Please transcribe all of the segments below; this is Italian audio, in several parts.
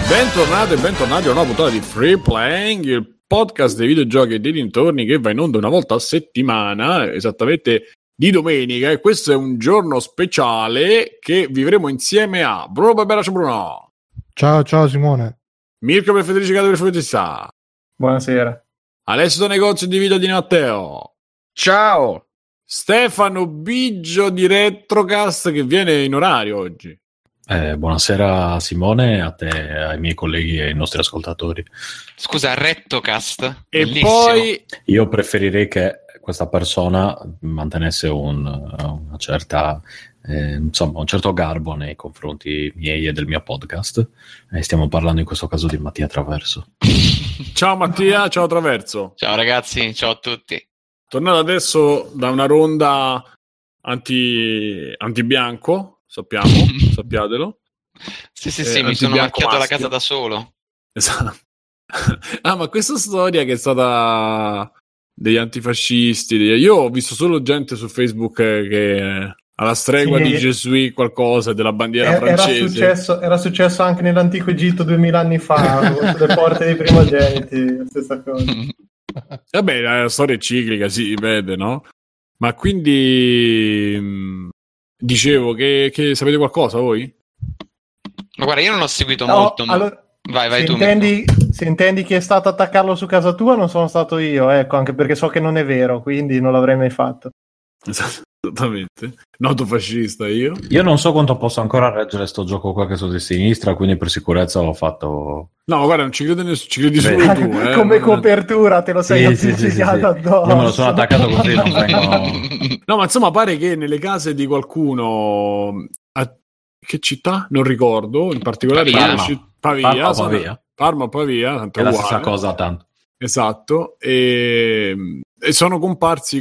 Bentornati e bentornati a una puntata di Free Playing, il podcast dei videogiochi e dei dintorni che va in onda una volta a settimana, esattamente di domenica, e questo è un giorno speciale che vivremo insieme a Bruno Barbera. Ciao Bruno. Ciao Simone. Mirko per Federici Cato del Fumettista. Buonasera. Alessio da Negozio di Video di Matteo. Ciao. Stefano Biggio di Retrocast che viene in orario oggi. Buonasera Simone, a te, ai miei colleghi e ai nostri ascoltatori. Scusa, Rettocast. E bellissimo. poi Io preferirei che questa persona mantenesse una certa, insomma, un certo garbo nei confronti miei e del mio podcast. Stiamo parlando in questo caso di Mattia Traverso. ciao Mattia, ciao Traverso. Ciao ragazzi, ciao a tutti. Tornato adesso da una ronda anti-bianco. Sappiatelo. Sì, mi sono macchiato la casa da solo. Esatto. Ma questa storia che è stata degli antifascisti, io ho visto solo gente su Facebook che alla stregua di Gesù qualcosa della bandiera francese. Era successo anche nell'antico Egitto 2000 anni fa, sulle porte dei primogeniti, stessa cosa. Vabbè, la storia è ciclica, si ripete, no? Ma quindi dicevo che sapete qualcosa voi? Ma guarda, io non ho seguito molto. Allora, vai tu. Se intendi chi è stato a attaccarlo su casa tua, non sono stato io, ecco, anche perché so che non è vero, quindi non l'avrei mai fatto. Esattamente. Noto fascista io. Io non so quanto posso ancora reggere sto gioco qua che sono di sinistra, quindi per sicurezza l'ho fatto. No, guarda, non ci crede nessuno, ci credi solo tu. Come copertura te lo sei appiccicato addosso. Io me lo sono attaccato così non vengono. No, ma insomma pare che nelle case di qualcuno che città? Non ricordo, in particolare Pavia. Parma o Pavia, tanto è la uguale. stessa cosa tanto. Esatto, e sono comparsi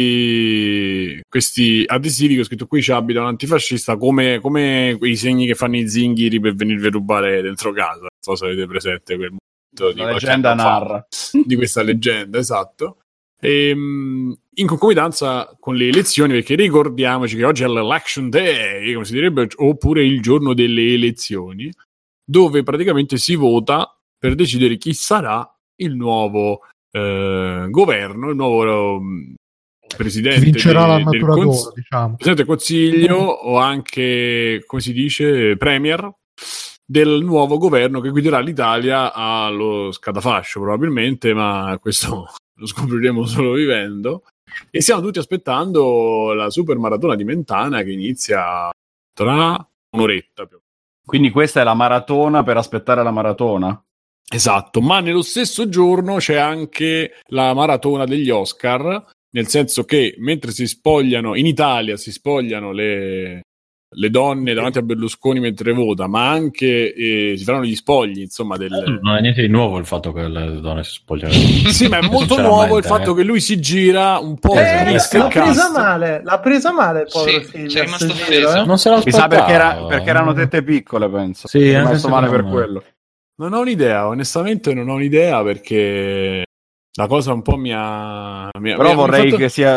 questi adesivi che ho scritto qui ci abita un antifascista, come quei segni che fanno i zinghiri per venirvi a rubare dentro casa. Non so se avete presente quel momento la leggenda narra di questa leggenda, esatto. E, in concomitanza con le elezioni, perché ricordiamoci che oggi è l'election day, come si direbbe, oppure il giorno delle elezioni, dove praticamente si vota per decidere chi sarà il nuovo governo, il nuovo presidente vincerà la natura d'oro, diciamo. Presidente del Consiglio o anche, come si dice, premier del nuovo governo che guiderà l'Italia allo scatafascio probabilmente, ma questo lo scopriremo solo vivendo. E stiamo tutti aspettando la super maratona di Mentana che inizia tra un'oretta più. Quindi questa è la maratona per aspettare la maratona? Esatto, ma nello stesso giorno c'è anche la maratona degli Oscar, nel senso che mentre si spogliano, in Italia si spogliano le donne davanti a Berlusconi mentre vota, ma anche si faranno gli spogli, insomma. Non è niente di nuovo il fatto che le donne si spogliano. Sì, ma è molto nuovo il fatto che lui si gira un po'. L'ha presa male il povero figlio. C'è rimasto offeso. Non se mi sa perché erano tette piccole, penso. Sì, è rimasto male per quello. Non ho un'idea, onestamente non ho un'idea, perché la cosa un po' mi ha però vorrei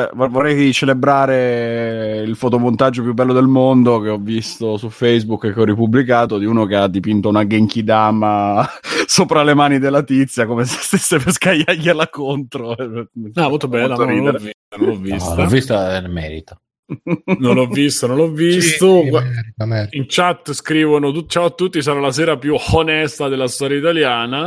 di celebrare il fotomontaggio più bello del mondo che ho visto su Facebook e che ho ripubblicato, di uno che ha dipinto una Genki Dama sopra le mani della tizia come se stesse per scagliargliela contro. Molto bella, non l'ho vista. L'ho vista e merita. Non l'ho visto. Sì, merita. In chat scrivono ciao a tutti, sarà la sera più onesta della storia italiana.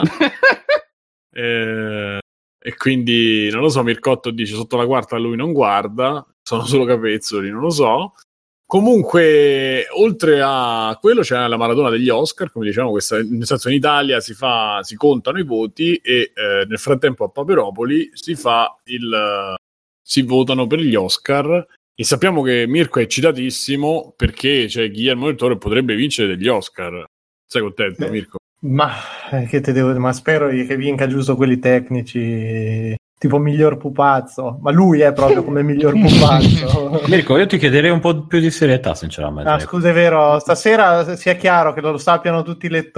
E quindi non lo so, Mircotto dice sotto la quarta lui non guarda, sono solo capezzoli, non lo so. Comunque oltre a quello c'è la maratona degli Oscar, come diciamo, nel senso in Italia si contano i voti e nel frattempo a Paperopoli si votano per gli Oscar. E sappiamo che Mirko è eccitatissimo perché Guillermo del Toro potrebbe vincere degli Oscar. Sei contento, Mirko? Ma che te devo dire? Ma spero che vinca giusto quelli tecnici, tipo miglior pupazzo. Ma lui è proprio come miglior pupazzo. Mirko, io ti chiederei un po' più di serietà, sinceramente. Scusa, è vero, stasera sia chiaro che lo sappiano tutti gli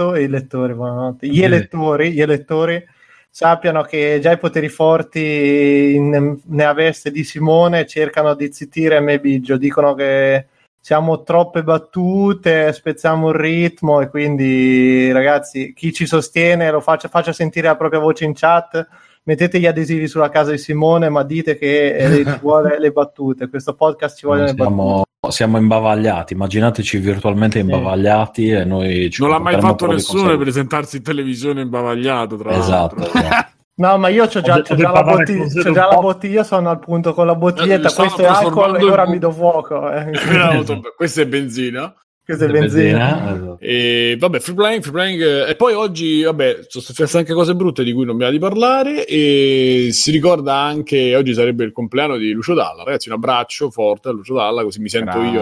elettori sappiano che già i poteri forti nella veste di Simone cercano di zittire me Biggio, dicono che siamo troppe battute, spezziamo il ritmo, e quindi ragazzi, chi ci sostiene lo faccia sentire la propria voce in chat, mettete gli adesivi sulla casa di Simone, ma dite che ci vuole le battute, questo podcast ci vuole le battute. Siamo imbavagliati, immaginateci virtualmente imbavagliati e noi non l'ha mai fatto nessuno presentarsi in televisione imbavagliato, tra l'altro. Esatto. No, ma io c'ho già la bottiglia, sono al punto con la bottiglietta, questo è alcol e ora mi do fuoco. Questa è benzina. Questa è benzina. E vabbè, free playing. E poi oggi, vabbè, sono successe anche cose brutte di cui non mi va di parlare. E si ricorda anche, oggi sarebbe il compleanno di Lucio Dalla. Ragazzi, un abbraccio forte a Lucio Dalla, così mi sento io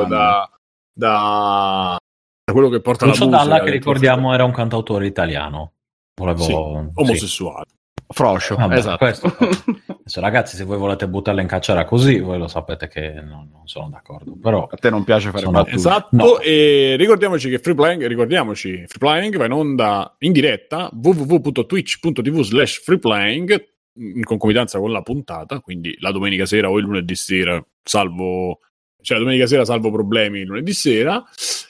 da quello che porta Lucio la musica. Lucio Dalla, che ricordiamo, era un cantautore italiano. Omosessuale. Froscio, esatto. Adesso, ragazzi, se voi volete buttarla in cacciara così, voi lo sapete che non sono d'accordo. Però a te non piace fare battute. Esatto, no. E ricordiamoci che Free Playing va in onda in diretta www.twitch.tv/freeplaying in concomitanza con la puntata, quindi la domenica sera o il lunedì sera, salvo problemi il lunedì sera.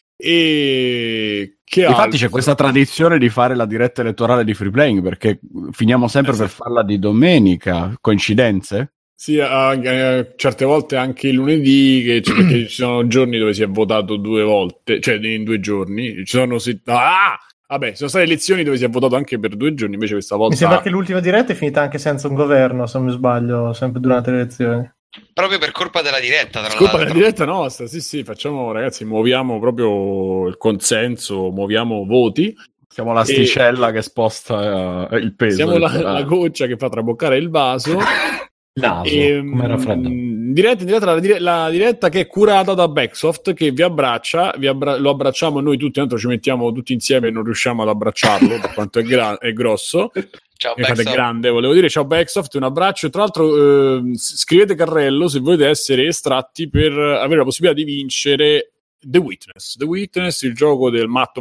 E che infatti c'è questa tradizione di fare la diretta elettorale di Free Playing, perché finiamo sempre per farla di domenica. Coincidenze? Sì, certe volte anche il lunedì, perché ci sono giorni dove si è votato 2 volte, cioè in 2 giorni ci sono vabbè, sono state elezioni dove si è votato anche per 2 giorni, invece questa volta mi sembra che l'ultima diretta è finita anche senza un governo, se non mi sbaglio, sempre durante le elezioni. Proprio per colpa della diretta, tra l'altro. Della diretta nostra, sì, facciamo, ragazzi, muoviamo proprio il consenso, muoviamo voti. Siamo l'asticella che sposta il peso. Siamo la goccia che fa traboccare il vaso. Naso, come raffreddo. Diretta la diretta che è curata da Backsoft, che vi abbraccia, lo abbracciamo noi tutti, tanto ci mettiamo tutti insieme e non riusciamo ad abbracciarlo per quanto è grosso. Ciao Backsoft. È grande, volevo dire. Ciao Backsoft, un abbraccio. Tra l'altro scrivete carrello se volete essere estratti per avere la possibilità di vincere The Witness, il gioco del matto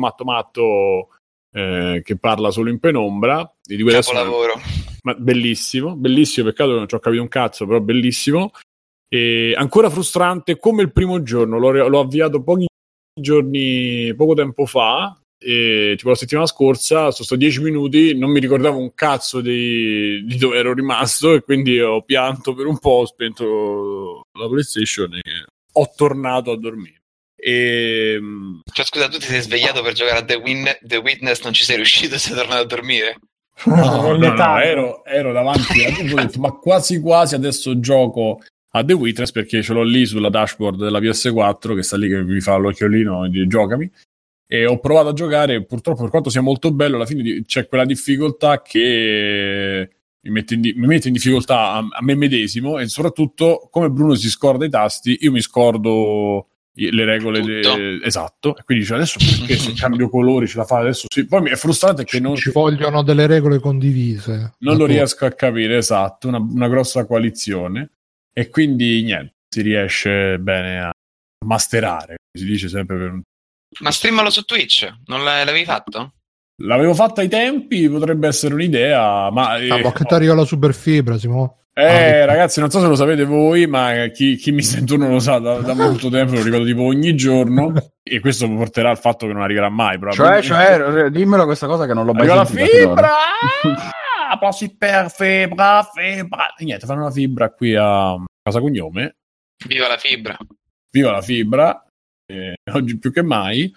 che parla solo in penombra. Capolavoro. Ma bellissimo, peccato che non ci ho capito un cazzo, però bellissimo. E ancora frustrante come il primo giorno, l'ho avviato poco tempo fa, tipo la settimana scorsa, sono 10 minuti, non mi ricordavo un cazzo di dove ero rimasto, e quindi ho pianto per un po', ho spento la PlayStation e ho tornato a dormire. Cioè, scusa, tu ti sei svegliato per giocare a The Witness, non ci sei riuscito e sei tornato a dormire? No, ero davanti a tutto, ho detto, ma quasi adesso gioco a The Witness, perché ce l'ho lì sulla dashboard della PS4 che sta lì che mi fa l'occhiolino e dice giocami, e ho provato a giocare. Purtroppo, per quanto sia molto bello, alla fine c'è quella difficoltà che mi mette in difficoltà a me medesimo, e soprattutto come Bruno si scorda i tasti, io mi scordo le regole esatto, e quindi adesso perché se cambio colori ce la fa adesso sì. Poi è frustrante che non ci vogliono delle regole condivise, non lo riesco a capire, esatto, una grossa coalizione, e quindi niente, si riesce bene a masterare, si dice sempre ma streamalo su Twitch, non l'avevi fatto? L'avevo fatta ai tempi, potrebbe essere un'idea, ma che ti arriva la super fibra, Simo. Ragazzi, non so se lo sapete voi, ma chi mi sta intorno lo sa da molto tempo, lo ricordo tipo ogni giorno, e questo porterà al fatto che non arriverà mai. Cioè, dimmelo questa cosa che non l'ho mai sentita. La fibra! Passi per fibra! E niente, fanno la fibra qui a Casa Cognome. Viva la fibra! Viva la fibra! Oggi più che mai.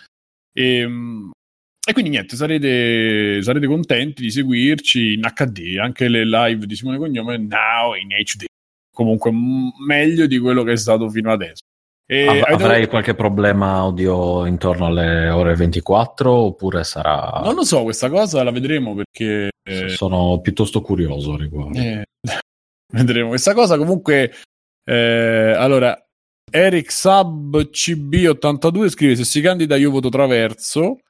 E quindi niente, sarete contenti di seguirci in HD, anche le live di Simone Cognome now in HD, comunque meglio di quello che è stato fino adesso. Avrai qualche problema audio intorno alle ore 24 oppure sarà... Non lo so, questa cosa la vedremo, perché sono piuttosto curioso riguardo. Vedremo questa cosa. Comunque allora Eric Sub CB82 scrive: se si candida io voto Traverso.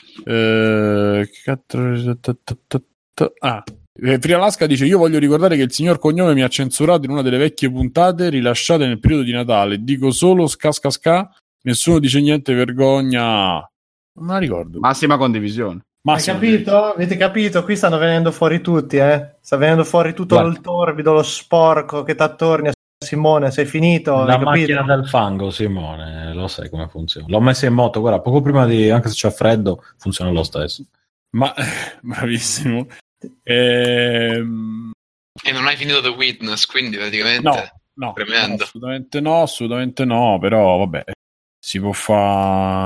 Frialasca dice: io voglio ricordare che il signor Cognome mi ha censurato in una delle vecchie puntate rilasciate nel periodo di Natale. Dico solo ska, nessuno dice niente, vergogna. Non me la ricordo. Massima condivisione. Capito? Avete capito? Qui stanno venendo fuori tutti, Sta venendo fuori tutto il torbido, lo sporco che t'attorni Simone, sei finito? La hai macchina capito? del fango, Simone, lo sai come funziona. L'ho messa in moto, guarda, poco prima di, anche se c'è freddo, funziona lo stesso. Ma bravissimo. E non hai finito The Witness, quindi praticamente No, tremendo. assolutamente no, però vabbè, si può fare.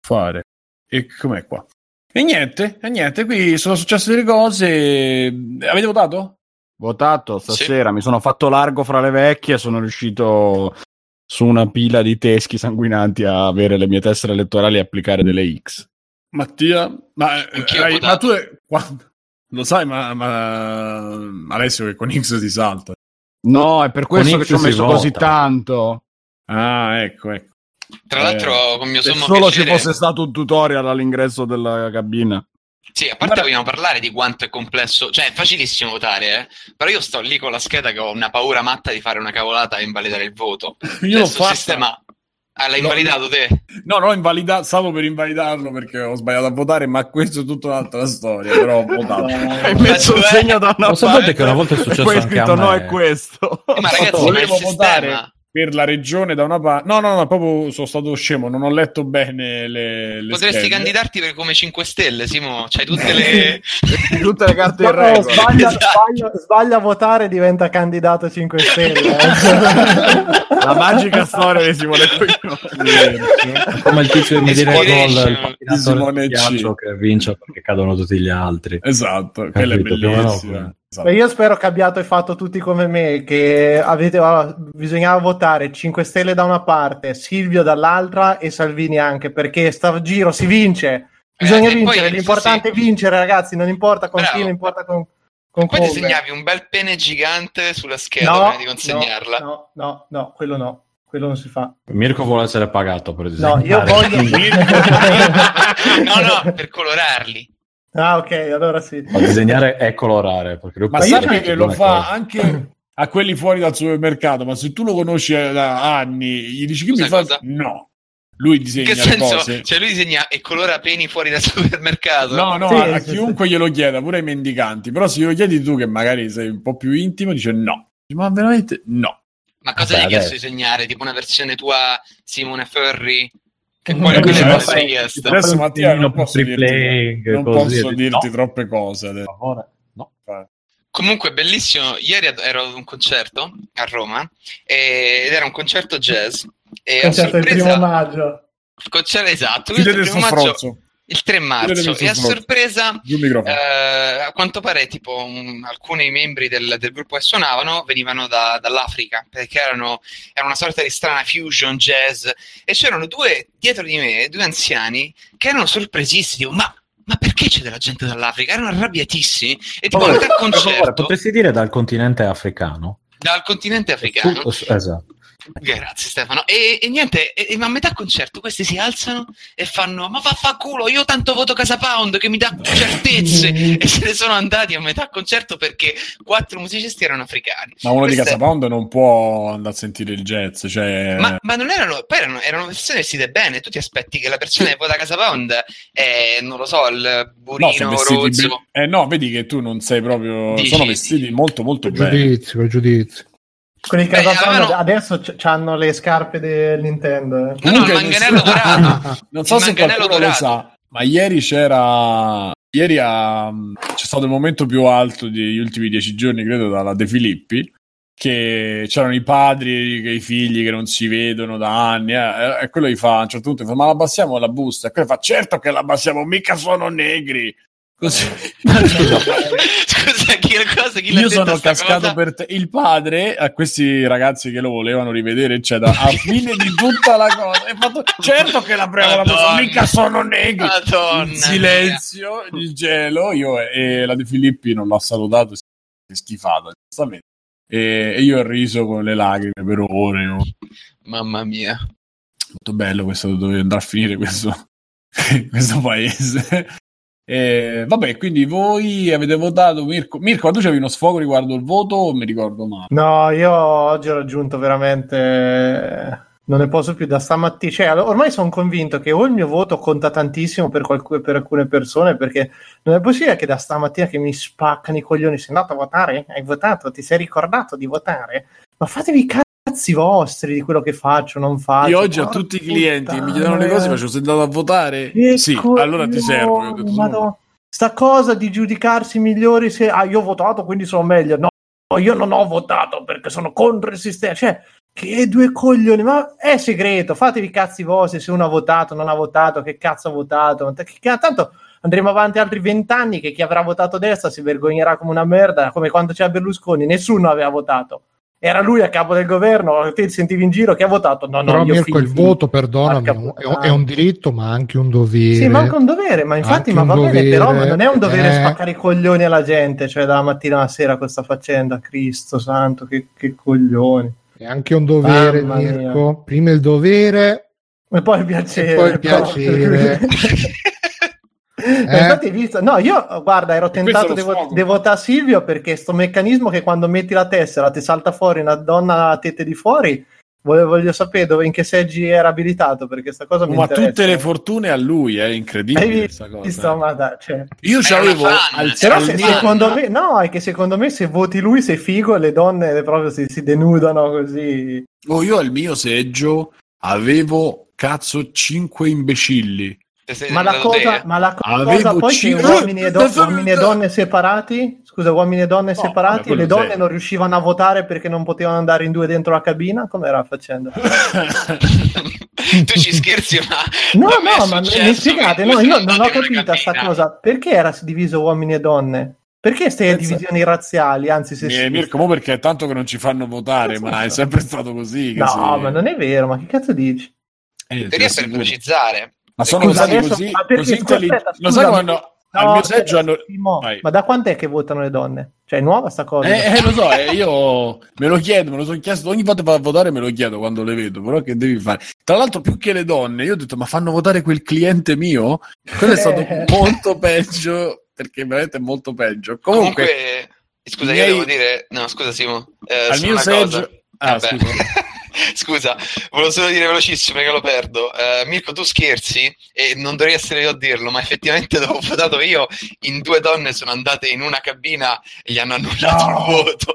E com'è qua? E niente, qui sono successe delle cose. Avete votato? Votato stasera, mi sono fatto largo fra le vecchie e sono riuscito su una pila di teschi sanguinanti a avere le mie tessere elettorali e applicare delle X. Mattia, ma tu quando? Lo sai, ma Alessio che con X si salta. No, è per questo Con che X ci ho si messo vota. così tanto. Ah, ecco. Tra l'altro, con mio Se sommo solo piacere, ci fosse stato un tutorial all'ingresso della cabina. sì, a parte vogliamo parlare di quanto è complesso, cioè è facilissimo votare, però io sto lì con la scheda che ho una paura matta di fare una cavolata e invalidare il voto. Io l'ho Questo fatta. sistema l'hai No, invalidato te? No, stavo per invalidarlo perché ho sbagliato a votare, ma questo è tutta un'altra storia, però ho votato. Hai messo un segno da una Lo sapete parte che una volta è e successo poi hai anche a scritto no me. è questo. Ma ragazzi, ma il Volevo sistema... votare per la regione da una parte. No, proprio sono stato scemo, non ho letto bene le Potresti schede. candidarti per come 5 Stelle, Simo, c'hai tutte le... Tutte le carte in No, regola. sbaglia a votare e diventa candidato 5 Stelle. La magica storia di Simone Coglioni. Come il tizio di Medina Gol, il Inspiration pattinatore di Simone di ghiaccio C. che vince perché cadono tutti gli altri. Esatto, quella è Capito, più o meno. bellissima. Esatto. Ma io spero che abbiate fatto tutti come me, che bisognava votare 5 Stelle da una parte, Silvio dall'altra e Salvini anche, perché sta giro si vince. Bisogna e vincere, poi, l'importante è vincere, ragazzi, non importa con Bravo. chi, non importa con Poi come. disegnavi un bel pene gigante sulla scheda prima di consegnarla. No, quello non si fa. Mirko vuole essere pagato per No, disegnare. io voglio... No, per colorarli. Ah, ok, allora sì. Ma disegnare e colorare, perché lui Ma pensa sappi che lo non è fa cosa. anche a quelli fuori dal supermercato, ma se tu lo conosci da anni, gli dici che mi Sai fa... cosa? No. Lui In disegna che le senso? cose. Cioè lui disegna e colora peni fuori dal supermercato? No, Sì, a sì, chiunque glielo chieda, pure ai mendicanti. Però se glielo chiedi tu, che magari sei un po' più intimo, dice no. Ma veramente no. Ma cosa Vabbè, gli hai chiesto di adesso. disegnare? Tipo una versione tua Simone Furry? Che Mm, poi sì, quelle ma le sai- richiesto. Adesso Mattia non per posso free dirti, playing, non così, posso dirti no, troppe cose per adesso. favore. No. Comunque bellissimo, ieri ero ad un concerto a Roma ed era un concerto jazz e a Concerto il sorpresa 1 maggio. concerto esatto, Chiudete il il primo suo maggio, fronzo. il 3 marzo Chiudete e a il suo sorpresa Giù il microfono. a quanto pare tipo alcuni membri del gruppo che suonavano venivano dall'Africa perché era una sorta di strana fusion jazz e c'erano dietro di me due anziani che erano sorpresissimi, tipo, ma perché c'è della gente dall'Africa? Erano arrabbiatissimi e tipo a metà Per favore, concerto potresti dire dal continente africano? dal continente africano. Esatto. Grazie Stefano. E niente, ma a metà concerto questi si alzano e fanno ma vaffanculo, io tanto voto Casa Pound che mi dà certezze e se ne sono andati a metà concerto perché 4 musicisti erano africani. Ma uno di Queste- Casa Pound non può andare a sentire il jazz, cioè... Ma non erano, poi erano persone vestite bene, tu ti aspetti che la persona che vota Casa Pound è, non lo so, il No, burino sono vestiti rozzo. no, vedi che tu non sei proprio... Dici, sono vestiti molto molto bene. Giudizio. Quelli che avevano- adesso hanno le scarpe del Nintendo. No, il Comunque, manganello dorato. Non so Il se manganello qualcuno lo dorato. sa, ma ieri c'è stato il momento più alto degli ultimi 10 giorni, credo, dalla De Filippi, che c'erano i padri e i figli che non si vedono da anni, e quello gli fa a un certo punto, ma la abbassiamo la busta? E quello fa, certo che la abbassiamo, mica sono negri. Così. Scusa, chi l'ha Io detta sono sta cascato cosa? per te. Il padre a questi ragazzi che lo volevano rivedere, eccetera, a fine di tutta la cosa, è fatto, certo che la prima la Madonna. mica sono negri. Madonna Il silenzio, il gelo, io e la De Filippi non l'ho salutato, si è schifata, giustamente. E io ho riso con le lacrime per ore. Mamma mia. Molto bello questo, dove andrà a finire questo paese. Vabbè, quindi voi avete votato. Mirko, tu c'avevi uno sfogo riguardo il voto o mi ricordo male? No, io oggi ho raggiunto veramente... Non ne posso più da stamattina. Cioè, ormai sono convinto che o il mio voto conta tantissimo per alcune persone, perché non è possibile che da stamattina che mi spaccano i coglioni. Sei andato a votare? Hai votato? Ti sei ricordato di votare? Ma fatevi cazzo cazzi vostri di quello che faccio, non faccio. Io oggi a tutti i clienti che mi chiedono le cose faccio: sei andato a votare? Sì, allora ti servo. Io ho detto, sta cosa di giudicarsi migliori se io ho votato quindi sono meglio. No, io non ho votato perché sono contro il sistema. Cioè, che due coglioni, ma è segreto, fatevi i cazzi vostri se uno ha votato, non ha votato, che cazzo ha votato. Tanto andremo avanti altri 20 anni che chi avrà votato destra si vergognerà come una merda, come quando c'era Berlusconi, nessuno aveva votato. Era lui a capo del governo, te ti sentivi in giro, che ha votato? No, però io Mirko, il voto, perdonami, è un diritto ma anche un dovere. Sì, ma anche un dovere, ma infatti va bene, però non è un dovere spaccare i coglioni alla gente, cioè dalla mattina alla sera questa faccenda, Cristo santo, che coglioni. È anche un dovere, Mirko, prima il dovere e poi il piacere. E poi il piacere. Infatti hai visto? No, io guarda, ero tentato di votare Silvio perché sto meccanismo che quando metti la tessera ti salta fuori una donna a tette di fuori, voglio sapere in che seggi era abilitato, perché sta cosa mi interessa. Ma tutte le fortune a lui, è incredibile questa cosa. Io c'avevo però secondo me no, è che secondo me se voti lui sei figo e le donne proprio si denudano così. Io al mio seggio avevo 5 imbecilli. Ma la cosa poi che uomini e donne separati, separati, le donne non riuscivano a votare perché non potevano andare in due dentro la cabina, com'era la faccenda? Tu ci scherzi, ma ma mi spiegate, io non ho capito sta cosa, perché era diviso uomini e donne? Perché queste divisioni razziali, anzi Mirko, perché è tanto che non ci fanno votare, ma è sempre stato così. No, ma non è vero, ma che cazzo dici? Teoria per velocizzare. Ma sono stati così intelligenti. Lo sai quando al mio seggio hanno... Ma da quant'è che votano le donne? Cioè è nuova sta cosa? Lo so, io me lo chiedo, me lo sono chiesto ogni volta a votare, me lo chiedo quando le vedo, però che devi fare? Tra l'altro più che le donne, io ho detto ma fanno votare quel cliente mio? Quello è stato molto peggio, perché veramente è molto peggio. Comunque scusa, io devo dire... No, scusa Simo. Al mio seggio... Scusa, volevo solo dire velocissimo che lo perdo. Mirko, tu scherzi e non dovrei essere io a dirlo, ma effettivamente dopo ho votato io, in 2 donne sono andate in una cabina e gli hanno annullato il voto.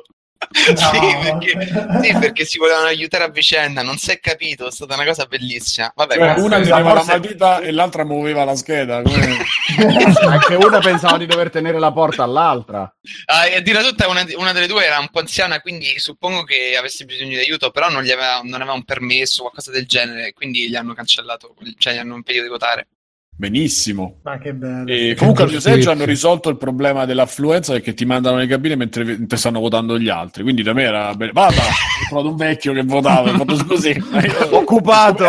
Perché si volevano aiutare a vicenda, non si è capito, è stata una cosa bellissima. Vabbè, una teneva la matita e l'altra muoveva la scheda. Anche una pensava di dover tenere la porta all'altra. A dire tutta, una delle due era un po' anziana, quindi suppongo che avesse bisogno di aiuto, però non aveva un permesso o qualcosa del genere, quindi gli hanno cancellato, cioè gli hanno impedito di votare. Benissimo. Ma che bello. E comunque al mio seggio hanno risolto il problema dell'affluenza perché ti mandano le cabine mentre stanno votando gli altri, quindi da me era ho trovato un vecchio che votava, ho fatto così occupato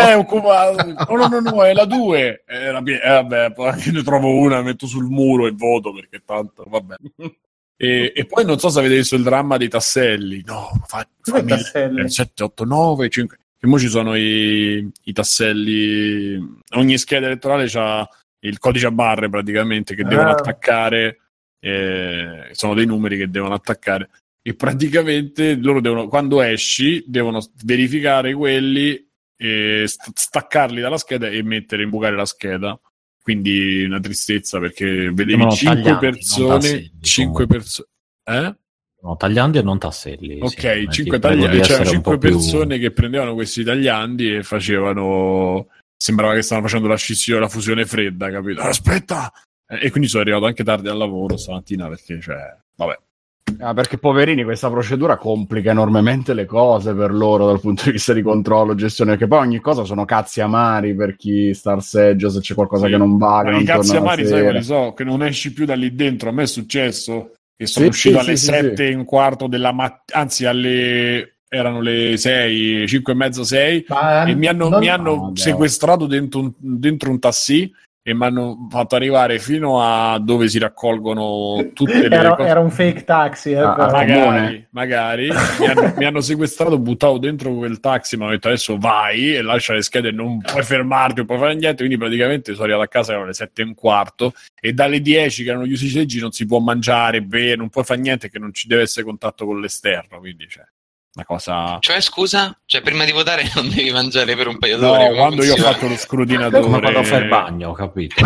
no, è la 2 vabbè, poi ne trovo una, metto sul muro e voto perché tanto vabbè. E poi non so se avete visto il dramma dei tasselli. Tasselli 7, 8, 9, 5. E mo ci sono i tasselli, ogni scheda elettorale c'ha il codice a barre praticamente che devono attaccare, sono dei numeri che devono attaccare e praticamente loro devono, quando esci, devono verificare quelli e staccarli dalla scheda e imbucare la scheda. Quindi una tristezza perché vedevi 5 persone, 5 persone, No, tagliandi e non tasselli. Ok, 5 tagliandi, c'erano 5 persone che prendevano questi tagliandi e facevano... Sembrava che stavano facendo la scissione, la fusione fredda, capito? Aspetta! E quindi sono arrivato anche tardi al lavoro stamattina perché, vabbè. Perché poverini, questa procedura complica enormemente le cose per loro dal punto di vista di controllo, gestione, perché poi ogni cosa sono cazzi amari per chi sta al seggio, se c'è qualcosa che non va, che non i cazzi torna amari, sai quali so? Che non esci più da lì dentro. A me è successo che sono uscito alle 7 e un quarto della mattina, anzi erano le 6, 5 e mezzo, 6 e mi hanno sequestrato dentro un taxi e mi hanno fatto arrivare fino a dove si raccolgono tutte le cose. Era un fake taxi, magari mi hanno sequestrato, buttato dentro quel taxi, mi hanno detto adesso vai e lascia le schede, non puoi fermarti, non puoi fare niente, quindi praticamente sono arrivato a casa, erano le 7 e un quarto e dalle 10 che erano chiusi i seggi non si può mangiare, bere, non puoi fare niente, che non ci deve essere contatto con l'esterno, quindi una cosa... Cioè, scusa? Cioè, prima di votare non devi mangiare per un paio d'ore? No, quando io ho fatto lo scrutinatore... Ma quando fai il bagno, ho capito.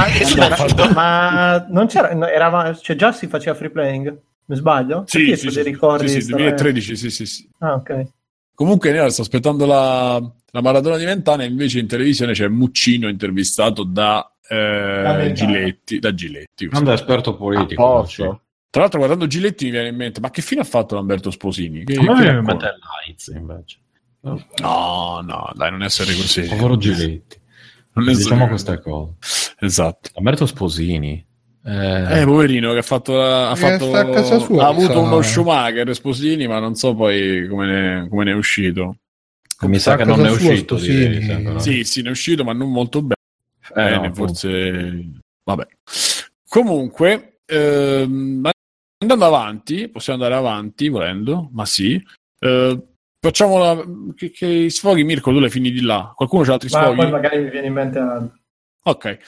Ma non c'era... Cioè, già si faceva free playing? Mi sbaglio? Sì, 2013, sì. Ah, ok. Comunque io sto aspettando la maratona di Ventana, invece in televisione c'è Muccino intervistato da Giletti. Grande esperto politico. Tra l'altro guardando Giletti mi viene in mente, ma che fine ha fatto Lamberto Sposini? A me mi mette l'AIDS invece. No, dai, non essere così. Povero Giletti. Non diciamo queste cose. Esatto. Lamberto Sposini. Poverino, che ha avuto uno Schumacher Sposini, ma non so poi come ne è uscito. Mi sa che non è uscito. Sì, ne è uscito, ma non molto bene. No, forse. Vabbè. Comunque, andando avanti, possiamo andare avanti volendo, ma sì. Facciamo che sfoghi, Mirko, tu le fini di là. Qualcuno c'ha altri sfoghi? Poi magari mi viene in mente altro. Ok.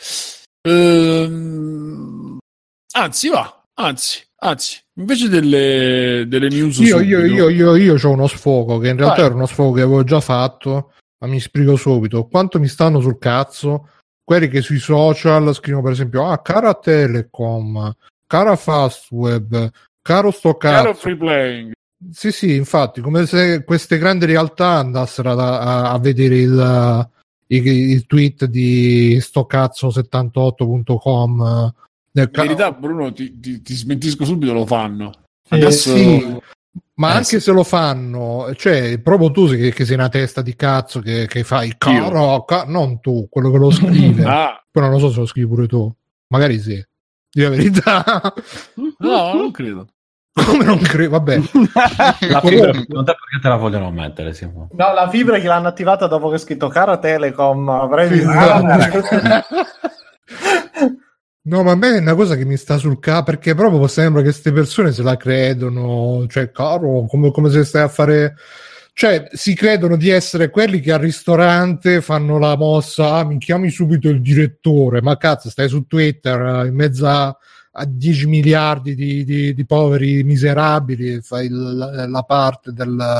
Anzi, invece delle news io c'ho uno sfogo che in realtà era uno sfogo che avevo già fatto, ma mi spiego subito quanto mi stanno sul cazzo quelli che sui social scrivono per esempio cara Telecom, cara Fastweb, caro sto cazzo, caro Free Playing. Sì, infatti, come se queste grandi realtà andassero a vedere il tweet di stocazzo78.com. In verità, Bruno, ti smentisco subito, lo fanno. Adesso... Sì, ma anche se lo fanno, cioè, proprio tu che sei una testa di cazzo che fai caro, non tu, quello che lo scrive. Però non so se lo scrivi pure tu. Magari sì. Di la verità. No, non credo. Come non credo? Vabbè. La fibra, non te perché te la vogliono mettere, Simone? No, la fibra che l'hanno attivata dopo che ho scritto cara Telecom, avrei visto. No, ma a me è una cosa che mi sta sul capo, perché proprio sembra che queste persone se la credono, cioè caro, come se stai a fare, cioè si credono di essere quelli che al ristorante fanno la mossa, mi chiami subito il direttore, ma cazzo, stai su Twitter in mezzo a 10 miliardi di poveri miserabili, fai la parte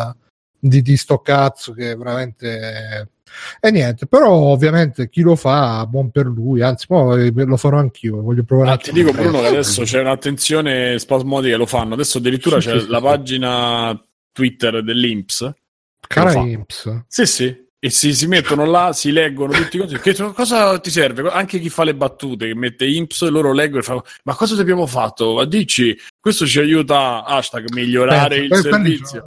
di sto cazzo che veramente e niente, però ovviamente chi lo fa buon per lui, anzi poi lo farò anch'io, voglio provare ti dico Bruno che adesso c'è un'attenzione spasmodica, lo fanno adesso, addirittura c'è la pagina Twitter dell'INPS, cara INPS, sì, e si mettono là, si leggono tutti i cose. Che cosa ti serve? Anche chi fa le battute, che mette INPS, loro leggono e fanno: ma cosa ti abbiamo fatto? Ma dici, questo ci aiuta a migliorare il servizio.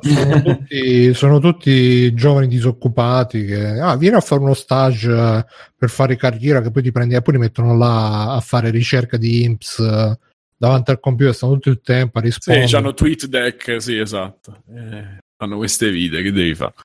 Sono tutti giovani disoccupati che vieni a fare uno stage per fare carriera, che poi ti prendi e poi li mettono là a fare ricerca di INPS davanti al computer, stanno tutto il tempo a rispondere. Sì, hanno tweet deck, sì, esatto. Fanno queste vite, che devi fare?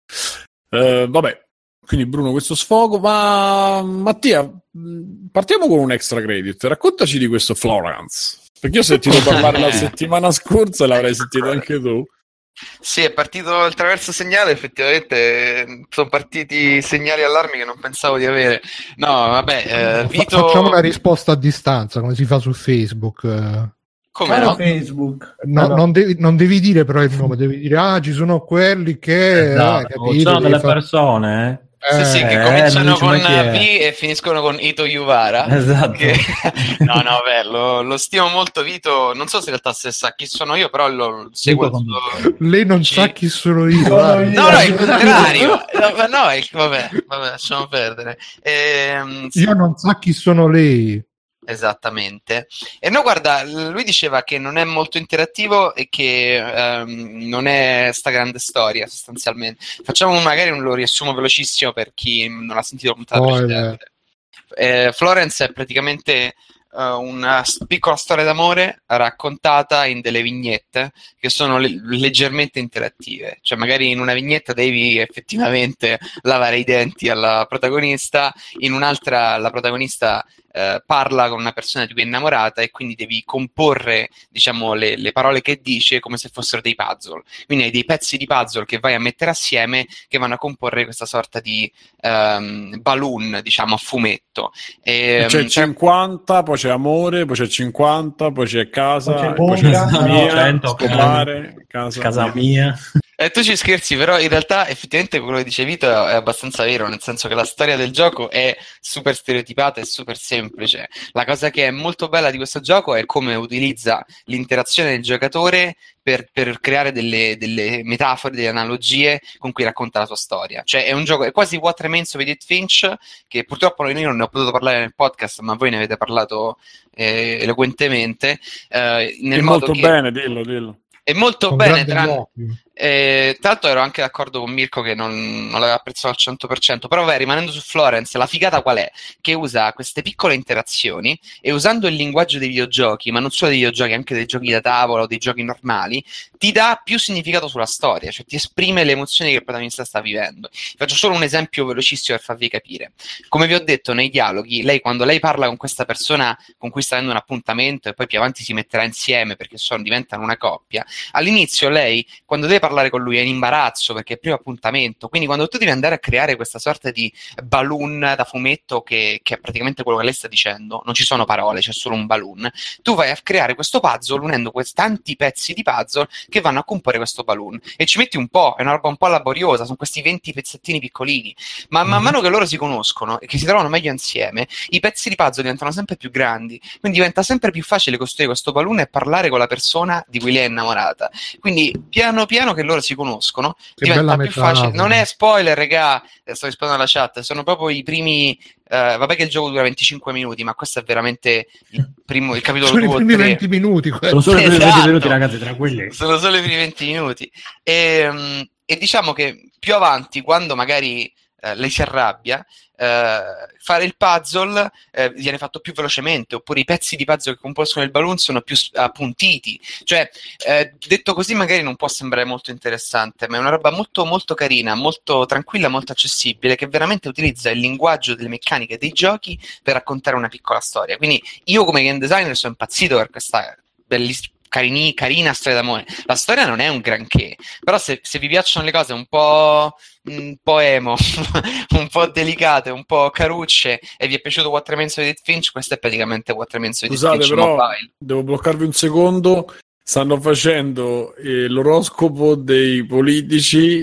Vabbè. Quindi Bruno questo sfogo, ma Mattia, partiamo con un extra credit, raccontaci di questo Florence, perché io ho sentito parlare la settimana scorsa e l'avrei sentito anche tu. Sì, è partito attraverso segnale, effettivamente sono partiti segnali allarmi che non pensavo di avere. No, vabbè, Vito... Facciamo una risposta a distanza, come si fa su Facebook. Come no? Facebook. No. Non devi dire però il nome, devi dire ci sono quelli che capito, ci sono delle persone sì, che cominciano con V e finiscono con Ito Juvara. Esatto. No, lo stimo molto Vito, non so se in realtà se sa chi sono io, però lo seguo. Lei non sa chi sono io. No, il contrario. Vabbè, lasciamo perdere. Io non so chi sono lei. Esattamente. E no, guarda, lui diceva che non è molto interattivo e che non è sta grande storia sostanzialmente. Facciamo magari lo riassumo velocissimo per chi non ha sentito la puntata precedente. Florence è praticamente una piccola storia d'amore raccontata in delle vignette che sono leggermente interattive, cioè magari in una vignetta devi effettivamente lavare i denti alla protagonista, in un'altra la protagonista parla con una persona di cui è innamorata e quindi devi comporre, diciamo, le parole che dice come se fossero dei puzzle, quindi hai dei pezzi di puzzle che vai a mettere assieme che vanno a comporre questa sorta di balloon, diciamo, a fumetto. C'è 50, poi c'è amore, poi c'è 50, poi c'è casa, poi c'è mia, scopare, casa mia. Tu ci scherzi, però in realtà effettivamente quello che dice Vito è abbastanza vero, nel senso che la storia del gioco è super stereotipata e super semplice. La cosa che è molto bella di questo gioco è come utilizza l'interazione del giocatore per creare delle metafore, delle analogie con cui racconta la sua storia. Cioè è un gioco, è quasi What Remains of Edith Finch, che purtroppo io non ne ho potuto parlare nel podcast, ma voi ne avete parlato eloquentemente. È molto bene, dillo. È molto Con bene, grande tra l'altro ero anche d'accordo con Mirko che non l'aveva apprezzato al 100%, però vabbè, rimanendo su Florence, la figata qual è? Che usa queste piccole interazioni e usando il linguaggio dei videogiochi, ma non solo dei videogiochi, anche dei giochi da tavola o dei giochi normali, ti dà più significato sulla storia, cioè ti esprime le emozioni che il protagonista sta vivendo. Faccio solo un esempio velocissimo per farvi capire. Come vi ho detto nei dialoghi, quando lei parla con questa persona con cui sta avendo un appuntamento e poi più avanti si metterà insieme perché diventano una coppia, all'inizio lei, quando deve parlare con lui, è in imbarazzo perché è il primo appuntamento, quindi quando tu devi andare a creare questa sorta di balloon da fumetto che è praticamente quello che lei sta dicendo, non ci sono parole, c'è solo un balloon, tu vai a creare questo puzzle unendo tanti pezzi di puzzle che vanno a comporre questo balloon e ci metti un po', è una roba un po' laboriosa, sono questi 20 pezzettini piccolini, ma man mano che loro si conoscono e che si trovano meglio insieme, i pezzi di puzzle diventano sempre più grandi, quindi diventa sempre più facile costruire questo balloon e parlare con la persona di cui lei è innamorata. Quindi piano piano che loro si conoscono diventa più facile. Non è spoiler, regà, sto rispondendo alla chat, sono proprio i primi vabbè che il gioco dura 25 minuti, ma questo è veramente il capitolo 2 sono i primi 20 minuti sono solo i primi 20 minuti, ragazzi, tranquilli, sono solo i primi 20 minuti e diciamo che più avanti, quando magari lei si arrabbia, fare il puzzle viene fatto più velocemente, oppure i pezzi di puzzle che compongono il balloon sono più appuntiti, cioè detto così magari non può sembrare molto interessante, ma è una roba molto molto carina, molto tranquilla, molto accessibile, che veramente utilizza il linguaggio delle meccaniche dei giochi per raccontare una piccola storia. Quindi io come game designer sono impazzito per questa bellissima carina storia d'amore. La storia non è un granché, però se vi piacciono le cose un po' emo, un po' delicate, un po' carucce e vi è piaciuto What Remains of Edith Finch, questo è praticamente What Remains of Edith Finch. Scusate, però mobile. devo bloccarvi un secondo. Stanno facendo l'oroscopo dei politici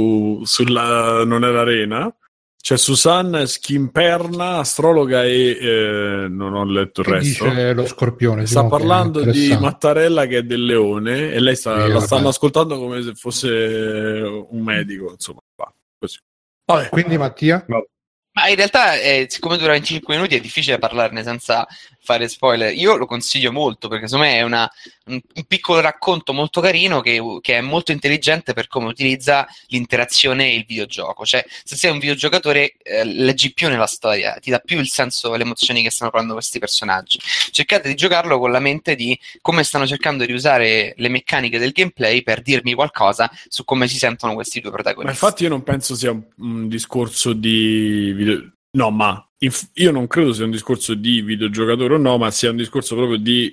sulla non è l'Arena. C'è Susanna Schimperna, astrologa e non ho letto il resto. Dice lo Scorpione. Sta parlando di Mattarella che è del Leone e lei la stanno ascoltando come se fosse un medico, insomma. Così. Vabbè. Quindi Mattia? Vabbè. Ma in realtà, siccome dura 25 minuti, è difficile parlarne senza fare spoiler. Io lo consiglio molto perché secondo me è un piccolo racconto molto carino che è molto intelligente per come utilizza l'interazione e il videogioco. Cioè, se sei un videogiocatore, leggi più nella storia, ti dà più il senso e le emozioni che stanno provando questi personaggi. Cercate di giocarlo con la mente di come stanno cercando di usare le meccaniche del gameplay per dirmi qualcosa su come si sentono questi due protagonisti. Ma infatti io non penso sia un discorso di no, ma io non credo sia un discorso di videogiocatore o no, ma sia un discorso proprio di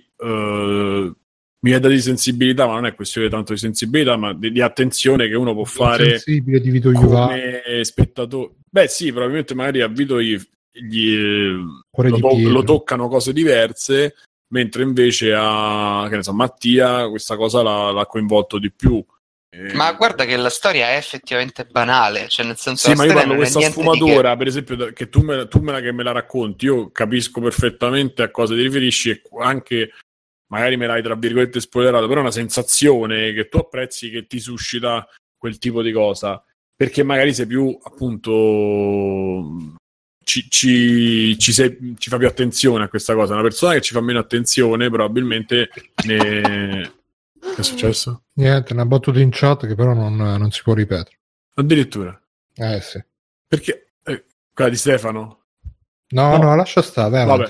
mi viene di sensibilità, ma non è questione tanto di sensibilità, ma di attenzione che uno può fare sensibile di come spettatore. Beh sì, probabilmente magari a Vito lo toccano cose diverse, mentre invece a che ne so, Mattia questa cosa l'ha coinvolto di più. Ma guarda che la storia è effettivamente banale, cioè nel senso sì, ma io parlo questa sfumatura, per esempio, che tu me la racconti, io capisco perfettamente a cosa ti riferisci e anche magari me l'hai tra virgolette spoilerato, però è una sensazione che tu apprezzi che ti suscita quel tipo di cosa, perché magari sei più appunto ci fa più attenzione a questa cosa. Una persona che ci fa meno attenzione probabilmente Che è successo? Niente, una battuta in chat che però non si può ripetere. Addirittura? Sì. Perché? Quella di Stefano? No, lascia stare. Vabbè.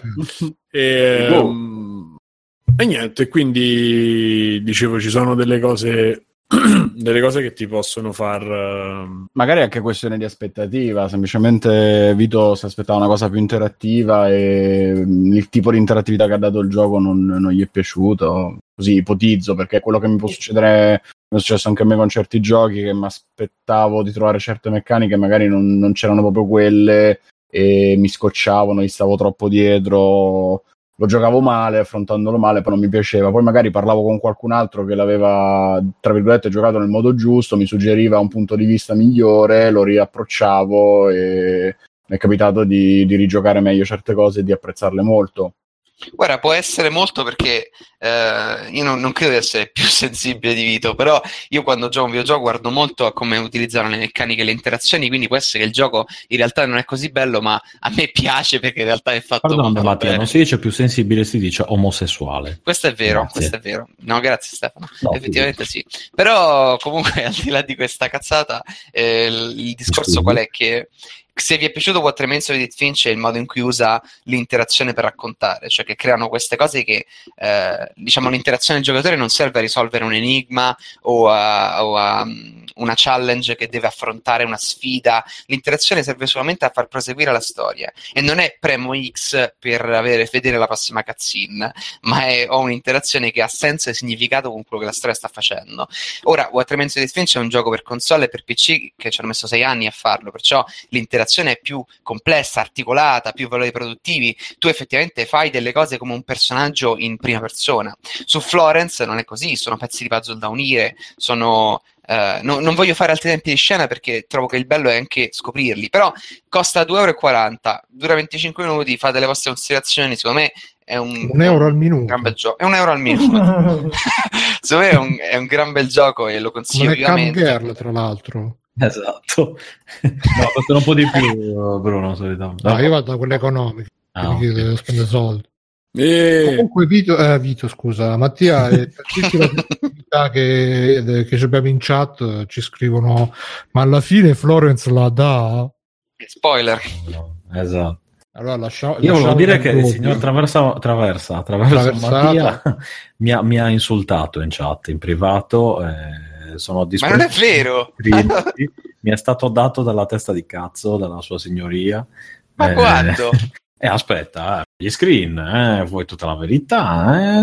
E niente, quindi dicevo, ci sono delle cose che ti possono far magari anche questione di aspettativa, semplicemente Vito si aspettava una cosa più interattiva e il tipo di interattività che ha dato il gioco non gli è piaciuto, così ipotizzo, perché è quello che mi può succedere, mi è successo anche a me con certi giochi, che mi aspettavo di trovare certe meccaniche, magari non c'erano proprio quelle e mi scocciavano, gli stavo troppo dietro, lo giocavo male, affrontandolo male, poi non mi piaceva. Poi magari parlavo con qualcun altro che l'aveva, tra virgolette, giocato nel modo giusto, mi suggeriva un punto di vista migliore, lo riapprocciavo e mi è capitato di rigiocare meglio certe cose e di apprezzarle molto. Guarda, può essere molto perché io non credo di essere più sensibile di Vito, però io quando gioco un videogioco guardo molto a come utilizzano le meccaniche e le interazioni, quindi può essere che il gioco in realtà non è così bello, ma a me piace perché in realtà è fatto molto Mattia, bene. non si dice più sensibile, si dice omosessuale. Questo è vero, Grazie. questo è vero. No, grazie Stefano. No, effettivamente sì. Però comunque al di là di questa cazzata, il discorso Scusi. qual è? Che se vi è piaciuto What Remains of Edith Finch è il modo in cui usa l'interazione per raccontare, cioè che creano queste cose che diciamo l'interazione del giocatore non serve a risolvere un enigma o a una challenge che deve affrontare una sfida, l'interazione serve solamente a far proseguire la storia e non è premo X per vedere la prossima cutscene, ma ho un'interazione che ha senso e significato con quello che la storia sta facendo. Ora, What Remains of Edith Finch è un gioco per console e per PC che ci hanno messo 6 anni a farlo, perciò l'interazione è più complessa, articolata, più valori produttivi, tu effettivamente fai delle cose come un personaggio in prima persona. Su Florence non è così, sono pezzi di puzzle da unire, sono non voglio fare altri esempi di scena perché trovo che il bello è anche scoprirli, però costa 2,40 €, dura 25 minuti, fate le vostre considerazioni, secondo me è un euro al minuto. Gran bel gioco. È €1 al minuto. Secondo me è un gran bel gioco e lo consiglio vivamente. Girl, tra l'altro. Esatto. No, costano un po' di più, Bruno, solitamente. No, io vado da quelle economiche, Okay. che spende soldi. Comunque Vito, scusa, Mattia, per dirti la possibilità che abbiamo in chat, ci scrivono: ma alla fine Florence la dà? Spoiler. No, esatto. Allora Io volevo dire che il signor Traversa Mattia mi ha insultato in chat, in privato. Sono ma non è vero. Mi è stato dato dalla testa di cazzo dalla sua signoria. Ma quando? Aspetta, gli screen, vuoi tutta la verità?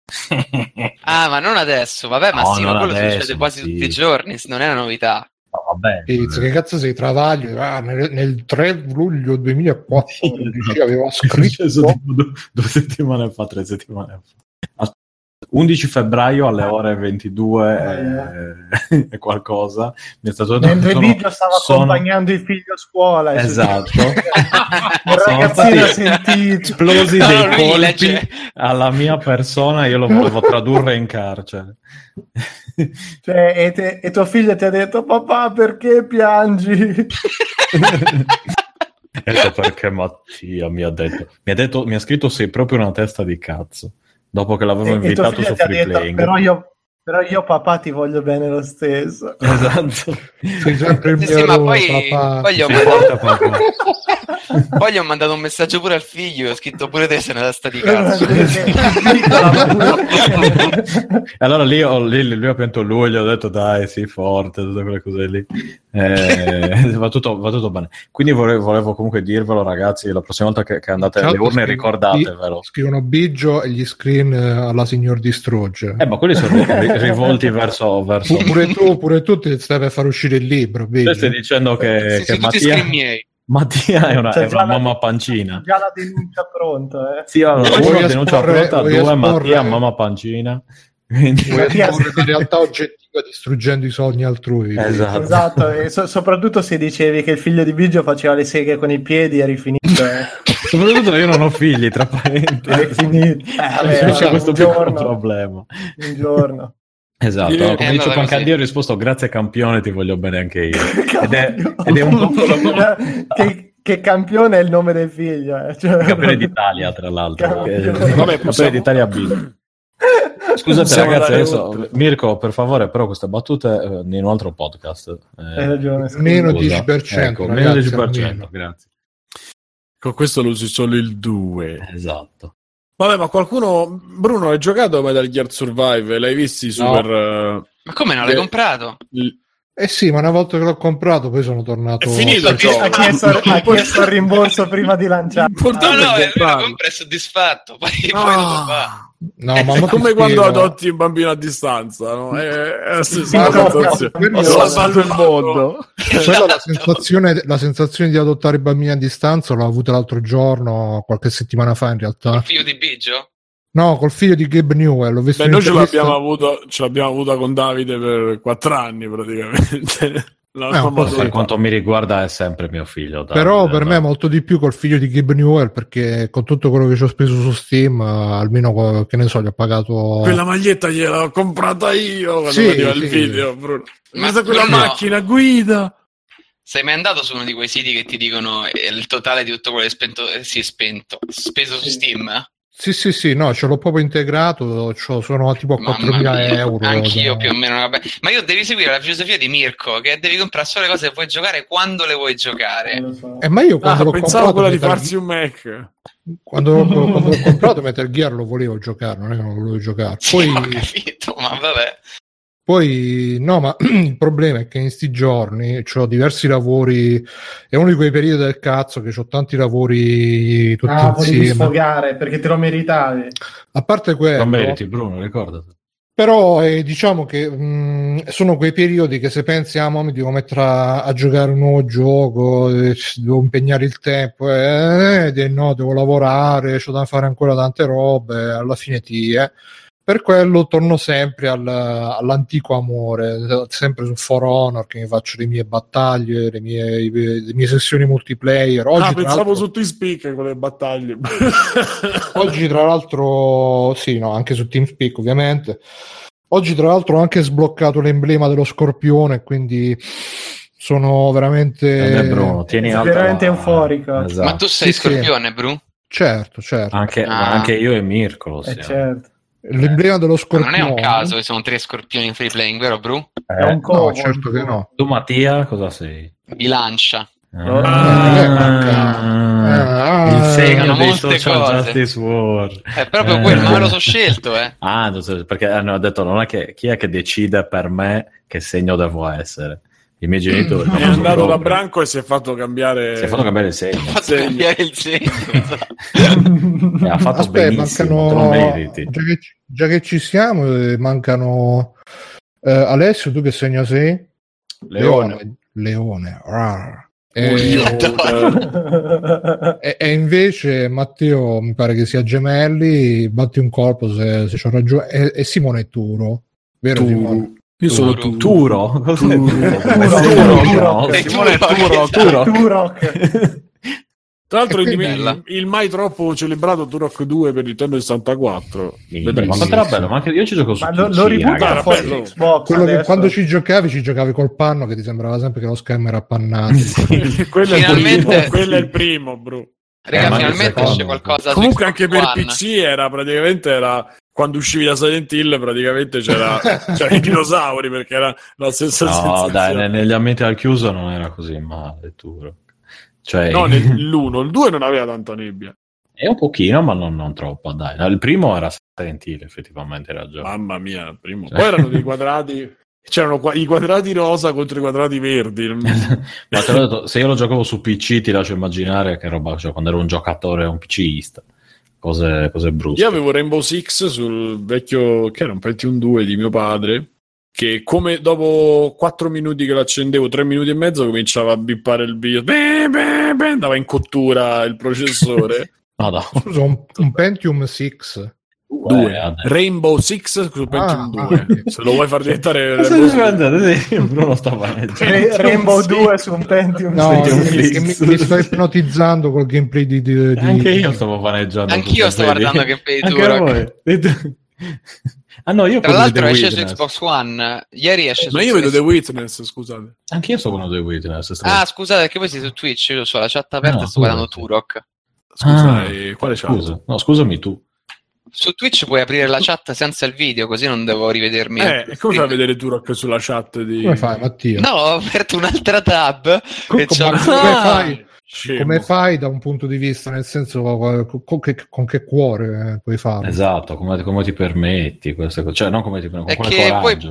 Ah, ma non adesso, vabbè, ma No, sì, non ma quello adesso, succede ma quasi sì. tutti i giorni, non è una novità. No, vabbè. Che cazzo sei Travaglio? Nel 3 luglio 2014 aveva scritto due settimane fa, 3 settimane fa. 11 febbraio alle ore 22 e qualcosa mi è stato detto mentre Biggio stava accompagnando il figlio a scuola, esatto. il ragazzino ha sentito esplosi dei colpi alla mia persona, io lo volevo tradurre in carcere. Cioè, e tuo figlio ti ha detto: papà, perché piangi? Perché Mattia mi ha scritto sei proprio una testa di cazzo. Dopo che l'avevo invitato su Free Playing. Però io papà ti voglio bene lo stesso. Esatto. Sei sempre il mio sì, ma poi gli ho mandato un messaggio pure al figlio e ho scritto pure te sei una testa di cazzo. Allora lì ho pianto lui, gli ho detto dai, sii forte, tutte quelle cose lì. Va tutto bene. Quindi volevo comunque dirvelo, ragazzi, la prossima volta che andate alle urne ricordatevelo. Scrivono Biggio e gli screen alla signor Distrugge. Ma quelli sono rivolti verso pure tu ti stai per far uscire il libro, Biggio. Stai dicendo che Mattia è una mamma pancina. Già la denuncia pronta, Sì, allora, una denuncia pronta, 2 Mattia mamma pancina. Quindi in realtà oggettiva distruggendo i sogni altrui. Esatto. E soprattutto se dicevi che il figlio di Biggio faceva le seghe con i piedi è rifinito. Soprattutto io non ho figli, tra parentesi. È finito. C'è questo piccolo problema. Un giorno. Esatto, come dice Pancandio ho risposto grazie campione, ti voglio bene anche io. ed è un po' che campione è il nome del figlio, Cioè... campione d'Italia, tra l'altro. Campione d'Italia B. Scusate ragazzi, adesso Mirko, per favore, però queste battute in un altro podcast. Hai ragione. Meno 10%. Ecco, meno 10%, grazie. Con questo lo usi solo il 2. Esatto. Vabbè, ma qualcuno... Bruno, hai giocato a Metal Gear Survive? L'hai visti super... Ma come non l'hai comprato? Sì, ma una volta che l'ho comprato poi sono tornato. È finito il gioco. Ha chiesto il rimborso prima di lanciare. L'importante No, è lui lo comprarlo. compra è soddisfatto, poi non lo fa. No, ma È come quando spiego. adotti un bambino a distanza, no? È la stessa No, sensazione. quello- Ho salvato il mondo. Quella Esatto. la sensazione di adottare i bambini a distanza l'ho avuta l'altro giorno, qualche settimana fa in realtà. Il figlio di Biggio? No, col figlio di Gabe Newell. L'ho visto Beh, in noi ce intervista- l'abbiamo avuta con Davide per 4 anni praticamente. un po' sì. Per quanto mi riguarda è sempre mio figlio. Però Davide, per me è molto di più col figlio di Gabe Newell, perché con tutto quello che ci ho speso su Steam, almeno che ne so, gli ho pagato. Quella maglietta gliel'ho comprata io quando Sì, vedeva il sì. video, Bruno. Ma Guarda quella Bruno- macchina, guida. Sei mai andato su uno di quei siti che ti dicono il totale di tutto quello che speso su Steam? Sì, no, ce l'ho proprio integrato, sono tipo a Mamma 4.000 mia, euro. anch'io da- più o meno. Vabbè. Ma io devi seguire la filosofia di Mirko, che devi comprare solo le cose che vuoi giocare quando le vuoi giocare. Lo so. Ma io quando l'ho Pensavo comprato quella di Metal farsi un Mac. quando l'ho comprato Metal Gear lo volevo giocare, non è che non lo volevo giocare. Sì, Poi, ho capito, ma vabbè. poi no, ma il problema è che in sti giorni ho diversi lavori, è uno di quei periodi del cazzo che ho tanti lavori tutti Volevi insieme. sfogare perché te lo meritavi. A parte quello, Non meriti, Bruno, ricordati. però diciamo che sono quei periodi che se pensi mi devo mettere a giocare un nuovo gioco, devo impegnare il tempo, no, devo lavorare, c'ho da fare ancora tante robe, alla fine per quello torno sempre all'antico amore, sempre su For Honor, che mi faccio le mie battaglie, le mie sessioni multiplayer. Oggi, tra Pensavo l'altro, su TeamSpeak con le battaglie. oggi tra l'altro sì, no, anche su TeamSpeak ovviamente. Oggi tra l'altro ho anche sbloccato l'emblema dello scorpione, quindi sono veramente Bruno, tieni Sei alta veramente la- euforico. Esatto. Ma tu sei Sì, Scorpione, Bru? certo. Anche io e Mirko lo siamo. Certo. L'emblema dello Ma scorpione. non è un caso che sono 3 scorpioni in free playing, vero, Bru? È un No, covo, certo che no. Tu Mattia cosa sei? Bilancia. Il segno Sono dei molte social cose. justice war. È proprio quello, ma me lo so scelto, eh. Non so, perché hanno detto non è che chi è che decide per me che segno devo essere. I miei genitori È non andato da proprio. Branco e si è fatto cambiare. Si è fatto cambiare il segno. Ho fatto Segno. cambiare il segno. esatto. E ha fatto Aspetta, benissimo, te lo meriti. già che ci siamo, mancano Alessio, tu che segno sei? Leone. Rar. E invece Matteo mi pare che sia Gemelli, batti un colpo se c'ho ragione, e Simone è Turo, vero Simone? Io sono Turo. Turo? Cos'è Simone è Turok. Tra l'altro E quindi- il mai troppo celebrato Turok 2 per Nintendo 64. Ma quanto era bello, ma anche io ci gioco su Ma PC, lo ributtano Era fuori bello. Xbox Quello che adesso. quando ci giocavi col panno, che ti sembrava sempre che lo schermo era appannato. quello, Finalmente- quello è il primo, bro. Raga, ma finalmente secondo- c'è qualcosa Comunque su anche Xbox per One. PC era quando uscivi da Silent Hill praticamente c'erano i dinosauri perché era la stessa No, sensazione. dai, negli ambienti al chiuso non era così male, Turo. Cioè, No, nell'1, il 2 non aveva tanta nebbia. è un pochino, ma non troppo, dai. No, il primo era Silent Hill, effettivamente era già. Mamma mia, il primo. Poi erano dei quadrati, c'erano i quadrati rosa contro i quadrati verdi. Ma te l'ho detto, se io lo giocavo su PC ti lascio immaginare che roba, cioè, quando ero un giocatore, un PCista. Cose brutte. Io avevo Rainbow Six sul vecchio, che era un Pentium 2 di mio padre, che come dopo 4 minuti che l'accendevo, 3 minuti e mezzo, cominciava a bippare il video, andava in cottura il processore. No. Scusa, un Pentium 6. 2 Rainbow Six su Pentium 2. Se lo vuoi far diventare Bruno stava Rainbow 2 su un Pentium. No, Pentium che Flix. mi sto ipnotizzando col gameplay di Anche io stavo vaneggiando. Anch'io sto guardando gameplay di Anche Turok. voi. Ah no, io Tra quello di l'altro The esce su Witness. Xbox One. Ieri esce su Ma io vedo The Witness, scusate. Anche io sto con The Witness. Ah, scusate, perché voi siete su Twitch, io ho la chat aperta No, e sto guardando sì. Turok. Scusa, quale c'ha? Scusa. No, scusami tu. Su Twitch puoi aprire la chat senza il video, così non devo rivedermi. E come fai a vedere Turok sulla chat di... Come fai, Mattia? No, ho aperto un'altra tab. Co- e co- c'ho- ma Scemo. come fai da un punto di vista, nel senso con che cuore puoi farlo? Esatto, come ti permetti queste cose? Cioè, non come ti permetti, È con quale che coraggio.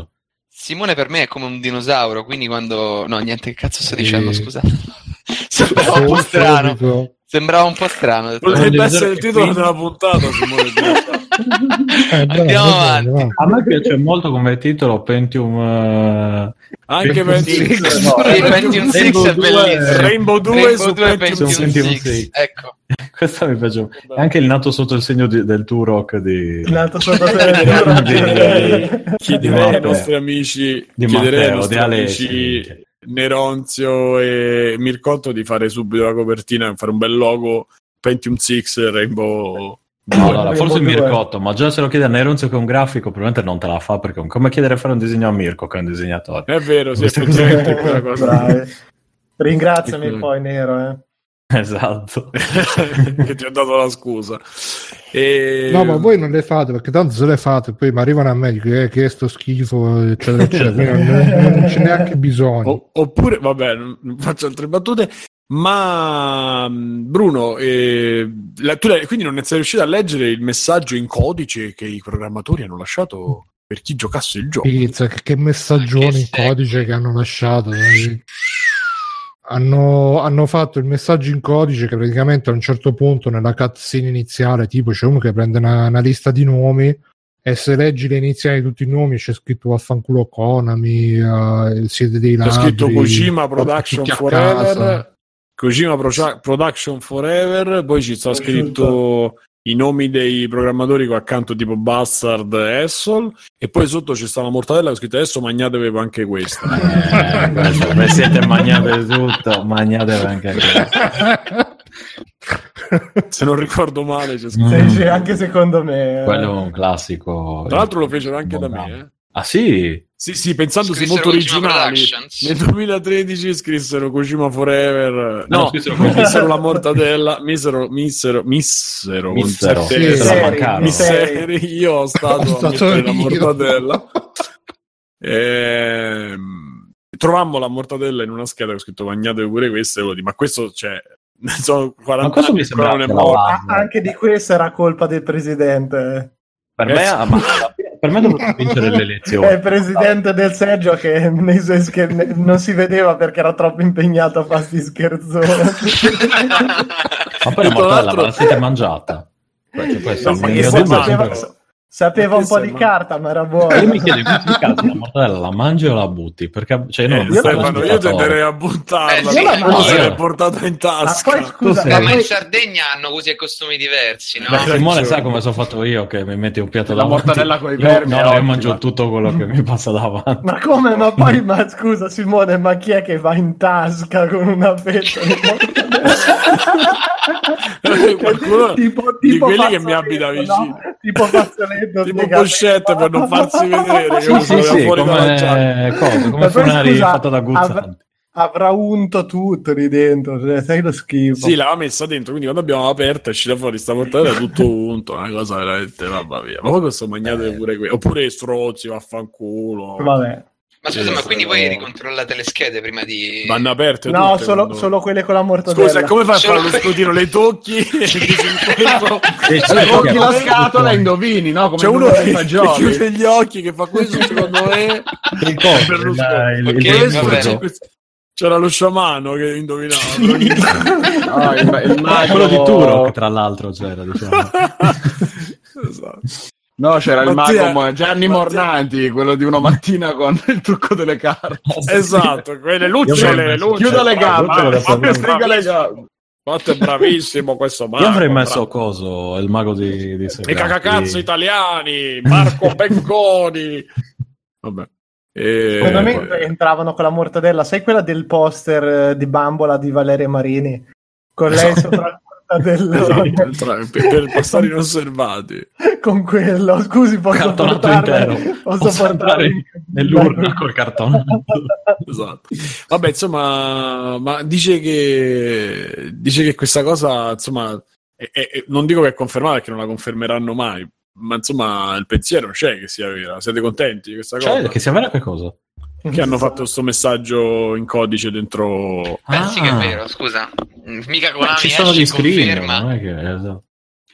Simone per me è come un dinosauro, quindi quando... No, niente, che cazzo sto dicendo, scusa. Sembrava un po' strano. Sembrava un po' strano. Potrebbe essere il titolo della puntata, Simone. Andiamo avanti. A me piace molto come titolo Pentium. Anche Pentium 6 è bellissimo. Rainbow 2 su Pentium Pentium 6. Ecco. Questo mi piace. E anche il nato sotto il segno del Turok di... Il nato sotto il segno del Turok. Chiederei ai nostri amici, di Matteo, di Alessi, Neronzio e Mircotto di fare subito la copertina, fare un bel logo Pentium 6 Rainbow. Allora, forse il Mircotto, ma già se lo chiede a Neronzio che è un grafico, probabilmente non te la fa, perché è come chiedere a fare un disegno a Mirko che è un disegnatore. È vero, sì, effettivamente quella cosa. Ringraziami poi, Nero, Esatto. Che ti ho dato la scusa. No, ma voi non le fate, perché tanto se le fate poi mi arrivano a me che è sto schifo, eccetera, eccetera. non c'è neanche bisogno. Oppure, vabbè, non faccio altre battute. Ma Bruno, tu quindi non sei riuscito a leggere il messaggio in codice che i programmatori hanno lasciato per chi giocasse il gioco? Pizza, che messaggioni in codice che hanno lasciato. Hanno fatto il messaggio in codice che praticamente a un certo punto nella cutscene iniziale tipo c'è uno che prende una lista di nomi e se leggi le iniziali di tutti i nomi c'è scritto vaffanculo Konami, siete dei ladri, c'è scritto Kojima Production Forever, Kojima Production Forever, poi ci sta scritto i nomi dei programmatori qua accanto tipo Bastard e Essol, e poi sotto c'è sta la mortadella che scritto adesso magnatevi anche questa. Questo, siete magnate tutto, magnatevi anche questa. Se non ricordo male c'è scritto. Sì, anche secondo me. Quello è un classico. Tra l'altro lo fecero anche da me. Ah sì? Sì, pensandosi molto originali. Nel 2013 scrissero Kojima Forever. No, scrissero la mortadella. Missero. Io ho stato a mettere la mortadella. Trovammo la mortadella in una scheda che ho scritto magnatevi pure queste. Ma questo c'è. Sono 40 anni, non è morto. Anche di questo era colpa del presidente. Per me dovrebbe vincere le elezioni. È il presidente del seggio che nei suoi non si vedeva perché era troppo impegnato a farsi scherzoni. Ma poi la mortadella la siete mangiata? Sapeva un po' di carta, ma era buono. Io mi chiedo, in questo caso la mortadella la mangi o la butti? Perché io tenderei a buttarla. Non se l'è portata in tasca. Ma poi scusa, ma in Sardegna hanno usi e costumi diversi, no? Simone sa come sono fatto io, che mi metti un piatto la davanti. Mortadella con i vermi. No, io mangio tutto quello che mi passa davanti. Ma come? Ma poi, ma scusa Simone, ma chi è che va in tasca con una fetta di mortadella? Qualcuno di quelli che mi abita vicino, no? Tipo fazzoletto, tipo pochette per non farsi vedere. Sì, come funari fatto da guzzanti. Avrà unto tutto lì dentro, cioè, sai lo schifo. Sì, l'aveva messa dentro, quindi quando abbiamo aperto è uscita fuori sta mortadella tutto unto, una cosa veramente, vabbè via. Ma poi questo mangiate pure qui, oppure strozzi, vaffanculo. Vabbè. Ma scusa, ma quindi voi ricontrollate le schede prima di... Vanno aperte no, tutte, solo quelle con la mortadella. Scusa, come fai a fare lo scrutino? Le tocchi e tocchi la scatola e indovini, no? Come c'è uno che chiude gli occhi, che fa questo, secondo me c'era lo sciamano che indovinava. Quello di Turok, tra l'altro, c'era, diciamo. Esatto. No, c'era il mago Gianni Mornanti, quello di una mattina con il trucco delle carte. Esatto, quelle lucciole. Chiudo le gambe, striga le gambe. Fatto è bravissimo questo Marco. Io avrei messo coso, il mago di i cacacazzo italiani, Marco Becconi. Vabbè. Secondo me entravano con la mortadella, sai quella del poster di Bambola di Valeria Marini? Con lei sopra per passare inosservati con quello, scusi, posso portare nell'urna col cartone. Esatto. Vabbè, insomma, ma dice che questa cosa, insomma, non dico che è confermata, perché non la confermeranno mai, ma insomma il pensiero c'è che sia vera. Siete contenti di questa cosa? Che sia vera che cosa? Che hanno fatto questo messaggio in codice dentro. Sì che è vero, scusa. Mica Konami ci sono gli screen, conferma. non è che...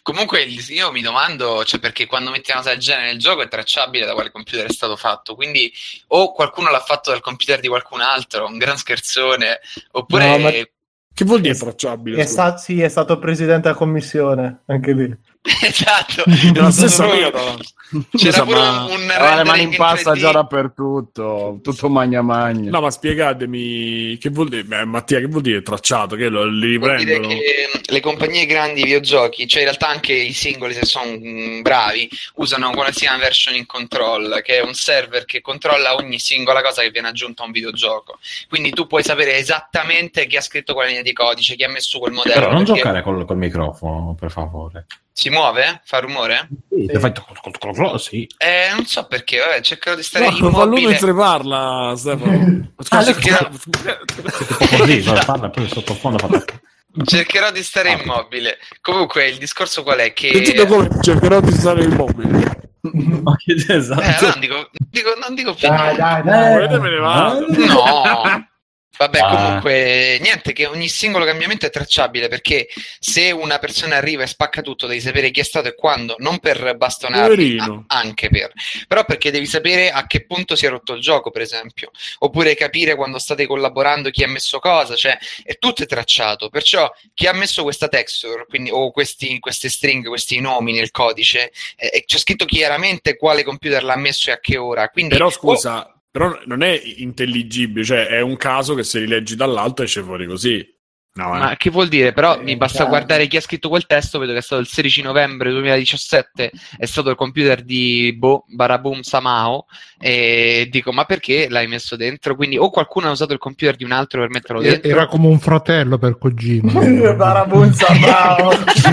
Comunque io mi domando, cioè, perché quando metti una cosa del genere nel gioco è tracciabile da quale computer è stato fatto, quindi o qualcuno l'ha fatto dal computer di qualcun altro, un gran scherzone, oppure... No, ma- Che vuol dire tracciabile? Sì, è stato presidente della commissione, anche lì. Esatto, È la stessa proprio- cosa. C'era Scusa, pure ma... un Aveva le mani in rendering pasta 3D. già dappertutto, tutto magna magna. No, ma spiegatemi che vuol dire, Mattia, che vuol dire tracciato? Che li Vuol dire riprendono? che le compagnie grandi di videogiochi, cioè in realtà anche i singoli, se sono bravi, usano quello che si chiama versioning control, che è un server che controlla ogni singola cosa che viene aggiunta a un videogioco. Quindi tu puoi sapere esattamente chi ha scritto quella linea di codice, chi ha messo quel modello. Però non perché giocare col microfono, per favore. si muove? Fa rumore? Sì, se fai sì. Non so perché, vabbè, cercherò di stare No, fallo immobile. mentre parla, Stefano. cercherò... Tipo così, parla poi sottofondo fa cercherò di stare immobile. Comunque il discorso qual è? Che Sentite come cercherò di stare immobile. Ma che esatto. non dico più Dai, niente. dai. Volete me ne vado? No. Vabbè, Ah. comunque, niente, che ogni singolo cambiamento è tracciabile, perché se una persona arriva e spacca tutto, devi sapere chi è stato e quando, non per bastonarli, Poverino. anche per, però perché devi sapere a che punto si è rotto il gioco, per esempio, oppure capire quando state collaborando chi ha messo cosa, cioè è tutto tracciato, perciò chi ha messo questa texture, quindi, o queste string, questi nomi nel codice, c'è scritto chiaramente quale computer l'ha messo e a che ora, quindi Però scusa, però non è intelligibile, cioè è un caso che se li leggi dall'alto esce fuori così. No, Ma che vuol dire? Però mi basta guardare chi ha scritto quel testo, vedo che è stato il 16 novembre 2017, è stato il computer di Baraboom Samao, e dico, ma perché l'hai messo dentro? Quindi o qualcuno ha usato il computer di un altro per metterlo dentro. Era come un fratello per Kojima. Barabunza, bravo.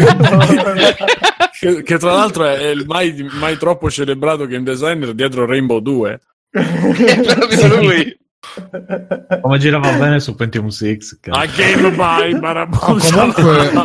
che tra l'altro è il mai troppo celebrato game designer dietro Rainbow 2. È proprio lui. Come girava bene su Pentium 6. A game by Barabusa.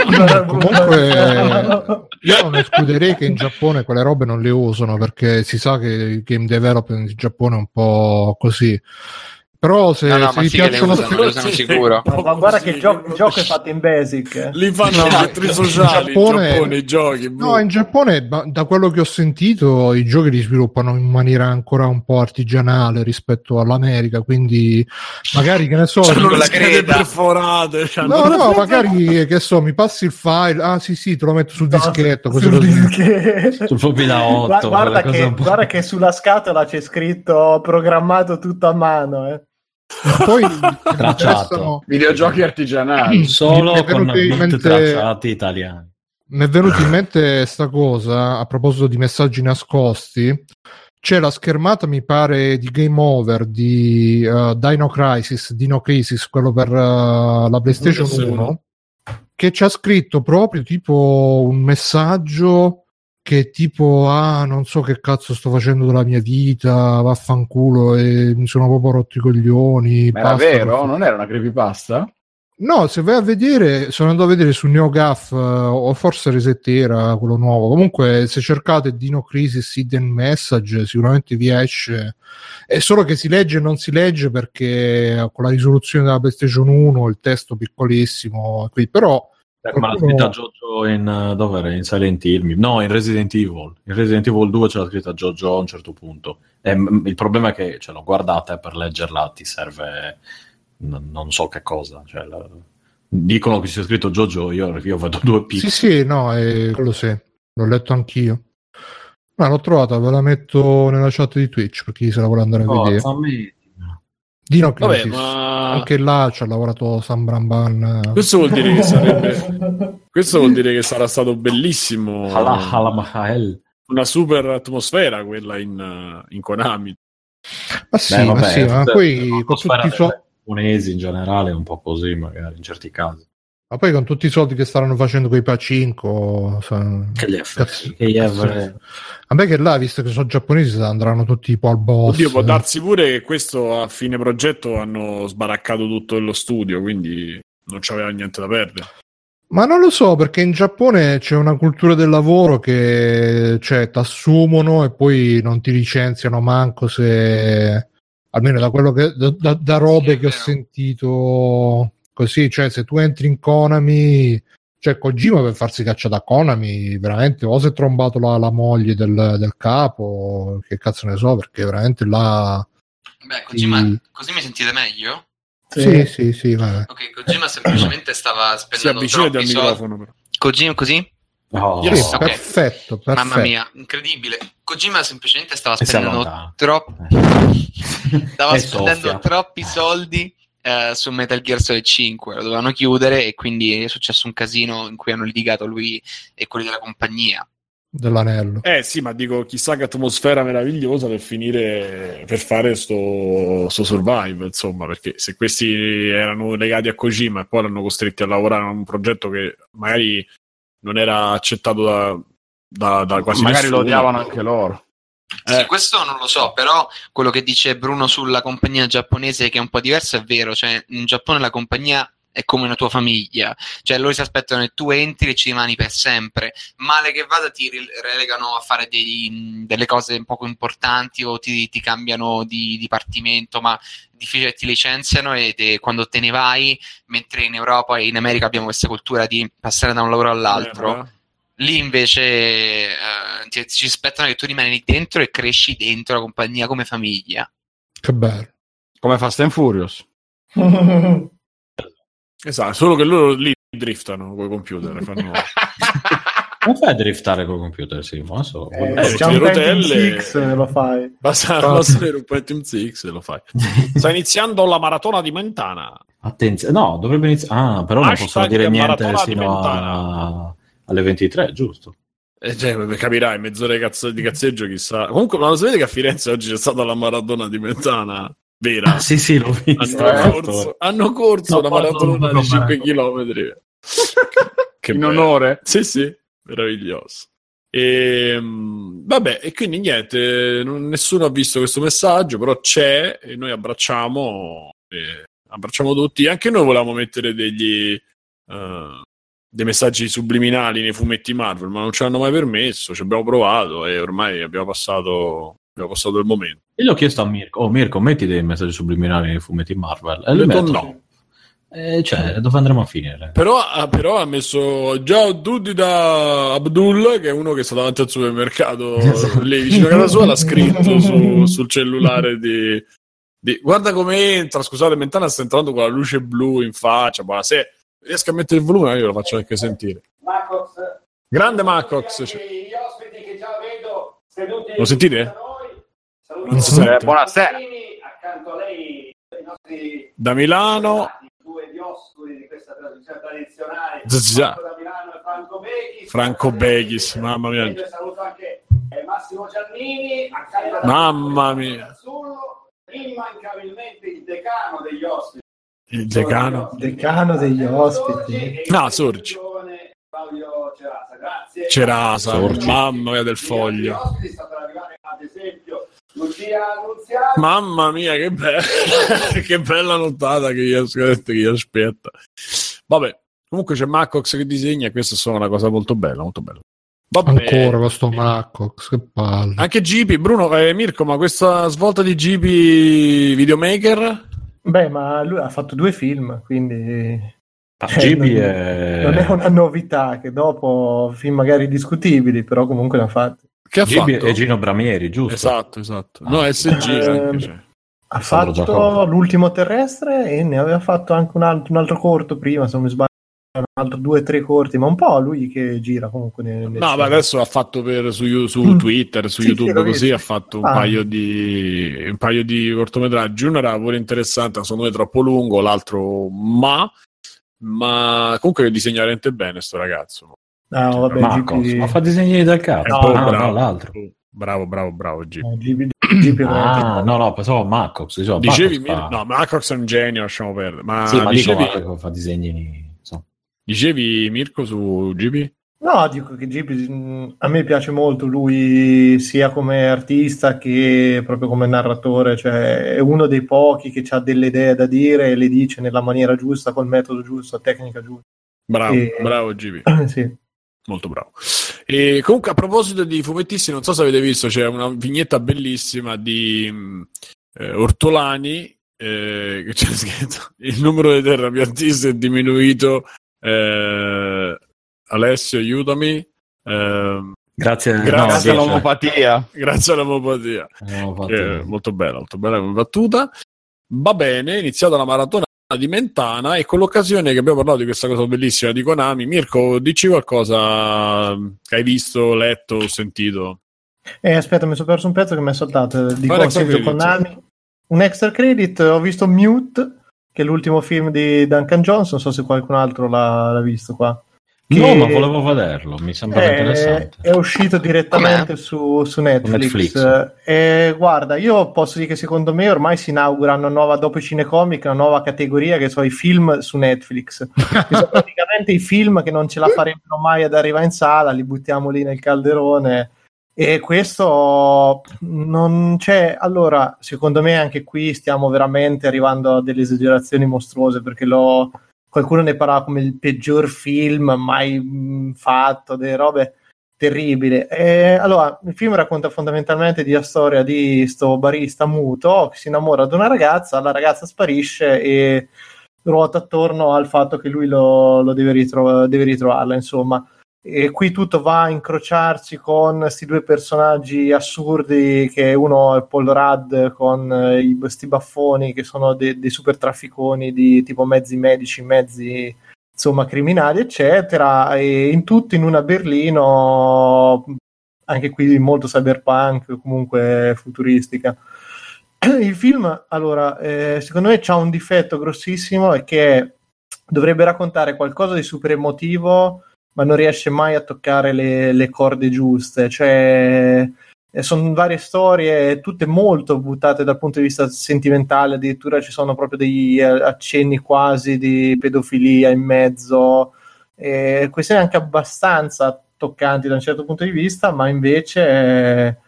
Comunque io non escluderei che in Giappone quelle robe non le usano, perché si sa che il game development in Giappone è un po' così. Però se, No, se ma vi sì che le piacciono usano, le usano sicuro. Ma guarda che il gioco è fatto in Basic. Li fanno No, centri sociali in Giappone, i giochi. No, in Giappone, da quello che ho sentito, i giochi li sviluppano in maniera ancora un po' artigianale rispetto all'America, quindi magari, che ne so, C'hanno le la schede creda. perforate. no, magari, che so, mi passi il file, ah sì, te lo metto sul dischetto, così Sul così. dischetto. Sul floppy da 8. Guarda che sulla scatola c'è scritto programmato tutto a mano, Poi Tracciato. Videogiochi artigianali. Solo Mi è con venuto in bit mente- tracciati italiani. mi è venuto in mente sta cosa a proposito di messaggi nascosti. C'è la schermata, mi pare, di Game Over di Dino Crisis, quello per la PlayStation 1, che c'ha scritto proprio tipo un messaggio che tipo, non so che cazzo sto facendo della mia vita, vaffanculo, e mi sono proprio rotto i coglioni. Ma era basta, vero? Non era una creepypasta? No, se vai a vedere, sono andato a vedere su NeoGAF, o forse Reset era quello nuovo. Comunque, se cercate Dino Crisis Hidden Message, sicuramente vi esce. È solo che si legge e non si legge perché con la risoluzione della PlayStation 1 il testo piccolissimo, qui, però Ma l'ha scritta Jojo in dov'era? In Silent Hill? No, in Resident Evil. In Resident Evil 2 c'è la scritta Jojo a un certo punto. Il problema è che l'ho guardata e per leggerla ti serve non so che cosa. Cioè, dicono che sia scritto Jojo, io vedo due pixel. Sì, no, quello sì, l'ho letto anch'io. Ma l'ho trovata, ve la metto nella chat di Twitch per chi se la vuole andare a vedere. Dino Crisis. Ma... anche là ci ha lavorato Sam Bramban. Questo vuol dire che sarebbe... Questo vuol dire che sarà stato bellissimo. Una super atmosfera quella in Konami. Ma sì, ma poi con tutti i soldi giapponesi in generale è un po' così, magari in certi casi. Ma poi con tutti i soldi che staranno facendo quei Pacinco, a me che là, visto che sono giapponesi, andranno tutti tipo al boss. Oddio, può darsi pure che questo a fine progetto hanno sbaraccato tutto lo studio, quindi non c'aveva niente da perdere. Ma non lo so, perché in Giappone c'è una cultura del lavoro che, cioè, t'assumono e poi non ti licenziano manco se, almeno da quello che da robe che ho sentito così, cioè se tu entri in Konami Cioè, Kojima per farsi caccia da Konami, veramente, o si è trombato la moglie del capo, che cazzo ne so, perché veramente là... Beh, Kojima, così mi sentite meglio? Sì, vabbè. Ok, Kojima semplicemente stava spendendo troppi soldi. Microfono. Kojima così? Oh, Sì, Yes, ok. perfetto. Mamma mia, incredibile. Kojima semplicemente stava E si spendendo allontana. stava E spendendo soffia. troppi soldi su Metal Gear Solid 5, lo dovevano chiudere e quindi è successo un casino in cui hanno litigato lui e quelli della compagnia. Dell'anello. Sì, ma dico, chissà che atmosfera meravigliosa per finire, per fare sto Survive, insomma, perché se questi erano legati a Kojima e poi l'hanno costretti a lavorare a un progetto che magari non era accettato da quasi Magari nessuno. lo odiavano anche loro. Sì, questo non lo so, però quello che dice Bruno sulla compagnia giapponese, che è un po' diverso, è vero. Cioè, in Giappone la compagnia è come una tua famiglia, cioè loro si aspettano che tu entri e ci rimani per sempre. Male che vada ti relegano a fare delle cose poco importanti o ti cambiano di dipartimento, ma difficile ti licenziano e quando te ne vai, mentre in Europa e in America abbiamo questa cultura di passare da un lavoro all'altro. Lì invece ci aspettano che tu rimani lì dentro e cresci dentro la compagnia come famiglia. Che bello. Come Fast and Furious. Esatto, solo che loro lì driftano con i computer. Fanno... Non fai a driftare col computer, sì, ma so. C'è le un rotelle- Pentium 6, lo fai. Basta avere un Pentium 6 e lo fai. Sta iniziando la maratona di Mentana. Attenzione, no, dovrebbe iniziare. Ah, però non Hashtag possono dire niente maratona di fino Mentana. alle 23, giusto? Capirai, mezz'ora di cazzeggio, chissà. Comunque, ma lo sapete che a Firenze oggi c'è stata la maratona di Mentana? Vera? Ah, sì, l'ho visto. Hanno corso una maratona di 5 km. In onore? Sì, meraviglioso. Vabbè, e quindi niente, nessuno ha visto questo messaggio, però c'è e noi abbracciamo tutti. Anche noi volevamo mettere dei messaggi subliminali nei fumetti Marvel, ma non ce l'hanno mai permesso. Ci abbiamo provato e ormai abbiamo passato il momento. Io l'ho chiesto a Mirko, Mirko, metti dei messaggi subliminali nei fumetti Marvel. E Ho lui detto mette- no. Cioè, dove andremo a finire? Però ha messo ciao a tutti da Abdul, che è uno che sta davanti al supermercato lì vicino a casa sua, l'ha scritto sul cellulare di guarda come entra, scusate, Mentana sta entrando con la luce blu in faccia, buonasera, riesco a mettere il volume, io lo faccio anche sentire. Grande Macox, Gli ospiti che già vedo seduti lo sentite? da noi. Non si sente. Buonasera. Accanto a lei i nostri Da Milano due dioscuri di questa trasmissione tradizionale, Zazza. da Milano e Franco Beghis, mamma mia. E saluto anche Massimo Giannini, accanto a Mamma mia. Azzurro, immancabilmente il decano degli ospiti. Il decano. Decano degli ospiti. No, Sorgi. Claudio Cerasa, grazie. Cerasa, Sorgi. mamma mia del Gli foglio. ospiti sta per arrivare ad esempio Lucia Annunziata. Mamma mia, che bella, che bella nottata che gli aspetta. Vabbè, comunque c'è Macox che disegna e questa è una cosa molto bella, molto bella. Vabbè. Ancora questo Macox, che palle. Anche GP, Bruno, Mirko, ma questa svolta di GP videomaker? Beh, ma lui ha fatto 2 film, quindi Gibi non è... è una novità, che dopo film magari discutibili, però comunque ne ha fatti. Che ha Gibi fatto? e Gino Bramieri, giusto? Esatto. No, SG anche c'è. Ha Sandro fatto Giacomo. L'ultimo terrestre e ne aveva fatto anche un altro corto prima, se non mi sbaglio, un altro 2 o 3 corti, ma un po' lui che gira comunque nel No, ma adesso ha fatto su Twitter, su Sì, YouTube, l'ho così visto. ha fatto un paio di cortometraggi. Uno era pure interessante, secondo me troppo lungo, l'altro ma comunque disegna veramente bene sto ragazzo. Ah, vabbè, Marcos, GP... ma fa disegni del cazzo. È un po' no, bravo. l'altro. Bravo, G. no, GP Ah, no, pensavo Marcos. Diciamo, Dicevi, Marcos fa... no, Macox è un genio, lasciamo perdere. Ma, Sì, ma dicevi, dico che fa disegni... insomma. dicevi Mirko su GP? No, dico che GP a me piace molto lui sia come artista che proprio come narratore, cioè è uno dei pochi che ha delle idee da dire e le dice nella maniera giusta, col metodo giusto, la tecnica giusta. Bravo GP. Sì. Molto bravo. E comunque a proposito di fumettisti, non so se avete visto, c'è una vignetta bellissima di Ortolani che c'è scritto: il numero dei terrapiattisti è diminuito Alessio, aiutami. Grazie all'omopatia. Grazie all'omopatia. Molto bella come battuta. Va bene, iniziata la maratona di Mentana e con l'occasione che abbiamo parlato di questa cosa bellissima di Konami, Mirko, dici qualcosa che hai visto, letto, sentito? Aspetta, mi sono perso un pezzo che mi è saltato di Konami. Un extra credit, ho visto Mute, che è l'ultimo film di Duncan Johnson, non so se qualcun altro l'ha visto qua. No, ma volevo vederlo, mi sembra interessante. È uscito direttamente su Netflix. Guarda, io posso dire che secondo me ormai si inaugura dopo i cinecomic una nuova categoria che sono i film su Netflix. Che sono praticamente i film che non ce la farebbero mai ad arrivare in sala, li buttiamo lì nel calderone. E questo non c'è. Allora, secondo me anche qui stiamo veramente arrivando a delle esagerazioni mostruose, perché qualcuno ne parlava come il peggior film mai fatto, delle robe terribili. Allora, il film racconta fondamentalmente di una storia di sto barista muto che si innamora di una ragazza, la ragazza sparisce e ruota attorno al fatto che lui lo deve ritrovarla, insomma. E qui tutto va a incrociarsi con questi due personaggi assurdi, che uno è Paul Rudd con questi baffoni che sono dei super trafficoni di tipo mezzi medici, mezzi insomma criminali eccetera, e in tutto in una Berlino anche qui molto cyberpunk, comunque futuristica. Il film, allora, secondo me c'ha un difetto grossissimo, è che dovrebbe raccontare qualcosa di super emotivo ma non riesce mai a toccare le corde giuste, cioè sono varie storie, tutte molto buttate dal punto di vista sentimentale, addirittura ci sono proprio degli accenni quasi di pedofilia in mezzo, questioni anche abbastanza toccanti da un certo punto di vista, ma invece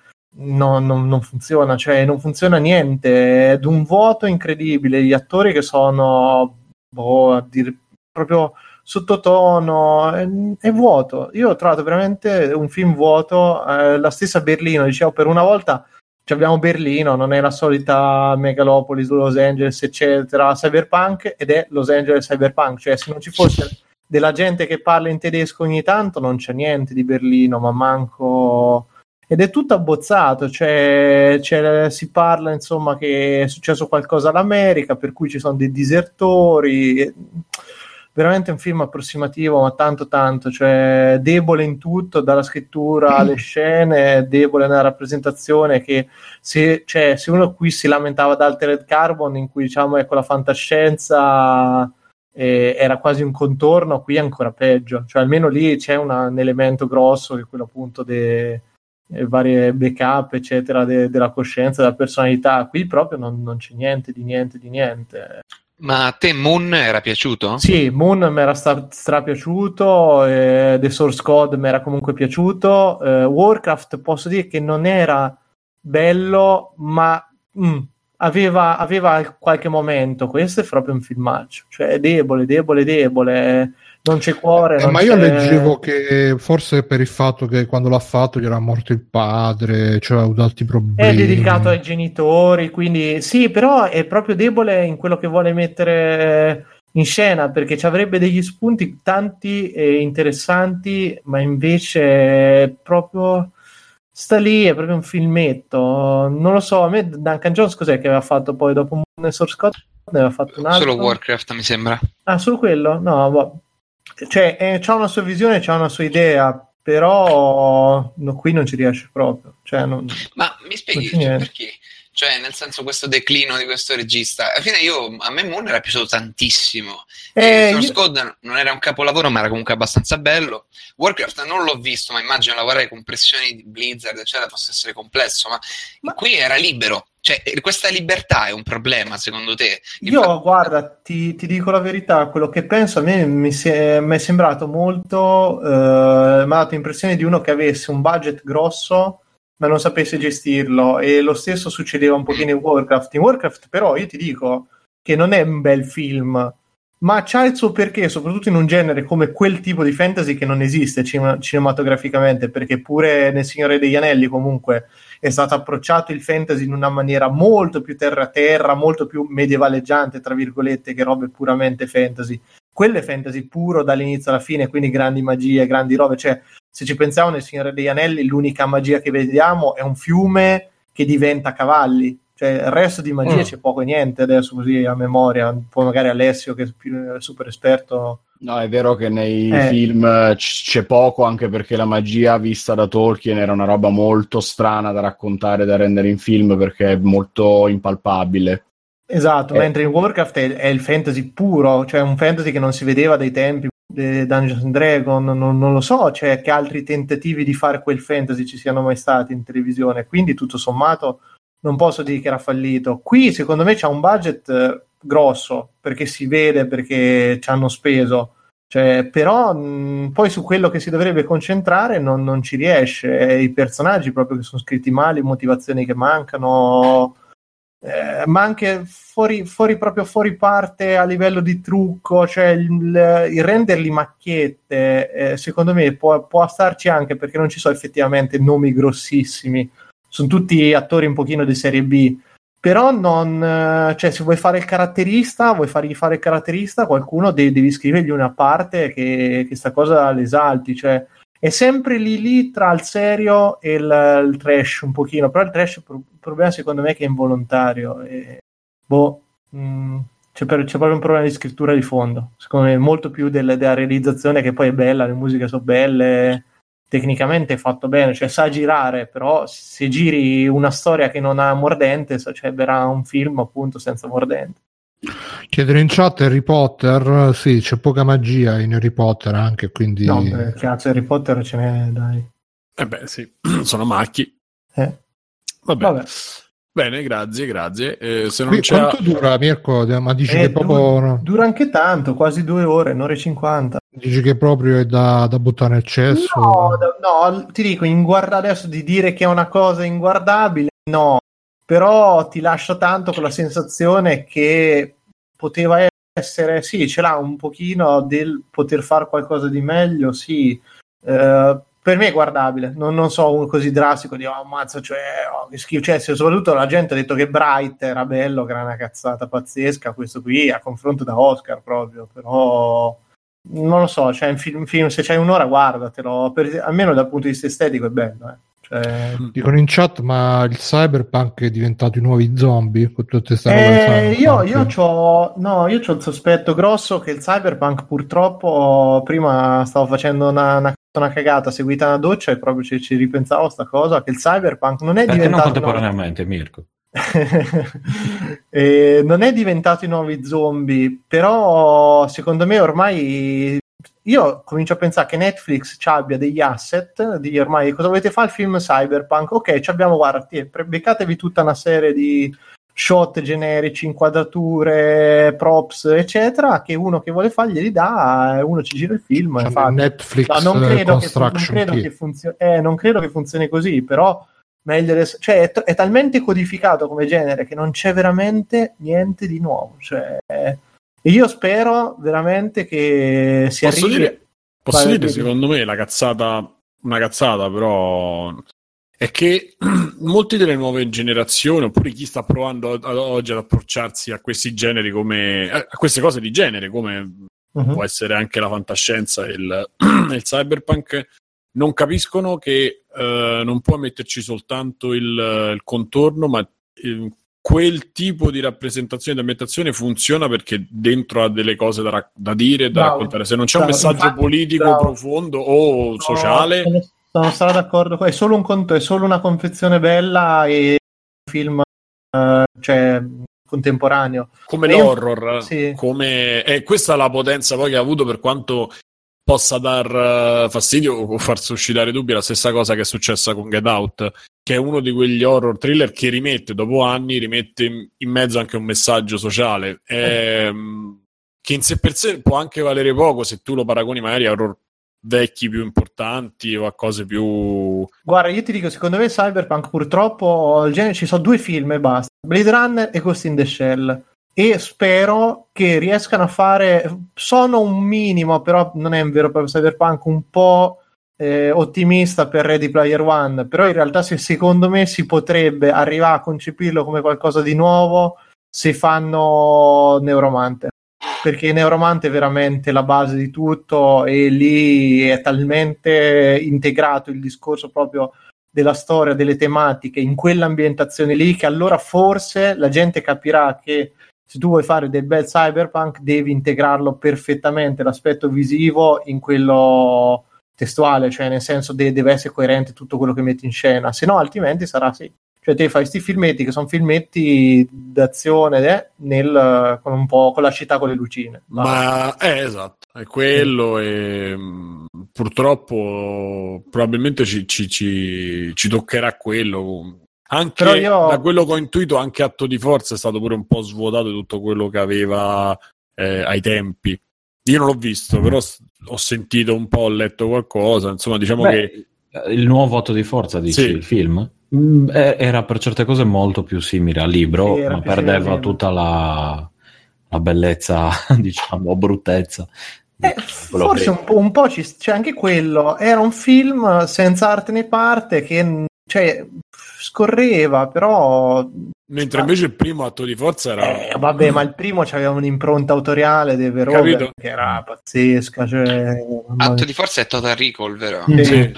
non funziona, cioè non funziona niente, è d'un vuoto incredibile, gli attori che sono a dire proprio sottotono, è vuoto. Io ho trovato veramente un film vuoto. La stessa Berlino, dicevo, per una volta abbiamo Berlino, non è la solita megalopoli su Los Angeles eccetera, cyberpunk, ed è Los Angeles cyberpunk, cioè se non ci fosse della gente che parla in tedesco ogni tanto non c'è niente di Berlino, ma manco, ed è tutto abbozzato, cioè si parla insomma che è successo qualcosa all'America per cui ci sono dei disertori. Veramente un film approssimativo, ma tanto, cioè debole in tutto, dalla scrittura alle scene, debole nella rappresentazione, che se uno qui si lamentava da Altered Carbon, in cui diciamo ecco la fantascienza era quasi un contorno, qui è ancora peggio, cioè almeno lì c'è un elemento grosso che è quello appunto dei varie backup eccetera della coscienza, della personalità. Qui proprio non c'è niente di niente. Ma a te Moon era piaciuto? Sì, Moon mi era strapiaciuto, The Source Code mi era comunque piaciuto, Warcraft posso dire che non era bello, ma aveva qualche momento. Questo è proprio un filmaccio, cioè è debole, non c'è cuore. Ma io leggevo che forse per il fatto che quando l'ha fatto gli era morto il padre, cioè ha avuto altri problemi. È dedicato ai genitori, quindi sì, però è proprio debole in quello che vuole mettere in scena, perché ci avrebbe degli spunti tanti e interessanti, ma invece proprio sta lì, è proprio un filmetto. Non lo so, a me Duncan Jones cos'è che aveva fatto poi dopo Moon Source Code? Ne aveva fatto un altro? Solo Warcraft mi sembra. Ah, solo quello? No, boh. Cioè c'ha una sua visione, c'ha una sua idea, però qui non ci riesce proprio, cioè, ma mi spieghi perché? Cioè nel senso, questo declino di questo regista, alla fine a me Moon era piaciuto tantissimo, Source Code non era un capolavoro ma era comunque abbastanza bello. Warcraft non l'ho visto, ma immagino lavorare con pressioni di Blizzard eccetera possa essere complesso, ma qui era libero. Cioè, questa libertà è un problema secondo te? Guarda, ti dico la verità, quello che penso, a me mi è sembrato molto, mi ha dato l'impressione di uno che avesse un budget grosso ma non sapesse gestirlo, e lo stesso succedeva un pochino in Warcraft. In Warcraft però io ti dico che non è un bel film, ma c'ha il suo perché, soprattutto in un genere come quel tipo di fantasy che non esiste cinematograficamente, perché pure nel Signore degli Anelli comunque è stato approcciato il fantasy in una maniera molto più terra-terra, molto più medievaleggiante tra virgolette, che robe puramente fantasy. quello è fantasy puro dall'inizio alla fine, quindi grandi magie, grandi robe, cioè se ci pensiamo nel Signore degli Anelli l'unica magia che vediamo è un fiume che diventa cavalli, cioè il resto di magia c'è poco e niente adesso così a memoria, poi magari Alessio che è più super esperto. No, è vero che nei film c'è poco, anche perché la magia vista da Tolkien era una roba molto strana da raccontare, da rendere in film, perché è molto impalpabile. Esatto, mentre in Warcraft è il fantasy puro, cioè un fantasy che non si vedeva dai tempi di Dungeons and Dragons, non lo so, cioè che altri tentativi di fare quel fantasy ci siano mai stati in televisione, quindi tutto sommato non posso dire che era fallito. Qui secondo me c'è un budget grosso, perché si vede, perché ci hanno speso, cioè, però poi su quello che si dovrebbe concentrare non ci riesce, i personaggi proprio che sono scritti male, motivazioni che mancano, ma anche fuori proprio fuori parte a livello di trucco, cioè il renderli macchiette, secondo me può starci anche perché non ci sono effettivamente nomi grossissimi, sono tutti attori un pochino di serie B, però non, cioè se vuoi fare il caratterista, vuoi fargli fare il caratterista, qualcuno devi scrivergli una parte che sta cosa l'esalti, cioè è sempre lì tra il serio e il trash un pochino, però il trash il problema secondo me è che è involontario e, c'è proprio un problema di scrittura di fondo, secondo me molto più della realizzazione, che poi è bella, le musiche sono belle, tecnicamente è fatto bene, cioè sa girare, però se giri una storia che non ha mordente, cioè verrà un film appunto senza mordente. Chiedono in chat Harry Potter, sì, c'è poca magia in Harry Potter anche, quindi no, cazzo, Harry Potter ce n'è, dai. Sì, sono macchi. Vabbè. Bene, grazie. Se non quanto dura, Mirko? Ma dici che proprio dura anche tanto, quasi 2 ore, 1:50. Dici che proprio è da buttare nel cesso? No, ti dico, adesso di dire che è una cosa inguardabile, no, però ti lascia tanto con la sensazione che poteva essere, sì, ce l'ha un pochino del poter fare qualcosa di meglio, sì, per me è guardabile, non so un così drastico di ammazza, cioè che schifo, cioè soprattutto la gente ha detto che Bright era bello, che era una cazzata pazzesca, questo qui a confronto da Oscar proprio, però non lo so, cioè un film se c'hai un'ora guardatelo, almeno dal punto di vista estetico è bello, Cioè... Dicono in chat, ma il cyberpunk è diventato i nuovi zombie? Io c'ho il sospetto grosso che il cyberpunk, purtroppo, prima stavo facendo una cagata seguita una doccia e proprio ci ripensavo a sta cosa, che il cyberpunk non è diventato non contemporaneamente, Mirko. Non è diventato i nuovi zombie, però secondo me ormai io comincio a pensare che Netflix abbia degli asset di ormai cosa volete fare il film cyberpunk, ok, abbiamo, guarda, beccatevi tutta una serie di shot generici, inquadrature, props eccetera, che uno che vuole fare glieli dà, uno ci gira il film e fa. Netflix non credo che funzioni così, però meglio cioè è talmente codificato come genere che non c'è veramente niente di nuovo, cioè e io spero veramente che si arrivi. Posso dire secondo me una cazzata però è che molti delle nuove generazioni, oppure chi sta provando oggi ad approcciarsi a questi generi come a queste cose di genere come può essere anche la fantascienza e il cyberpunk, non capiscono che non può metterci soltanto il contorno, ma quel tipo di rappresentazione e di ambientazione funziona perché dentro ha delle cose da dire e da raccontare. Se non c'è un messaggio politico profondo o sociale, sono d'accordo. È solo un conto, è solo una confezione bella e un film cioè contemporaneo come l'horror, sì. Come questa è la potenza poi che ha avuto, per quanto possa dar fastidio o far suscitare dubbi. La stessa cosa che è successa con Get Out, che è uno di quegli horror thriller che dopo anni rimette in mezzo anche un messaggio sociale, che in sé per sé può anche valere poco se tu lo paragoni magari a horror vecchi più importanti o a cose più... Guarda, io ti dico, secondo me Cyberpunk purtroppo il genere, ci sono 2 film e basta, Blade Runner e Ghost in the Shell, e spero che riescano a fare, sono un minimo, però non è un vero proprio Cyberpunk, un po' ottimista per Ready Player One, però in realtà secondo me si potrebbe arrivare a concepirlo come qualcosa di nuovo se fanno Neuromante. perché Neuromante è veramente la base di tutto e lì è talmente integrato il discorso proprio della storia, delle tematiche in quell'ambientazione lì, che allora forse la gente capirà che se tu vuoi fare del bel cyberpunk devi integrarlo perfettamente l'aspetto visivo in quello testuale, cioè nel senso deve essere coerente tutto quello che metti in scena, se no altrimenti sarà sì. Cioè te fai sti filmetti che sono filmetti d'azione con un po' con la città con le lucine. Ma esatto, è quello e purtroppo probabilmente ci toccherà quello. Anche da quello che ho intuito, anche Atto di Forza è stato pure un po' svuotato di tutto quello che aveva ai tempi. Io non l'ho visto, però ho sentito un po', ho letto qualcosa, insomma diciamo che il nuovo Atto di Forza, dici, sì. Il film? Era per certe cose molto più simile al libro, sì, ma perdeva tutta la bellezza, diciamo, bruttezza. Forse un po' c'è anche quello. Era un film senza arte né parte che scorreva, però. Mentre invece il primo Atto di Forza era. Vabbè, ma il primo c'aveva un'impronta autoriale di Verhoeven che era pazzesca. Atto di Forza è Total Recall, vero? Sì.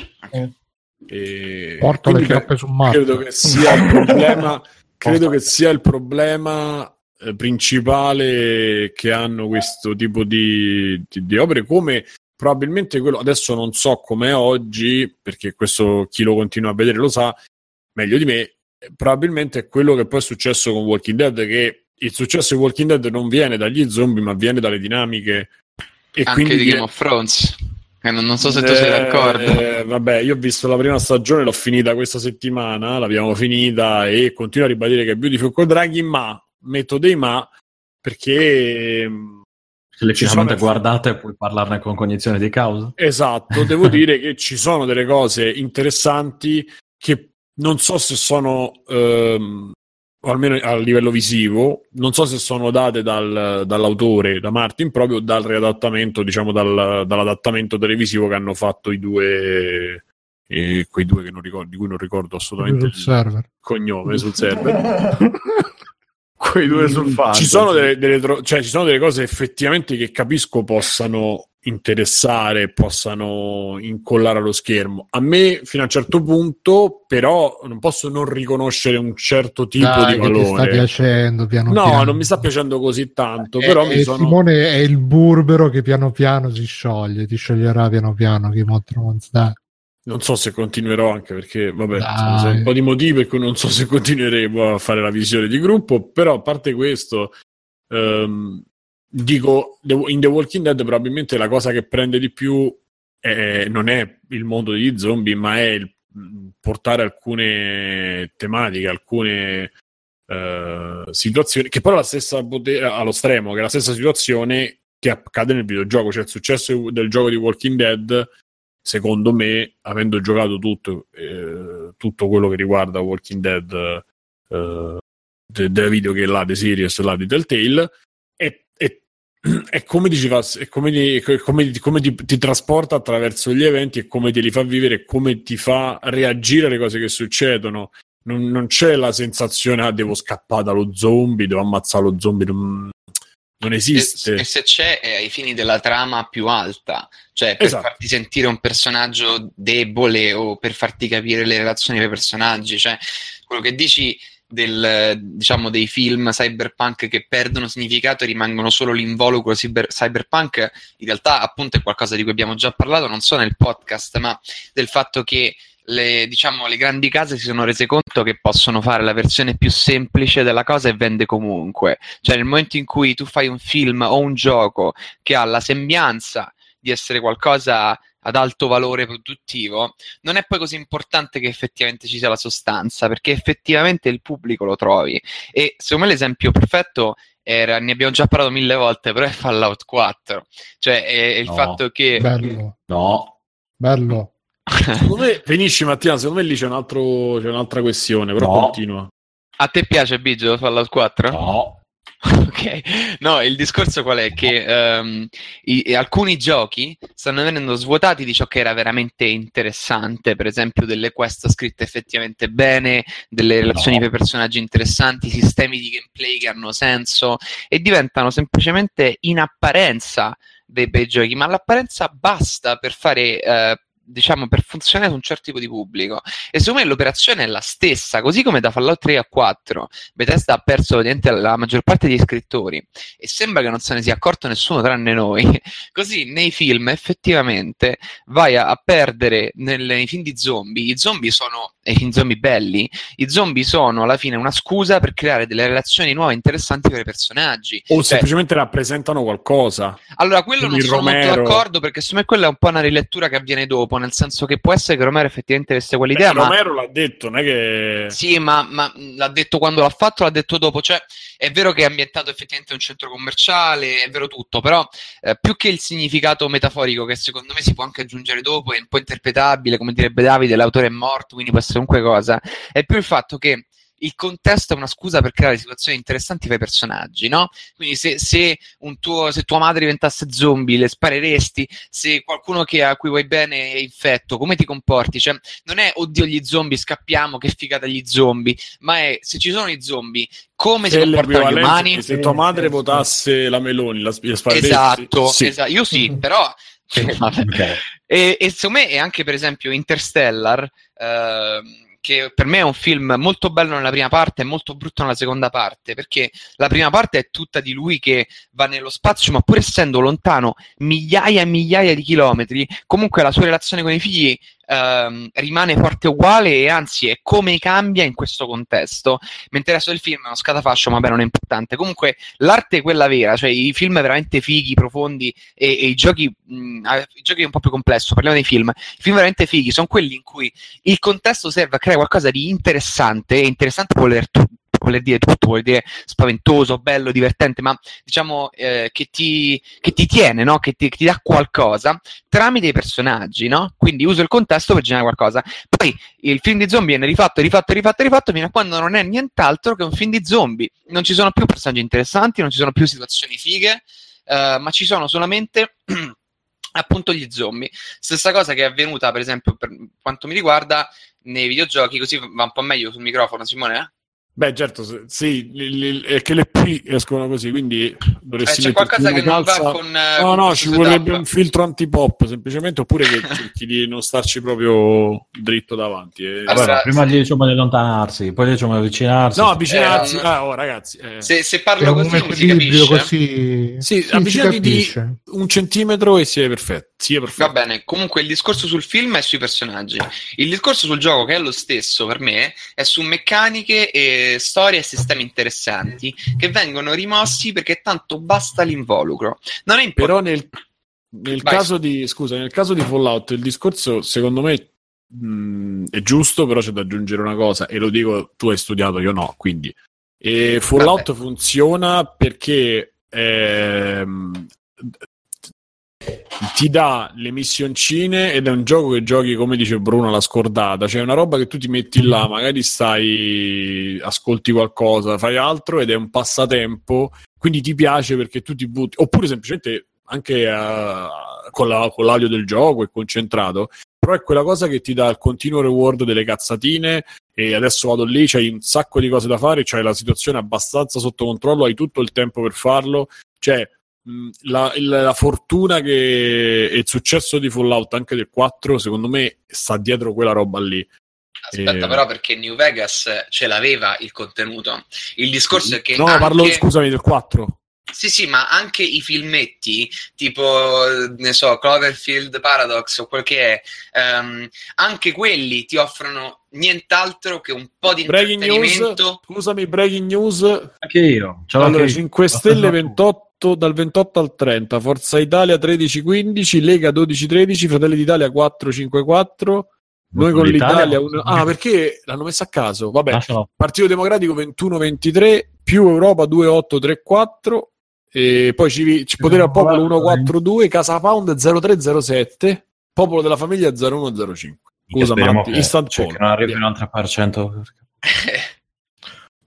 Porto le chiappe su Marte. Credo che sia il problema. Credo che sia il problema principale che hanno questo tipo di opere, come probabilmente quello, adesso non so com'è oggi, perché questo chi lo continua a vedere lo sa meglio di me, probabilmente è quello che poi è successo con Walking Dead, che il successo di Walking Dead non viene dagli zombie ma viene dalle dinamiche e anche quindi di Game of Thrones. Non so se tu sei d'accordo. Vabbè, io ho visto la prima stagione, l'ho finita questa settimana, l'abbiamo finita e continuo a ribadire che è Beautiful con Draghi, ma metto dei ma perché se le finalmente guardate puoi parlarne con cognizione di causa. Esatto, devo dire che ci sono delle cose interessanti che non so se sono o almeno a livello visivo, non so se sono date dall'autore, da Martin, proprio dal riadattamento, diciamo dall'adattamento televisivo che hanno fatto i due, quei due che non ricordo, di cui non ricordo assolutamente il cognome sul server. Quei due sul fatto. Ci sono ci sono delle cose effettivamente che capisco possano interessare, possano incollare allo schermo. A me fino a un certo punto, però non posso non riconoscere un certo tipo di valore. Ti sta piacendo piano piano. Non mi sta piacendo così tanto, però Simone è il burbero che piano piano si scioglie, ti scioglierà piano piano Game of Thrones, dai. Non so se continuerò, anche perché vabbè, sono un po' di motivi per cui non so se continueremo a fare la visione di gruppo, però a parte questo dico, in The Walking Dead probabilmente la cosa che prende di più non è il mondo degli zombie, ma è il portare alcune tematiche, alcune situazioni, che però la stessa allo stremo, che è la stessa situazione che accade nel videogioco, cioè il successo del gioco di Walking Dead, secondo me, avendo giocato tutto quello che riguarda Walking Dead del video che è là, The Series, là di Telltale, è come ti trasporta attraverso gli eventi e come te li fa vivere e come ti fa reagire alle cose che succedono. Non c'è la sensazione devo scappare dallo zombie, devo ammazzare lo zombie, non esiste. E se c'è è ai fini della trama più alta, cioè per farti sentire un personaggio debole o per farti capire le relazioni dei personaggi, cioè quello che dici diciamo dei film cyberpunk che perdono significato e rimangono solo l'involucro cyberpunk, in realtà appunto è qualcosa di cui abbiamo già parlato, non so nel podcast, ma del fatto che le grandi case si sono rese conto che possono fare la versione più semplice della cosa e vende comunque. Cioè nel momento in cui tu fai un film o un gioco che ha la sembianza di essere qualcosa ad alto valore produttivo, non è poi così importante che effettivamente ci sia la sostanza, perché effettivamente il pubblico lo trovi. E secondo me l'esempio perfetto ne abbiamo già parlato 1000 volte, però è Fallout 4, cioè è il fatto che bello. Secondo me finisci, Mattia, secondo me lì c'è un'altra questione, però continua. A te piace Biggio Fallout 4? No. Ok, no, il discorso qual è? Che alcuni giochi stanno venendo svuotati di ciò che era veramente interessante, per esempio delle quest scritte effettivamente bene, delle relazioni per personaggi interessanti, sistemi di gameplay che hanno senso, e diventano semplicemente in apparenza dei bei giochi, ma l'apparenza basta per fare... diciamo per funzionare su un certo tipo di pubblico, e secondo me l'operazione è la stessa, così come da Fallout 3 a 4 Bethesda ha perso ovviamente la maggior parte degli scrittori e sembra che non se ne sia accorto nessuno tranne noi. Così nei film effettivamente vai a perdere nei film di zombie. I zombie sono, e i film zombie belli, i zombie sono alla fine una scusa per creare delle relazioni nuove interessanti per i personaggi, o semplicemente rappresentano qualcosa. Allora quello quindi non sono Romero... molto d'accordo, perché secondo me quella è un po' una rilettura che avviene dopo, nel senso che può essere che Romero effettivamente avesse quell'idea, ma Romero l'ha detto, non è che... Sì, ma l'ha detto quando l'ha fatto, l'ha detto dopo, cioè è vero che è ambientato effettivamente in un centro commerciale, è vero tutto, però più che il significato metaforico, che secondo me si può anche aggiungere dopo, è un po' interpretabile, come direbbe Davide, l'autore è morto, quindi può essere qualunque cosa, è più il fatto che il contesto è una scusa per creare situazioni interessanti per i personaggi, no? Quindi se tua madre diventasse zombie, le spareresti? Se qualcuno a cui vuoi bene è infetto, come ti comporti? Cioè, non è oddio gli zombie, scappiamo, che figata gli zombie, ma è se ci sono i zombie, come si comportano gli umani? Se tua madre votasse la Meloni, la spareresti? Esatto, sì. esatto, io sì, però... Okay. E secondo me è anche per esempio Interstellar, che per me è un film molto bello nella prima parte e molto brutto nella seconda parte, perché la prima parte è tutta di lui che va nello spazio, ma pur essendo lontano migliaia e migliaia di chilometri, comunque la sua relazione con i figli rimane forte uguale, e anzi è come cambia in questo contesto, mentre il resto del film è uno scatafascio, ma beh, non è importante. Comunque l'arte è quella vera, cioè i film veramente fighi, profondi, e i giochi è un po' più complesso, parliamo dei film. I film veramente fighi sono quelli in cui il contesto serve a creare qualcosa di interessante, e interessante vuol dire tutto, vuol dire spaventoso, bello, divertente, ma diciamo che ti tiene, no? Che ti dà qualcosa tramite i personaggi, no? Quindi uso il contesto per generare qualcosa. Poi il film di zombie viene rifatto fino a quando non è nient'altro che un film di zombie. Non ci sono più personaggi interessanti, non ci sono più situazioni fighe, ma ci sono solamente appunto gli zombie. Stessa cosa che è avvenuta, per esempio, per quanto mi riguarda, nei videogiochi, così va un po' meglio sul microfono, Simone? Beh, certo, sì, è che le P escono così, quindi dovresti c'è qualcosa che non va con... No, ci vorrebbe un filtro antipop, semplicemente, oppure che cerchi di non starci proprio dritto davanti. Allora, prima gli diciamo di allontanarsi, poi gli diciamo di avvicinarsi. No, avvicinarsi. Ragazzi. Se parlo così non si capisce. Così... Sì, avvicinati di 1 centimetro e si è perfetto. Va bene, comunque il discorso sul film è sui personaggi. Il discorso sul gioco, che è lo stesso per me, è su meccaniche e storie e sistemi interessanti che vengono rimossi perché tanto basta l'involucro. Non è però nel caso di Fallout il discorso secondo me è giusto, però c'è da aggiungere una cosa, e lo dico, tu hai studiato, io no, quindi Fallout funziona perché ti dà le missioncine, ed è un gioco che giochi, come dice Bruno, alla scordata, cioè una roba che tu ti metti là, magari ascolti qualcosa, fai altro, ed è un passatempo, quindi ti piace perché tu ti butti, oppure semplicemente anche con l'audio del gioco è concentrato, però è quella cosa che ti dà il continuo reward delle cazzatine, e adesso vado lì, c'hai un sacco di cose da fare, c'hai la situazione abbastanza sotto controllo, hai tutto il tempo per farlo, cioè la fortuna e il successo di Fallout, anche del 4, secondo me sta dietro quella roba lì. Aspetta, però, perché New Vegas ce l'aveva il contenuto. Il discorso è che scusami, del 4. Sì, ma anche i filmetti tipo, ne so, Cloverfield Paradox o quel che è, anche quelli ti offrono nient'altro che un po' di intrattenimento. Breaking news. Anche io. Allora, 5 Stelle 28, dal 28 al 30, Forza Italia 13-15, Lega 12-13, Fratelli d'Italia 4-5-4. Noi con l'Italia perché l'hanno messa a caso, vabbè. Partito Democratico 21-23, più Europa 2-8-3-4, e poi ci Potere al Popolo 1-4-2, Casa Pound 0-3-0-7, Popolo della Famiglia 0-1-0-5. Scusa, Matti, instant che non arrivi un altro %.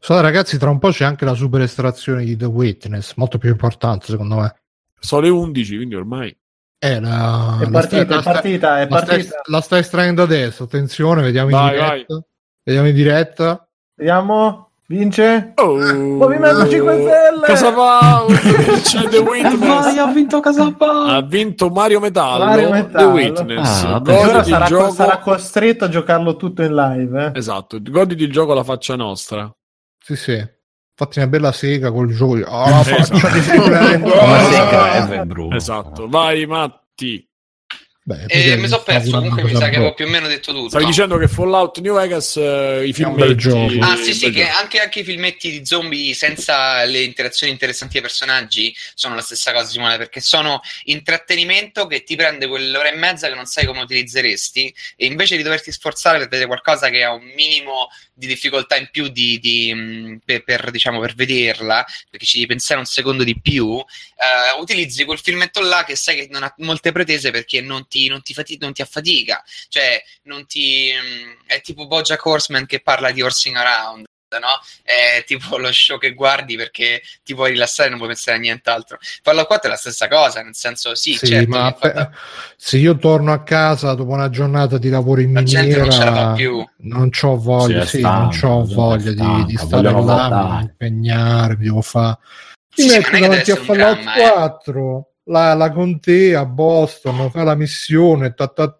ragazzi, tra un po' c'è anche la super estrazione di The Witness, molto più importante secondo me. Sono le 11, quindi ormai È partita. La sta estraendo adesso, attenzione, vediamo in Vai, diretta. Vediamo in diretta. Vediamo, vince. Movimento 5 Stelle. Casa Pound, c'è The Witness. ha vinto Casa Pound. Ha vinto Mario Metallo, Mario The Metallo. Witness. Ora Goditi il gioco. sarà costretto a giocarlo tutto in live. Esatto, goditi il gioco alla faccia nostra. Sì. Fatti una bella sega col gioco. La Esatto. faccia di Come sei greve, Bruno. Esatto, vai Matti. Mi sono perso, comunque mi sa che avevo più o meno detto tutto. Stavi dicendo che Fallout New Vegas, i un bel gioco. filmetti... Sì, che anche i filmetti di zombie senza le interazioni interessanti dei personaggi sono la stessa cosa, Simone, perché sono intrattenimento che ti prende quell'ora e mezza che non sai come utilizzeresti, e invece di doverti sforzare per vedere qualcosa che ha un minimo di difficoltà in più per vederla, perché ci devi pensare un secondo di più, utilizzi quel filmetto là che sai che non ha molte pretese, perché non ti affatica, cioè è tipo BoJack Horseman che parla di horsing around, no? È tipo lo show che guardi perché ti puoi rilassare e non puoi pensare a nient'altro. Fallout 4 è la stessa cosa, nel senso certo, ma se io torno a casa dopo una giornata di lavoro in miniera non ce la fa più. Non c'ho voglia, non c'ho voglia di stare là, di impegnare, devo fare. Mi metto davanti a Fallout 4, la contea a Boston, fa la missione,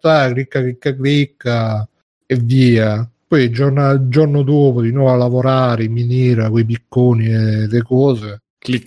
clicca e via. Poi il giorno dopo di nuovo a lavorare in miniera con i picconi e le cose.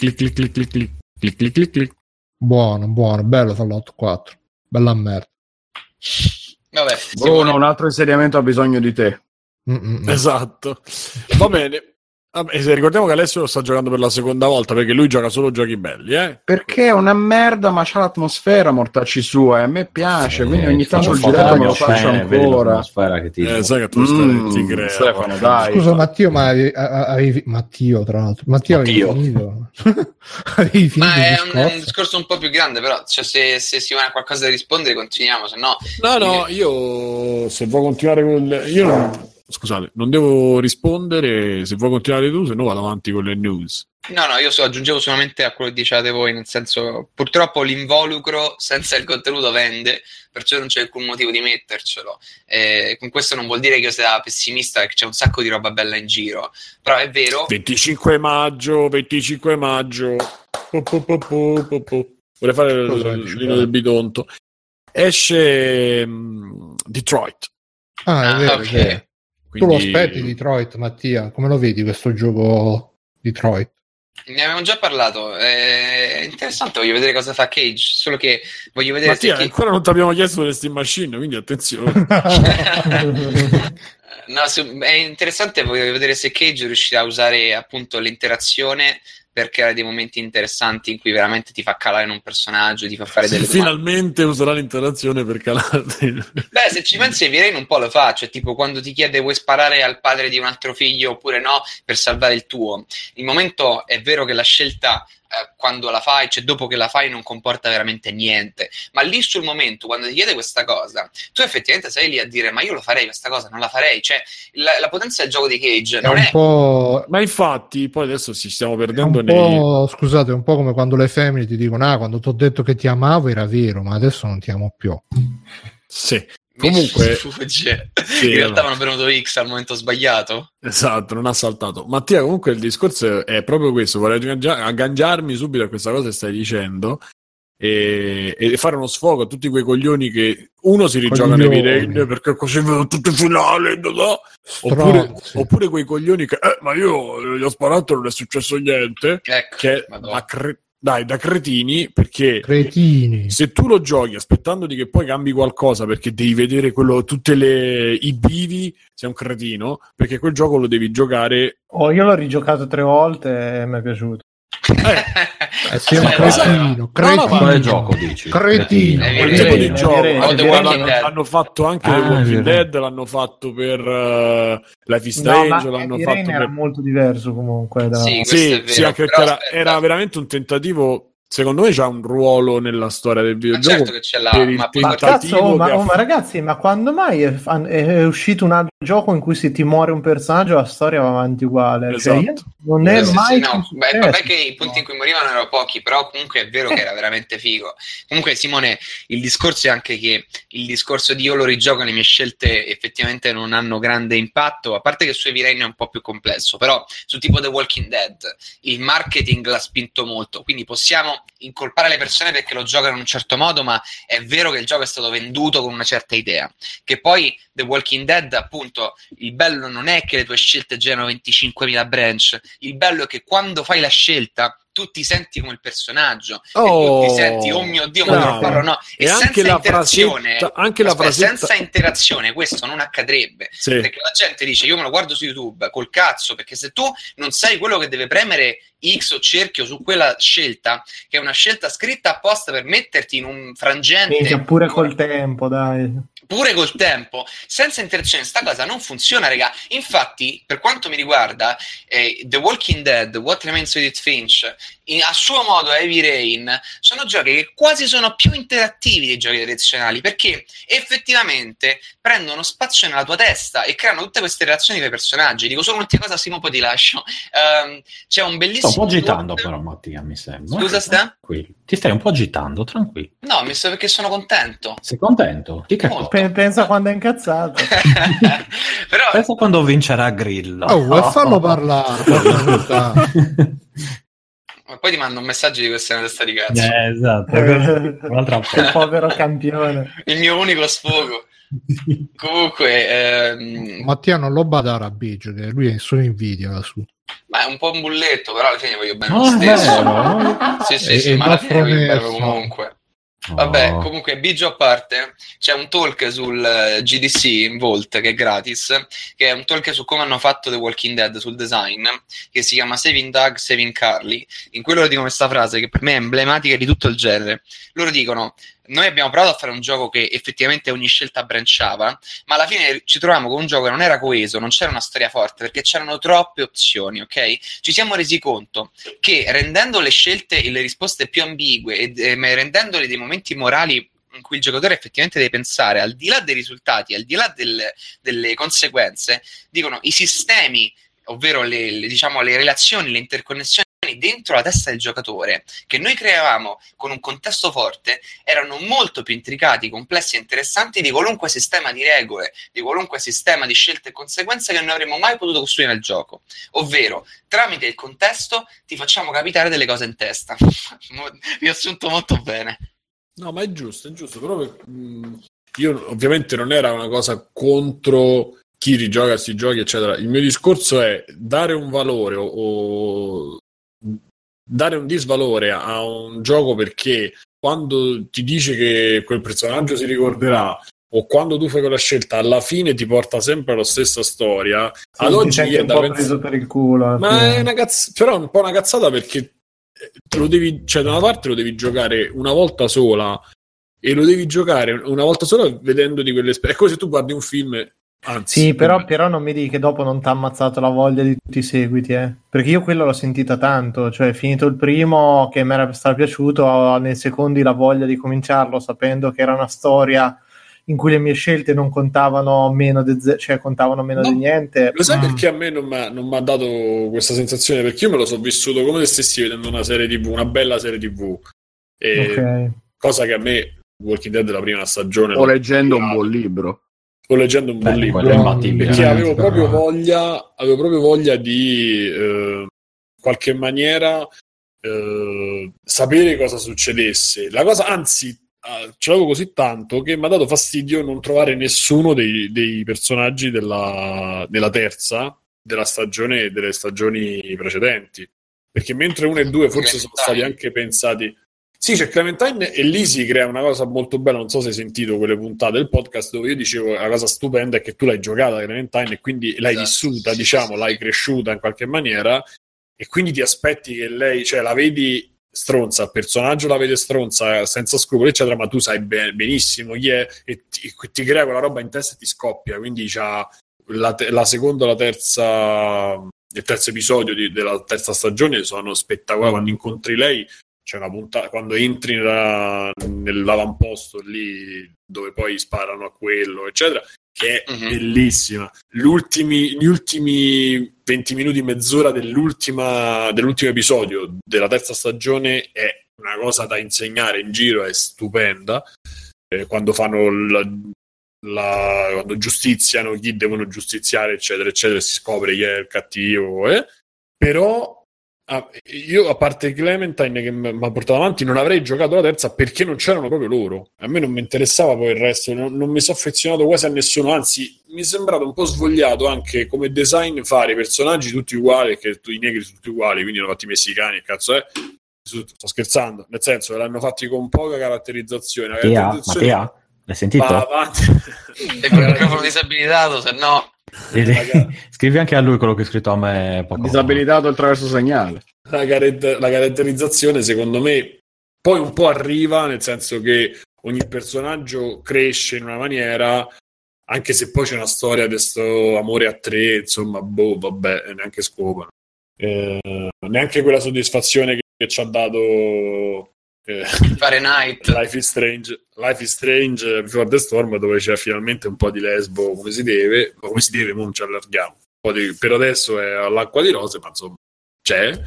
Clic. Buono, bello Fallout 4. Bella merda. Vabbè, Bruno, un altro insediamento ha bisogno di te. Esatto. Va bene. Vabbè, se ricordiamo che Alessio lo sta giocando per la seconda volta, perché lui gioca solo giochi belli, Perché è una merda, ma c'ha l'atmosfera mortacci sua, e a me piace, quindi ogni tanto il giretto me lo faccio ancora. Che ti sai che atmosfera ti crea. Stefano, dai. Scusa Matteo, ma avevi Matteo, tra l'altro. Matteo. Avevi finito? Avevi finito? Ma è un discorso un po' più grande, però cioè, se si vuole a qualcosa da rispondere continuiamo, se no... No, io se vuoi continuare con... Scusate, non devo rispondere, se vuoi continuare tu, se no vado avanti con le news. No, io aggiungevo solamente a quello che dicevate voi, nel senso, purtroppo l'involucro senza il contenuto vende, perciò non c'è alcun motivo di mettercelo. Con questo non vuol dire che io sia pessimista, perché c'è un sacco di roba bella in giro, però è vero... 25 maggio. Vorrei fare l'ino del bidonto. Esce Detroit. È vero, ok. vero. Quindi... Tu lo aspetti Detroit, Mattia? Come lo vedi questo gioco Detroit? Ne avevamo già parlato, è interessante, voglio vedere cosa fa Cage, solo che voglio vedere Mattia, se ancora non ti abbiamo chiesto delle Steam Machine, quindi attenzione. È interessante, voglio vedere se Cage riuscirà a usare appunto l'interazione per creare dei momenti interessanti in cui veramente ti fa calare in un personaggio, ti fa fare delle domande. Finalmente userà l'interazione per calarti. Beh, se ci pensi, Viren un po' lo fa, cioè tipo quando ti chiede vuoi sparare al padre di un altro figlio oppure no per salvare il tuo. Il momento è vero che la scelta quando la fai, cioè dopo che la fai, non comporta veramente niente, ma lì sul momento quando ti chiede questa cosa tu effettivamente sei lì a dire ma io lo farei questa cosa, non la farei, cioè la potenza del gioco di Cage non è... Ma infatti poi adesso ci stiamo perdendo scusate, è un po' come quando le femmine ti dicono quando ti ho detto che ti amavo era vero, ma adesso non ti amo più. Sì. Comunque sì, in realtà mi hanno venuto X al momento sbagliato. Esatto, non ha saltato. Mattia, comunque il discorso è proprio questo, vorrei agganciarmi subito a questa cosa che stai dicendo e fare uno sfogo a tutti quei coglioni che uno si rigiocano i Viren perché così vedo tutto il finale, no? oppure quei coglioni che ma io gli ho sparato e non è successo niente, ecco, che da cretini, perché cretini. Se tu lo giochi aspettando di che poi cambi qualcosa perché devi vedere i bivi, sei un cretino, perché quel gioco lo devi giocare. Io l'ho rigiocato 3 volte e mi è piaciuto. Sei un cretino. Quale gioco dici? Cretino. Quel tipo di gioco l'hanno fatto anche The Walking Dead, l'hanno fatto per Life is Strange, l'hanno fatto era molto diverso comunque sì, anche perché era veramente un tentativo secondo me c'ha un ruolo nella storia del Ma videogioco. certo che ce l'ha, per il ma tentativo ma ragazzi, ma quando mai è uscito un altro gioco in cui se ti muore un personaggio la storia va avanti uguale? Esatto. Cioè, non è Sì, mai no. più Beh, successo. vabbè che i punti in cui morivano erano pochi, però comunque è vero che era veramente figo. Comunque Simone, il discorso è anche che il discorso di io lo rigioco, le mie scelte effettivamente non hanno grande impatto, a parte che su Heavy Rain è un po' più complesso, però su tipo The Walking Dead il marketing l'ha spinto molto, quindi possiamo incolpare le persone perché lo giocano in un certo modo, ma è vero che il gioco è stato venduto con una certa idea. Che poi The Walking Dead, appunto, il bello non è che le tue scelte generano 25.000 branch, il bello è che quando fai la scelta tu ti senti come il personaggio e tu ti senti, oh mio Dio, ma devo farlo, no, e anche senza interazione, frasetta, senza interazione questo non accadrebbe, sì. Perché la gente dice io me lo guardo su YouTube, col cazzo, perché se tu non sai quello che deve premere X o cerchio su quella scelta, che è una scelta scritta apposta per metterti in un frangente, pure col tempo, dai. Pure col tempo, senza interazione, sta cosa non funziona, raga. Infatti, per quanto mi riguarda, The Walking Dead, What Remains of Edith Finch, a suo modo Heavy Rain, sono giochi che quasi sono più interattivi dei giochi tradizionali, perché effettivamente prendono spazio nella tua testa e creano tutte queste relazioni con i personaggi. Dico solo un'ultima cosa, Simo, poi ti lascio. C'è un bellissimo... Sto un po' agitando però, Mattia, mi sembra. Scusa, Sta? Ti stai un po' agitando, tranquillo. No, mi sto perché sono contento. Sei contento? Di che cosa? Pensa quando è incazzato. Però... Pensa quando vincerà Grillo. Fallo parlare. Ma poi ti mando un messaggio di questa testa di cazzo. Esatto. Un'altra Il povero campione. Il mio unico sfogo. Comunque... Mattia non lo badare a Biggio, che lui è solo invidia lassù. Ma è un po' un bulletto, però alla fine voglio bene lo stesso. Sì, ma alla fine voglio bene comunque. Vabbè, comunque Biggio a parte, c'è un talk sul GDC Vault che è gratis, che è un talk su come hanno fatto The Walking Dead, sul design, che si chiama Saving Doug, Saving Carly, in cui loro dicono questa frase che per me è emblematica di tutto il genere. Loro dicono: noi abbiamo provato a fare un gioco che effettivamente ogni scelta branchava, ma alla fine ci troviamo con un gioco che non era coeso, non c'era una storia forte, perché c'erano troppe opzioni, ok? Ci siamo resi conto che rendendo le scelte e le risposte più ambigue e rendendole dei momenti morali in cui il giocatore effettivamente deve pensare, al di là dei risultati, al di là delle conseguenze, dicono i sistemi, ovvero diciamo, le relazioni, le interconnessioni dentro la testa del giocatore che noi creavamo con un contesto forte erano molto più intricati, complessi e interessanti di qualunque sistema di regole, di qualunque sistema di scelte e conseguenze che non avremmo mai potuto costruire nel gioco. Ovvero, tramite il contesto ti facciamo capitare delle cose in testa. Riassunto molto bene. No, ma è giusto, però io ovviamente non era una cosa contro chi rigioca questi giochi, eccetera. Il mio discorso è dare un valore o dare un disvalore a un gioco perché quando ti dice che quel personaggio si ricorderà o quando tu fai quella scelta alla fine ti porta sempre alla stessa storia, sì, ad oggi è da preso per il culo, ma è però è un po' una cazzata, perché te lo devi, cioè da una parte lo devi giocare una volta sola e lo devi giocare una volta sola vedendo di quelle è come se tu guardi un film. Anzi, sì, però non mi dici che dopo non ti ha ammazzato la voglia di tutti i seguiti, perché io quello l'ho sentita tanto, cioè finito il primo che mi era stato piaciuto, nei secondi la voglia di cominciarlo sapendo che era una storia in cui le mie scelte non contavano meno contavano meno di niente. Lo sai perché a me non mi ha dato questa sensazione? Perché io me lo so vissuto come se stessi vedendo una serie TV, una bella serie TV, cosa che a me Walking Dead la prima stagione o leggendo un buon libro. O leggendo un buon libro, perché avevo proprio voglia di in qualche maniera sapere cosa succedesse. La cosa, anzi, ce l'avevo così tanto che mi ha dato fastidio non trovare nessuno dei personaggi della terza della stagione e delle stagioni precedenti, perché mentre 1 e 2 forse sono stati anche pensati. Sì, c'è Clementine e lì si crea una cosa molto bella, non so se hai sentito quelle puntate del podcast dove io dicevo la cosa stupenda è che tu l'hai giocata Clementine e quindi l'hai vissuta, diciamo, l'hai cresciuta in qualche maniera e quindi ti aspetti che lei, cioè la vedi stronza, il personaggio la vede stronza, senza scrupoli eccetera, ma tu sai benissimo chi è e ti crea quella roba in testa e ti scoppia, quindi c'ha la seconda o la terza, il terzo episodio della terza stagione sono spettacolari, quando incontri lei c'è una puntata quando entri nell'avamposto lì dove poi sparano a quello, eccetera, che è bellissima. Gli ultimi 20 minuti, mezz'ora dell'ultimo episodio della terza stagione è una cosa da insegnare in giro, è stupenda. Quando fanno quando giustiziano chi devono giustiziare, eccetera, eccetera, si scopre chi è il cattivo. Però io, a parte Clementine che mi ha portato avanti, non avrei giocato la terza perché non c'erano proprio loro. A me non mi interessava poi il resto, non mi sono affezionato quasi a nessuno, anzi mi è sembrato un po' svogliato anche come design fare i personaggi tutti uguali, che i negri sono tutti uguali, quindi hanno fatti i messicani, cazzo è? Sto scherzando, nel senso che l'hanno fatti con poca caratterizzazione. Mattia, l'hai sentito? Va avanti. E il microfono disabilitato, se no... Scrivi anche a lui quello che hai scritto a me poco disabilitato attraverso segnale. La caratterizzazione secondo me poi un po' arriva, nel senso che ogni personaggio cresce in una maniera, anche se poi c'è una storia di questo amore a tre, insomma, vabbè, neanche scopano, neanche quella soddisfazione che ci ha dato Fahrenheit. Life is Strange Before the Storm, dove c'è finalmente un po' di lesbo come si deve, non ci allarghiamo un po' per adesso è all'acqua di rose, ma insomma c'è,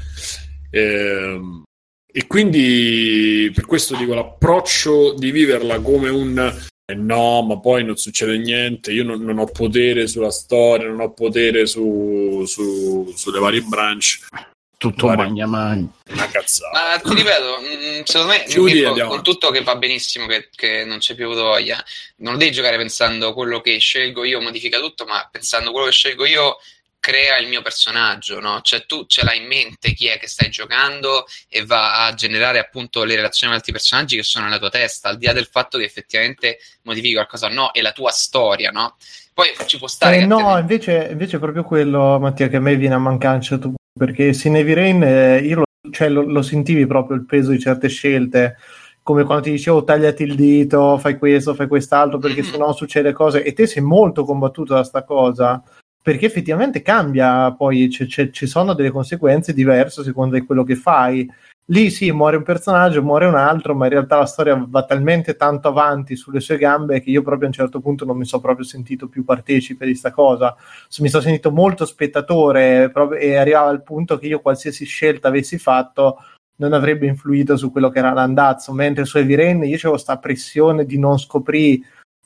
e quindi per questo dico, l'approccio di viverla come un no, ma poi non succede niente, io non ho potere sulla storia, non ho potere sulle varie branch, tutto magna una cazzata. Ma ti ripeto, secondo me con tutto che va benissimo, che non c'è più voglia, non lo devi giocare pensando quello che scelgo io modifica tutto, ma pensando quello che scelgo io crea il mio personaggio, no? Cioè tu ce l'hai in mente chi è che stai giocando e va a generare appunto le relazioni con altri personaggi che sono nella tua testa, al di là del fatto che effettivamente modifichi qualcosa o no, è la tua storia, no? Poi ci può stare no, invece è proprio quello, Mattia, che a me viene a mancare a un certo punto, perché in Heavy Rain io lo sentivi proprio il peso di certe scelte, come quando ti dicevo tagliati il dito, fai questo, fai quest'altro, perché sennò succede cose, e te sei molto combattuto da sta cosa, perché effettivamente cambia, poi ci sono delle conseguenze diverse a seconda di quello che fai. Lì sì, muore un personaggio, muore un altro, ma in realtà la storia va talmente tanto avanti sulle sue gambe che io proprio a un certo punto non mi sono proprio sentito più partecipe di sta cosa. Mi sono sentito molto spettatore e arrivava al punto che io qualsiasi scelta avessi fatto non avrebbe influito su quello che era l'andazzo, mentre su Heavy Rain io c'avevo sta pressione di non scoprire,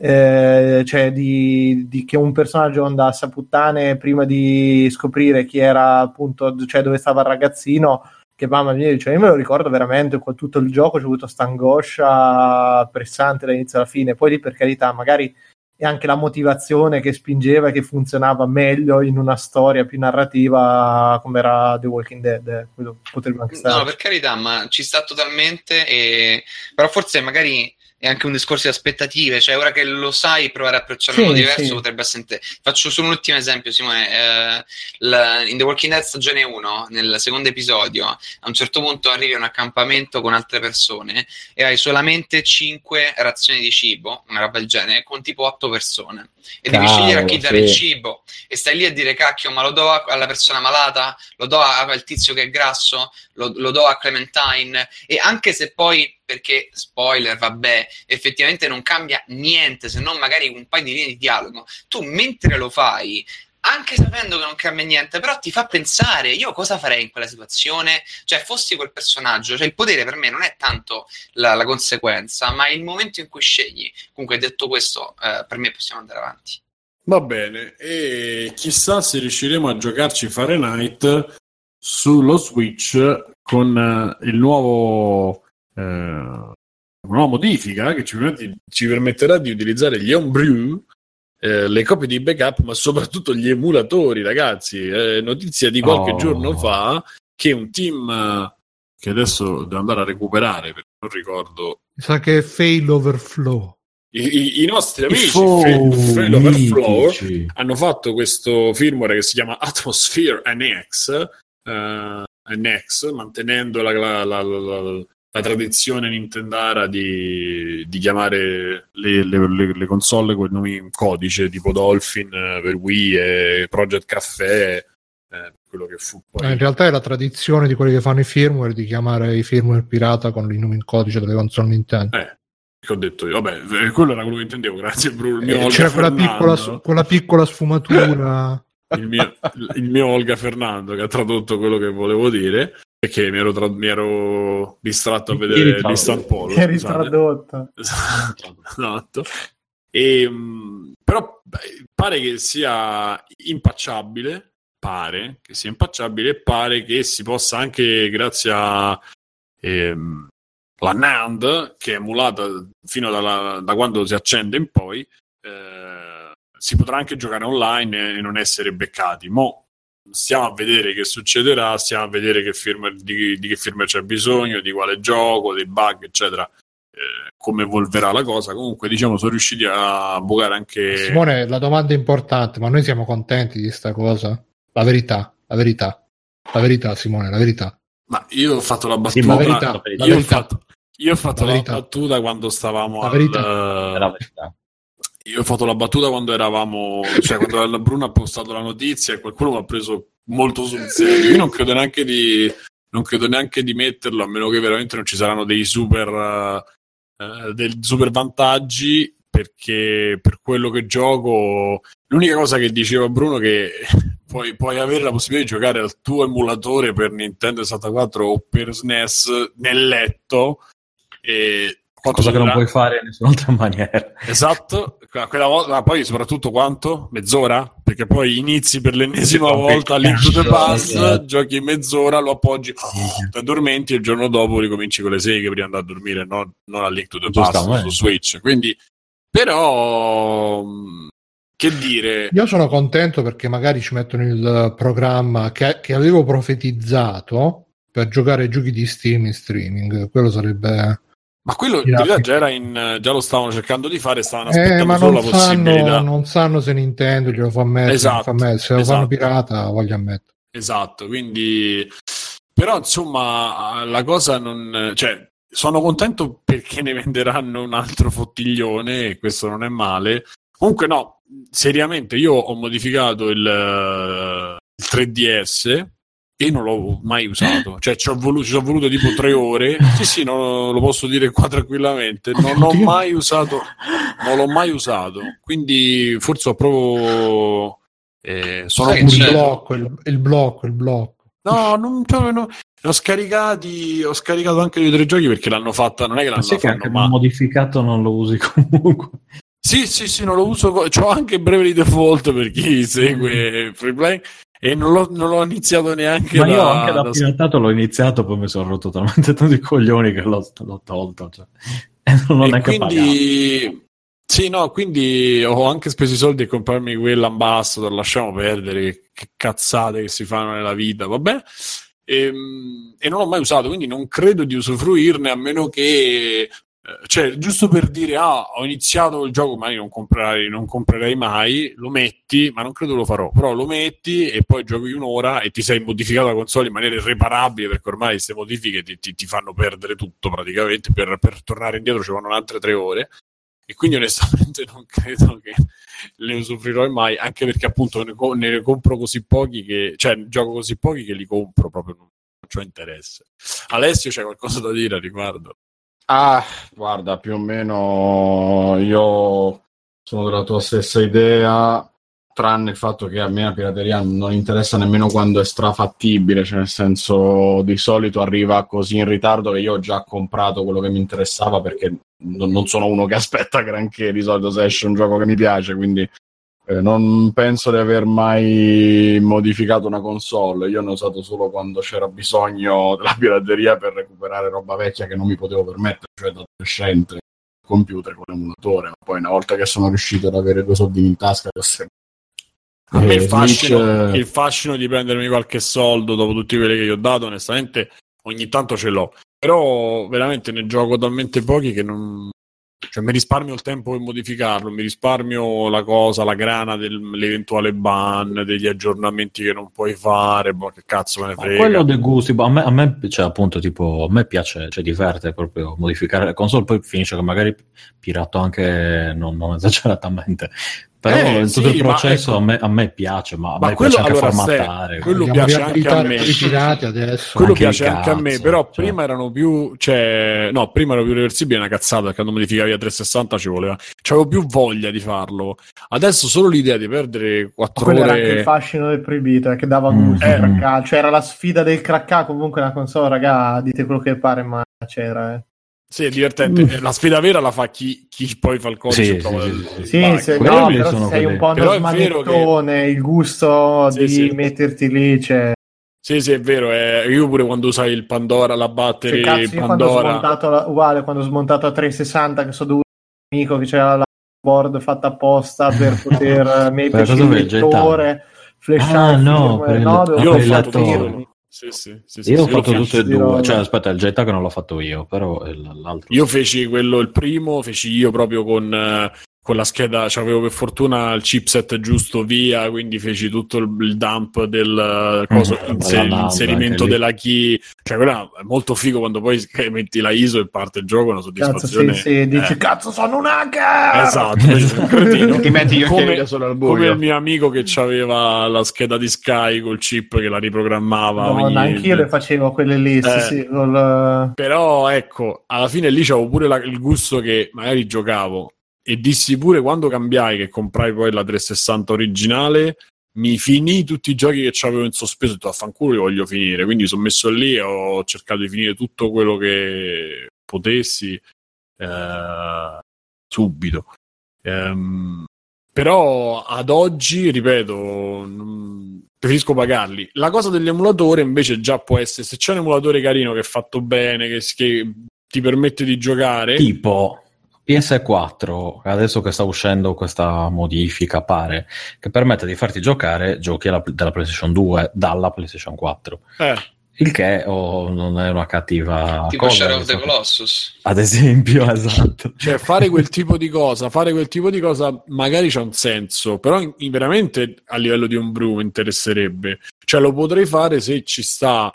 cioè di che un personaggio andasse a puttane prima di scoprire chi era, appunto, cioè dove stava il ragazzino, che mamma mia, cioè io me lo ricordo veramente, con tutto il gioco c'è avuto sta angoscia pressante dall'inizio alla fine. Poi lì, per carità, magari è anche la motivazione che spingeva e che funzionava meglio in una storia più narrativa come era The Walking Dead, quello potrebbe anche stare. No, per carità, ma ci sta totalmente, però forse magari è anche un discorso di aspettative, cioè ora che lo sai, provare a approcciarlo in modo diverso potrebbe essere. Faccio solo un ultimo esempio, Simone. In The Walking Dead stagione 1, nel secondo episodio, a un certo punto arrivi a un accampamento con altre persone e hai solamente 5 razioni di cibo, una roba del genere, con tipo 8 persone, e devi scegliere a chi dare il cibo, e stai lì a dire cacchio, ma lo do alla persona malata, lo do al tizio che è grasso, lo do a Clementine, e anche se poi, perché spoiler, vabbè, effettivamente non cambia niente, se non magari un paio di linee di dialogo, tu mentre lo fai, anche sapendo che non cambia niente, però ti fa pensare, io cosa farei in quella situazione, cioè fossi quel personaggio, cioè il potere per me non è tanto la conseguenza, ma il momento in cui scegli. Comunque, detto questo, per me possiamo andare avanti. Va bene, e chissà se riusciremo a giocarci Fahrenheit sullo Switch con il nuovo una nuova modifica che ci permetterà di utilizzare gli homebrew, le copie di backup, ma soprattutto gli emulatori, ragazzi. Notizia di qualche giorno fa che un team che adesso devo andare a recuperare perché non ricordo, mi sa che è Fail Overflow. I nostri amici Fail Overflow hanno fatto questo firmware che si chiama Atmosphere NX, mantenendo la tradizione nintendara di chiamare le console con i nomi in codice, tipo Dolphin per Wii e Project Café quello che fu poi. In realtà è la tradizione di quelli che fanno i firmware di chiamare i firmware pirata con il nome in codice delle console Nintendo. Che ho detto io, vabbè, quello era quello che intendevo, grazie Bruno. C'era quella piccola sfumatura. il mio Olga Fernando che ha tradotto quello che volevo dire, perché mi ero distratto a vedere l'Instant Polo. Eri tradotto. Esatto. Però pare che sia impacciabile, e pare che si possa anche, grazie a la NAND, che è emulata fino da quando si accende in poi, si potrà anche giocare online e non essere beccati. Mo stiamo a vedere che succederà, stiamo a vedere di che firmware c'è bisogno, di quale gioco, dei bug, eccetera, come evolverà la cosa. Comunque, diciamo, sono riusciti a bucare anche... Simone, la domanda è importante, ma noi siamo contenti di sta cosa? La verità, Simone, la verità. Ma io ho fatto la battuta. Sì, la verità. Io ho fatto la battuta quando stavamo la verità. La verità. Io ho fatto la battuta quando eravamo, cioè quando la Bruno ha postato la notizia e qualcuno mi ha preso molto sul serio. Io non credo neanche di metterlo, a meno che veramente non ci saranno dei super vantaggi, perché per quello che gioco, l'unica cosa che diceva Bruno che puoi avere la possibilità di giocare al tuo emulatore per Nintendo 64 o per SNES nel letto, e cosa che non puoi fare in nessun'altra maniera. Esatto, quella volta, poi soprattutto quanto? Mezz'ora? Perché poi inizi per l'ennesima volta Link to the Past, giochi mezz'ora, lo appoggi, ti addormenti e il giorno dopo ricominci con le seghe prima di andare a dormire, non a Link to the Past su Switch. Quindi, però, che dire? Io sono contento perché magari ci mettono il programma che avevo profetizzato per giocare giochi di Steam in streaming. Quello sarebbe... Ma quello in realtà già lo stavano cercando di fare, stavano aspettando ma solo la possibilità. Non sanno se Nintendo glielo fa mettere, esatto, se lo fanno pirata voglio ammettere. Esatto, quindi però insomma la cosa non, cioè, sono contento perché ne venderanno un altro fottiglione e questo non è male. Comunque no, seriamente io ho modificato il 3DS e non l'ho mai usato, cioè ci ho voluto tipo 3 ore. Sì, no, lo posso dire qua tranquillamente, non l'ho mai usato, quindi forse ho proprio sono il blocco. No, non ho scaricato anche 2 o 3 giochi perché l'hanno fatta, non è che l'hanno fatto, anche modificato non lo usi comunque. Sì, non lo uso, c'ho anche Bravely Default per chi segue Free Play. E non l'ho iniziato neanche. Ma io anche da piratato l'ho iniziato, poi mi sono rotto talmente tanti i coglioni che l'ho tolto, cioè. E non l'ho neanche pagato. Sì, no, quindi ho anche speso i soldi a comprarmi quell'Ambassador, lasciamo perdere, che cazzate che si fanno nella vita, vabbè. E non l'ho mai usato, quindi non credo di usufruirne, a meno che... Cioè, giusto per dire, ho iniziato il gioco, magari non comprerei mai, lo metti, ma non credo lo farò, però lo metti e poi giochi un'ora e ti sei modificato la console in maniera irreparabile, perché ormai queste modifiche ti fanno perdere tutto praticamente. Per tornare indietro ci vanno altre 3 ore, e quindi onestamente non credo che ne usufruirò mai, anche perché appunto ne compro così pochi gioco così pochi che li compro proprio, non c'ho interesse. Alessio, c'è qualcosa da dire a riguardo? Guarda, più o meno io sono della tua stessa idea, tranne il fatto che a me la pirateria non interessa nemmeno quando è strafattibile, cioè nel senso, di solito arriva così in ritardo che io ho già comprato quello che mi interessava, perché non sono uno che aspetta granché di solito se esce un gioco che mi piace, quindi non penso di aver mai modificato una console. Io ne ho usato solo quando c'era bisogno della pirateria per recuperare roba vecchia che non mi potevo permettere, cioè da adolescente, computer con l'emulatore. Ma poi una volta che sono riuscito ad avere 2 soldini in tasca, a me il fascino di prendermi qualche soldo dopo tutti quelli che gli ho dato, onestamente ogni tanto ce l'ho, però veramente ne gioco talmente pochi che non... Cioè, mi risparmio il tempo per modificarlo, mi risparmio la grana dell'eventuale ban, degli aggiornamenti che non puoi fare, che cazzo me ne frega. Quello dei gusti, a me cioè, appunto, tipo, a me piace, cioè diverte proprio modificare le console, poi finisce che magari pirato anche non esageratamente, Però tutto il ma processo ecco, a me piace, ma a ma me quello piace anche allora formattare. quello Abbiamo piace anche a me. ritirati adesso. Quello Anche piace il anche a me, cazzo, però cioè. prima erano più, cioè, no, prima erano più reversibili, una cazzata, perché quando modificavi a 360 ci voleva, c'avevo più voglia di farlo. Adesso solo l'idea di perdere 4 Quello era anche il ore. fascino del proibito, che dava gusto craccare. Cioè era la sfida del craccare, comunque la console, raga, dite quello che pare, ma c'era. Sì, è divertente. La sfida vera la fa chi poi fa il codice. Sì, bug. no, quelli però sono se sei un po' Però uno è vero smanettone, il gusto Sì, di sì. metterti lì, cioè... Sì, è vero. Io pure quando usai il Pandora, la battery, Cioè, cazzo, io quando ho Pandora. smontato uguale, quando ho smontato a 360, che sono dovuto un amico che c'era la board fatta apposta per poter metterci il lettore, flashare io l'ho fatto tutto. Io ho fatto tutte e due. Cioè, aspetta, il JTAG non l'ho fatto io, però l'altro. Io feci quello, il primo, feci io proprio con la scheda, cioè avevo per fortuna il chipset giusto via, quindi feci tutto il dump del coso, l'inserimento della key, cioè quello è molto figo quando poi metti la ISO e parte il gioco, è una soddisfazione. Cazzo, sì, dici cazzo sono un hacker! Esatto, ti metti io che solo al buio. Come il mio amico che aveva la scheda di Sky col chip che la riprogrammava. No, anch'io le facevo quelle lì, sì, Però ecco, alla fine lì c'avevo pure il gusto che magari giocavo e dissi pure quando cambiai, che comprai poi la 360 originale, mi finì tutti i giochi che c'avevo in sospeso, ho detto affanculo li voglio finire, quindi sono messo lì e ho cercato di finire tutto quello che potessi subito. Però ad oggi, ripeto, preferisco pagarli. La cosa dell'emulatore invece già può essere, se c'è un emulatore carino che è fatto bene, che ti permette di giocare, tipo PS4, adesso che sta uscendo questa modifica, pare che permette di farti giocare giochi della PlayStation 2 dalla PlayStation 4. Il che non è una cattiva tipo cosa. Shadow of the Colossus, ad esempio, esatto. Cioè fare quel tipo di cosa magari c'ha un senso, però veramente a livello di homebrew mi interesserebbe. Cioè lo potrei fare se ci sta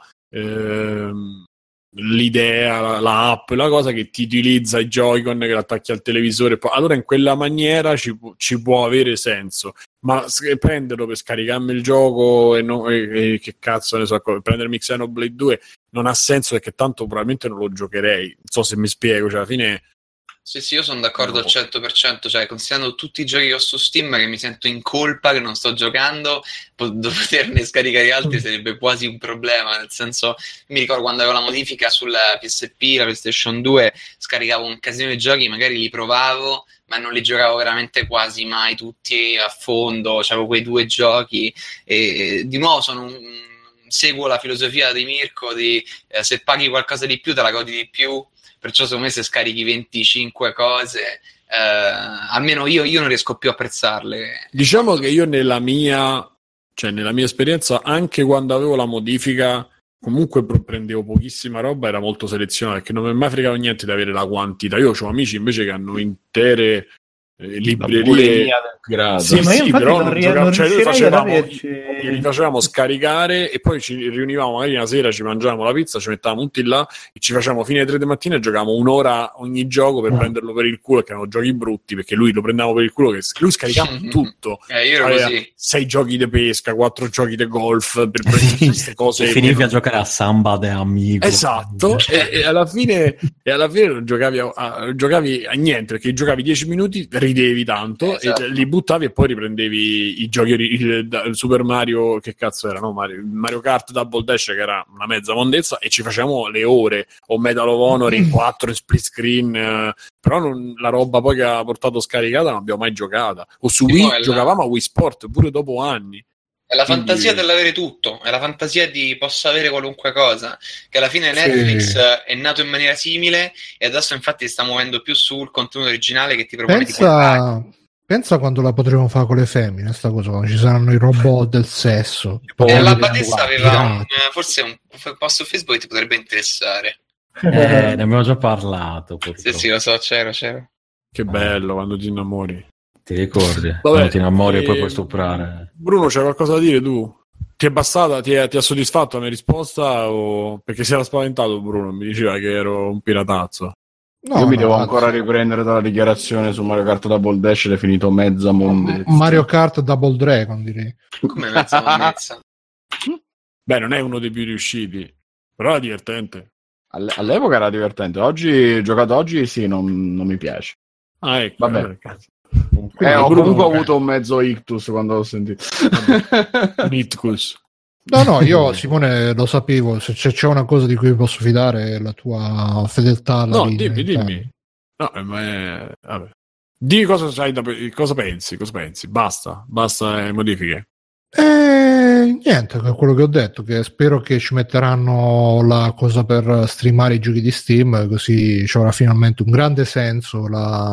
l'idea, la app, la cosa che ti utilizza i Joy-Con, che l'attacchi al televisore, allora in quella maniera ci può avere senso. Ma prenderlo per scaricarmi il gioco e che cazzo ne so, prendermi Xenoblade 2 non ha senso, perché tanto probabilmente non lo giocherei. Non so se mi spiego, cioè alla fine sì, io sono d'accordo al 100%, cioè considerando tutti i giochi che ho su Steam, che mi sento in colpa che non sto giocando, poterne scaricare altri sarebbe quasi un problema, nel senso, mi ricordo quando avevo la modifica sulla PSP, la PlayStation 2, scaricavo un casino di giochi, magari li provavo, ma non li giocavo veramente quasi mai tutti a fondo, c'avevo quei 2 giochi e di nuovo seguo la filosofia di Mirko di se paghi qualcosa di più te la godi di più. Perciò secondo me se scarichi 25 cose, almeno io non riesco più a apprezzarle. Diciamo che io nella mia esperienza, anche quando avevo la modifica, comunque prendevo pochissima roba, era molto selezionata, perché non mi è mai fregato niente di avere la quantità. Io ho amici invece che hanno intere librerie. Sì, ma io infatti però non riuscirei ad averci. Li facevamo scaricare e poi ci riunivamo magari una sera, ci mangiavamo la pizza, ci mettavamo tutti là e ci facevamo fino alle 3 di mattina e giocavamo un'ora ogni gioco per prenderlo per il culo, che erano giochi brutti, perché lui lo prendevamo per il culo, che lui scaricava tutto. Io ero così. 6 giochi di pesca, 4 giochi di golf per prendere queste cose. E finivi a giocare a Samba de Amigo. Esatto, e alla fine non giocavi a niente, perché giocavi 10 minuti, ridevi tanto, esatto, e li buttavi e poi riprendevi i giochi, il Super Mario, che cazzo era, no? Mario Kart Double Dash, che era una mezza mondezza, e ci facevamo le ore, o Medal of Honor in 4 in split screen, però la roba poi che ha portato scaricata non abbiamo mai giocata. O su Wii giocavamo a Wii Sport pure dopo anni. È la fantasia dell'avere tutto, è la fantasia di posso avere qualunque cosa, che alla fine Netflix è nato in maniera simile e adesso infatti sta muovendo più sul contenuto originale che ti propone di portare. Pensa quando la potremo fare con le femmine, sta cosa, quando ci saranno i robot del sesso. La Batista aveva forse un post su Facebook che ti potrebbe interessare. Ne abbiamo già parlato. Sì, lo so, c'ero. Che bello quando ti innamori. Ti ricordi? Vabbè, quando ti innamori e poi puoi stuprare. Bruno, c'è qualcosa da dire tu? Ti è bastata? Ti ha soddisfatto la mia risposta? Perché si era spaventato Bruno, mi diceva che ero un piratazzo. No, Io mi no, devo anzi. ancora riprendere dalla dichiarazione su Mario Kart Double Dash ed è finito mezza mondezza. Mario Kart Double Dragon, direi. Come mezza monnezza. Beh, non è uno dei più riusciti, però è divertente. All'epoca era divertente, oggi giocato oggi sì, non mi piace. Ah, ecco. Vabbè. Cazzo. Ho Bruno, comunque avuto un mezzo ictus quando l'ho sentito. Mitkus. No, io Simone lo sapevo, se c'è una cosa di cui posso fidare è la tua fedeltà alla No, linea. dimmi. No, vabbè. Di cosa sai cosa pensi? Basta modifiche. Niente, quello che ho detto, che spero che ci metteranno la cosa per streamare i giochi di Steam, così ci avrà finalmente un grande senso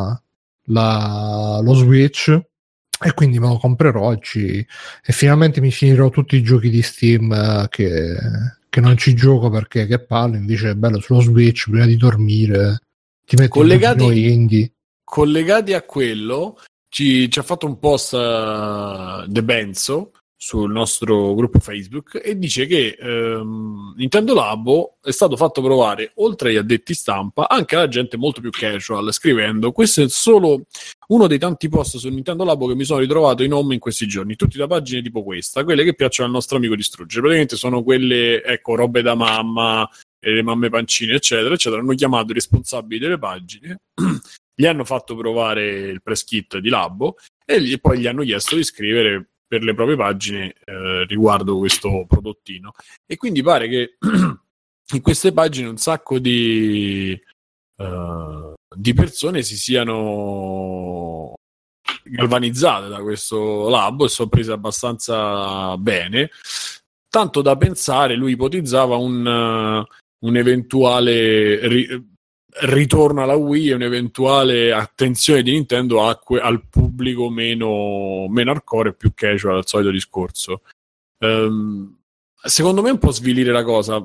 lo Switch, e quindi me lo comprerò e finalmente mi finirò tutti i giochi di Steam che non ci gioco perché che palle, invece è bello sullo Switch prima di dormire ti metti un giochino indie. Collegati a quello ci ha fatto un post De Benzo sul nostro gruppo Facebook e dice che Nintendo Labo è stato fatto provare oltre agli addetti stampa anche alla gente molto più casual, scrivendo: questo è solo uno dei tanti post su Nintendo Labo che mi sono ritrovato in home in questi giorni, tutti da pagine tipo questa, quelle che piacciono al nostro amico Distruggere. Praticamente sono quelle, ecco, robe da mamma, le mamme pancine eccetera eccetera. Hanno chiamato i responsabili delle pagine gli hanno fatto provare il press kit di Labo e poi gli hanno chiesto di scrivere per le proprie pagine riguardo questo prodottino, e quindi pare che in queste pagine un sacco di persone si siano galvanizzate da questo Labo e sono prese abbastanza bene, tanto da pensare, lui ipotizzava un eventuale ritorno alla Wii e un'eventuale attenzione di Nintendo al pubblico meno hardcore e più casual, al solito discorso. Secondo me è un po' svilire la cosa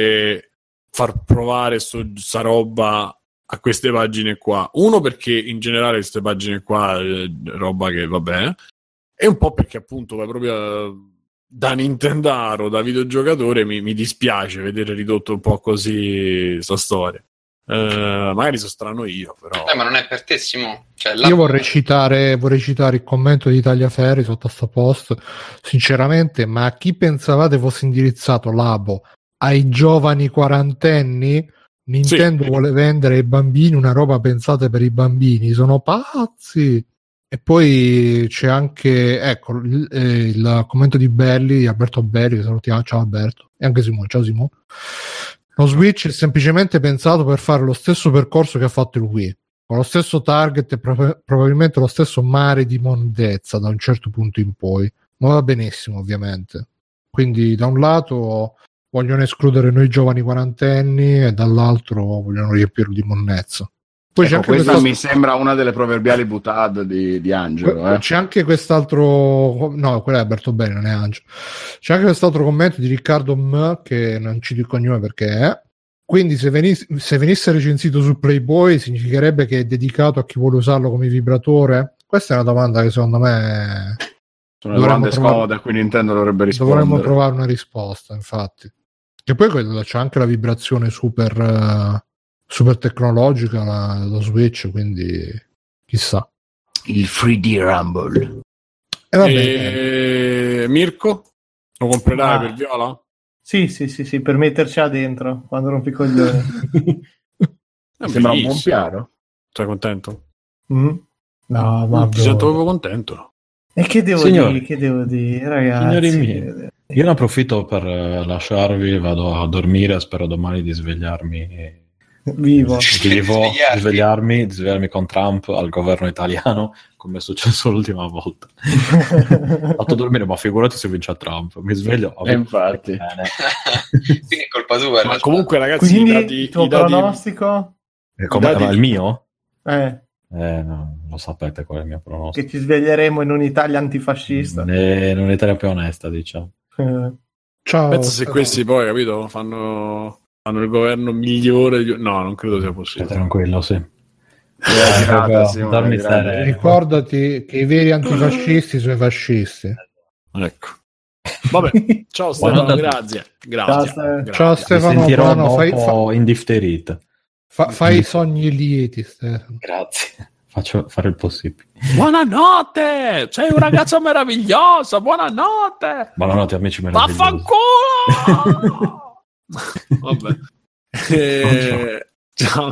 far provare sta roba a queste pagine qua. Uno, perché in generale queste pagine qua è roba che vabbè, e un po' perché appunto vai proprio da Nintendaro, da videogiocatore, mi dispiace vedere ridotto un po' così sta storia. Magari sono strano io, però ma non è per te, Simo. Cioè, io vorrei citare il commento di Tagliaferri sotto a sto post. Sinceramente, ma a chi pensavate fosse indirizzato Labo? Ai giovani quarantenni? Nintendo vuole vendere ai bambini una roba pensata per i bambini, sono pazzi. E poi c'è anche, ecco, il commento di Belli, di Alberto Belli, che salutiamo. Ciao Alberto, e anche Simone. Ciao Simone. Lo Switch è semplicemente pensato per fare lo stesso percorso che ha fatto il Wii, con lo stesso target e probabilmente lo stesso mare di mondezza da un certo punto in poi, ma va benissimo ovviamente. Quindi da un lato vogliono escludere noi giovani quarantenni e dall'altro vogliono riempirlo di monnezza. Poi ecco, questa mi sembra una delle proverbiali butade di Angelo. C'è anche quest'altro, no, quello è Alberto Bene, non è Angelo. C'è anche quest'altro commento di Riccardo M, che non cito il cognome perché è. Quindi se venisse recensito su Playboy significherebbe che è dedicato a chi vuole usarlo come vibratore? Questa è una domanda che secondo me sono domande scomode a cui Nintendo dovrebbe rispondere. Dovremmo trovare una risposta, infatti. E poi c'è anche la vibrazione super tecnologica, lo Switch, quindi chissà. Il 3D Rumble. Mirko? Lo comprerai per Viola? Sì, per metterci dentro quando rompi i coglioni. Sembra un buon piano. Sei contento? No, ma ti sento proprio contento. E che devo dire, ragazzi? Signori miei, io ne approfitto per lasciarvi, vado a dormire, spero domani di svegliarmi vivo. Svegliarmi con Trump al governo italiano, come è successo l'ultima volta. Ho fatto dormire, ma figurati se vince Trump. Mi sveglio. Infatti. Quindi è colpa tua. Ma comunque, ragazzi, quindi il tuo pronostico? Il mio? No, lo sapete qual è il mio pronostico. Che ci sveglieremo in un'Italia antifascista. In un'Italia più onesta, diciamo. Ciao. Penso se questi poi, capito, fanno il governo migliore no, non credo sia possibile. Tranquillo, sì. Ricordati che i veri antifascisti sono i fascisti. Ecco. Vabbè, ciao Stefano, grazie. Ciao Stefano, sentirò dopo in difterita. Fai i sogni lieti, Stefano. Grazie. Faccio fare il possibile. Buonanotte! Sei un ragazzo meraviglioso! Buonanotte! Buonanotte, amici meravigliosi. Vaffanculo! Vabbè. Ciao.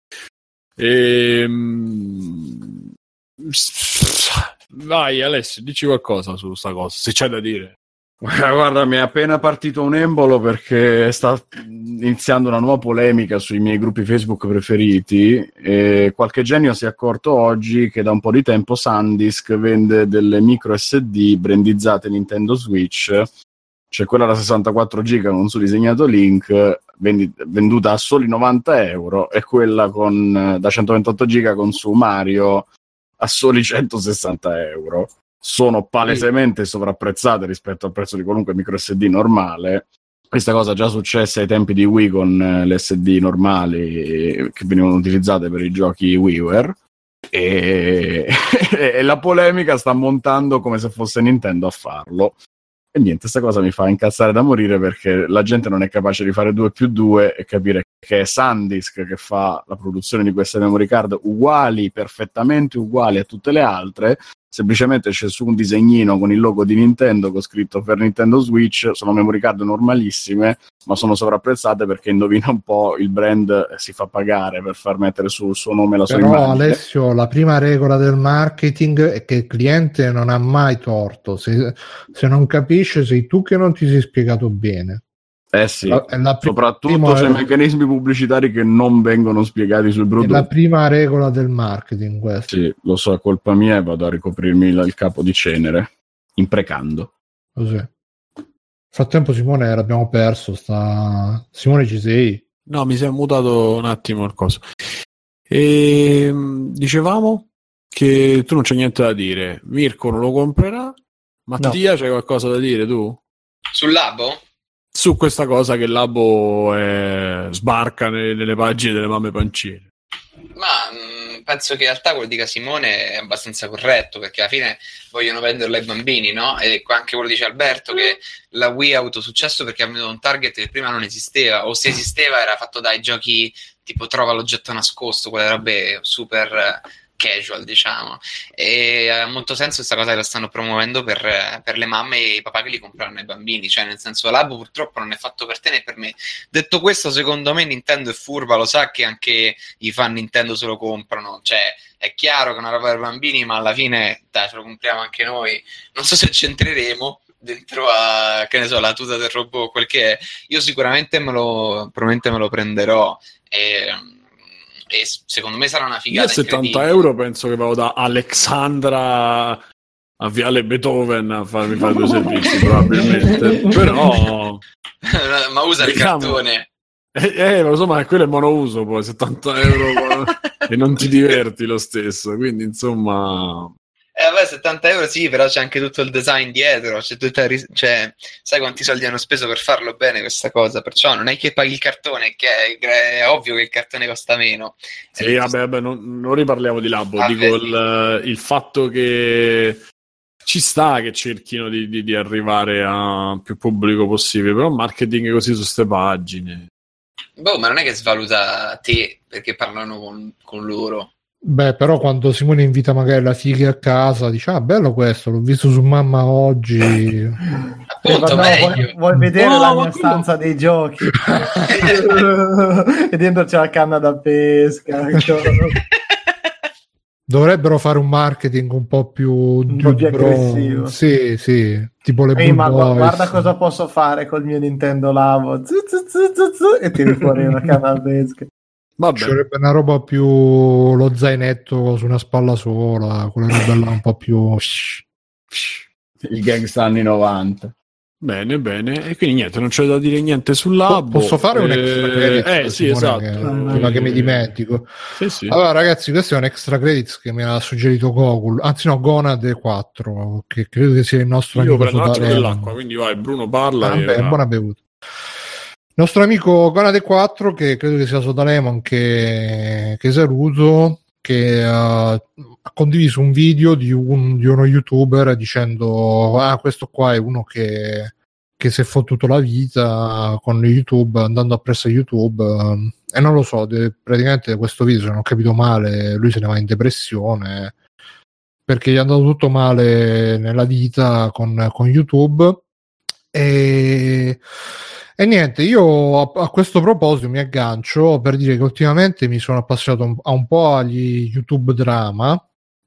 Vai Alessio, dici qualcosa su sta cosa, se c'è da dire. Guarda, mi è appena partito un embolo perché sta iniziando una nuova polemica sui miei gruppi Facebook preferiti e qualche genio si è accorto oggi che da un po' di tempo SanDisk vende delle micro SD brandizzate Nintendo Switch, cioè quella da 64 giga con su disegnato Link venduta a soli 90 euro e quella da 128 giga con su Mario a soli 160 euro. Sono palesemente sovrapprezzate rispetto al prezzo di qualunque micro SD normale. Questa cosa è già successa ai tempi di Wii con le SD normali che venivano utilizzate per i giochi WiiWare e la polemica sta montando come se fosse Nintendo a farlo. E niente, questa cosa mi fa incazzare da morire perché la gente non è capace di fare 2+2 e capire che è SanDisk che fa la produzione di queste memory card perfettamente uguali a tutte le altre. Semplicemente c'è su un disegnino con il logo di Nintendo con scritto per Nintendo Switch. Sono memory card normalissime, ma sono sovrapprezzate perché, indovina un po', il brand si fa pagare per far mettere sul suo nome la sua immagine. Però Alessio, la prima regola del marketing è che il cliente non ha mai torto. Se non capisce, sei tu che non ti sei spiegato bene. Sì, soprattutto c'è meccanismi pubblicitari che non vengono spiegati sul prodotto. È la prima regola del marketing questa. Sì, lo so, è colpa mia e vado a ricoprirmi il capo di cenere, imprecando. Così. Nel frattempo Simone l'abbiamo perso, Simone ci sei? No, mi si è mutato un attimo il coso. E dicevamo che tu non c'è niente da dire. Mirko non lo comprerà. Mattia, c'hai qualcosa da dire tu? Sul Labo? Su questa cosa che il Labo sbarca nelle pagine delle mamme pancine. Ma penso che in realtà quello dica Simone è abbastanza corretto, perché alla fine vogliono venderlo ai bambini, no? E anche quello dice Alberto che la Wii ha avuto successo perché ha venuto un target che prima non esisteva, o se esisteva era fatto dai giochi tipo trova l'oggetto nascosto, quelle robe super casual, diciamo, e ha molto senso questa cosa che la stanno promuovendo per le mamme e i papà che li comprano ai bambini, cioè nel senso Labo purtroppo non è fatto per te né per me. Detto questo, secondo me Nintendo è furba, lo sa che anche i fan Nintendo se lo comprano, cioè è chiaro che è una roba per bambini, ma alla fine dai, ce lo compriamo anche noi. Non so se ci entreremo dentro a, che ne so, la tuta del robot, quel che è. Io sicuramente probabilmente me lo prenderò e secondo me sarà una figata. Io a 70 euro penso che vado da Alexandra a Viale Beethoven a farmi fare due servizi probabilmente, però ma usa il cartone, ma insomma quello è monouso, poi 70 euro e non ti diverti lo stesso, quindi insomma vabbè, 70 euro sì, però c'è anche tutto il design dietro, c'è tutta cioè, sai quanti soldi hanno speso per farlo bene questa cosa, perciò non è che paghi il cartone, che è ovvio che il cartone costa meno. Sì, vabbè, non riparliamo di Labo, dico il fatto che ci sta che cerchino di arrivare a più pubblico possibile, però marketing così su ste pagine. Boh, ma non è che svaluta te perché parlano con loro. Beh, però quando Simone invita magari la figlia a casa, dice: ah, bello questo, l'ho visto su Mamma oggi. Appunto, vuoi vedere la mia stanza dei giochi? E dentro c'è la canna da pesca. Dovrebbero fare un marketing un po' più aggressivo. Sì, tipo le ma guarda cosa posso fare col mio Nintendo Labo. E tiri fuori una canna da pesca. Vabbè. Sarebbe una roba più lo zainetto su una spalla sola, quella roba là un po' più il gangsta anni 90. Bene, e quindi niente, non c'è da dire niente sul Labo. Posso fare un extra credit? Sì, esatto. Prima che mi dimentico. Sì. Allora, ragazzi, questo è un extra credits che mi ha suggerito Gogol, anzi no, Gonad 4, che credo che sia il nostro amico. Io prendo dell'acqua, quindi vai, Bruno parla. Buona bevuta. Il nostro amico Gonade 4, che credo che sia Sodalemon, che saluto, che ha condiviso un video di uno youtuber dicendo: ah, questo qua è uno che che si è fottuto la vita con YouTube, andando appresso a YouTube, e non lo so, praticamente questo video, se non ho capito male, lui se ne va in depressione perché gli è andato tutto male nella vita con YouTube. E niente, io a questo proposito mi aggancio per dire che ultimamente mi sono appassionato un po' agli YouTube drama,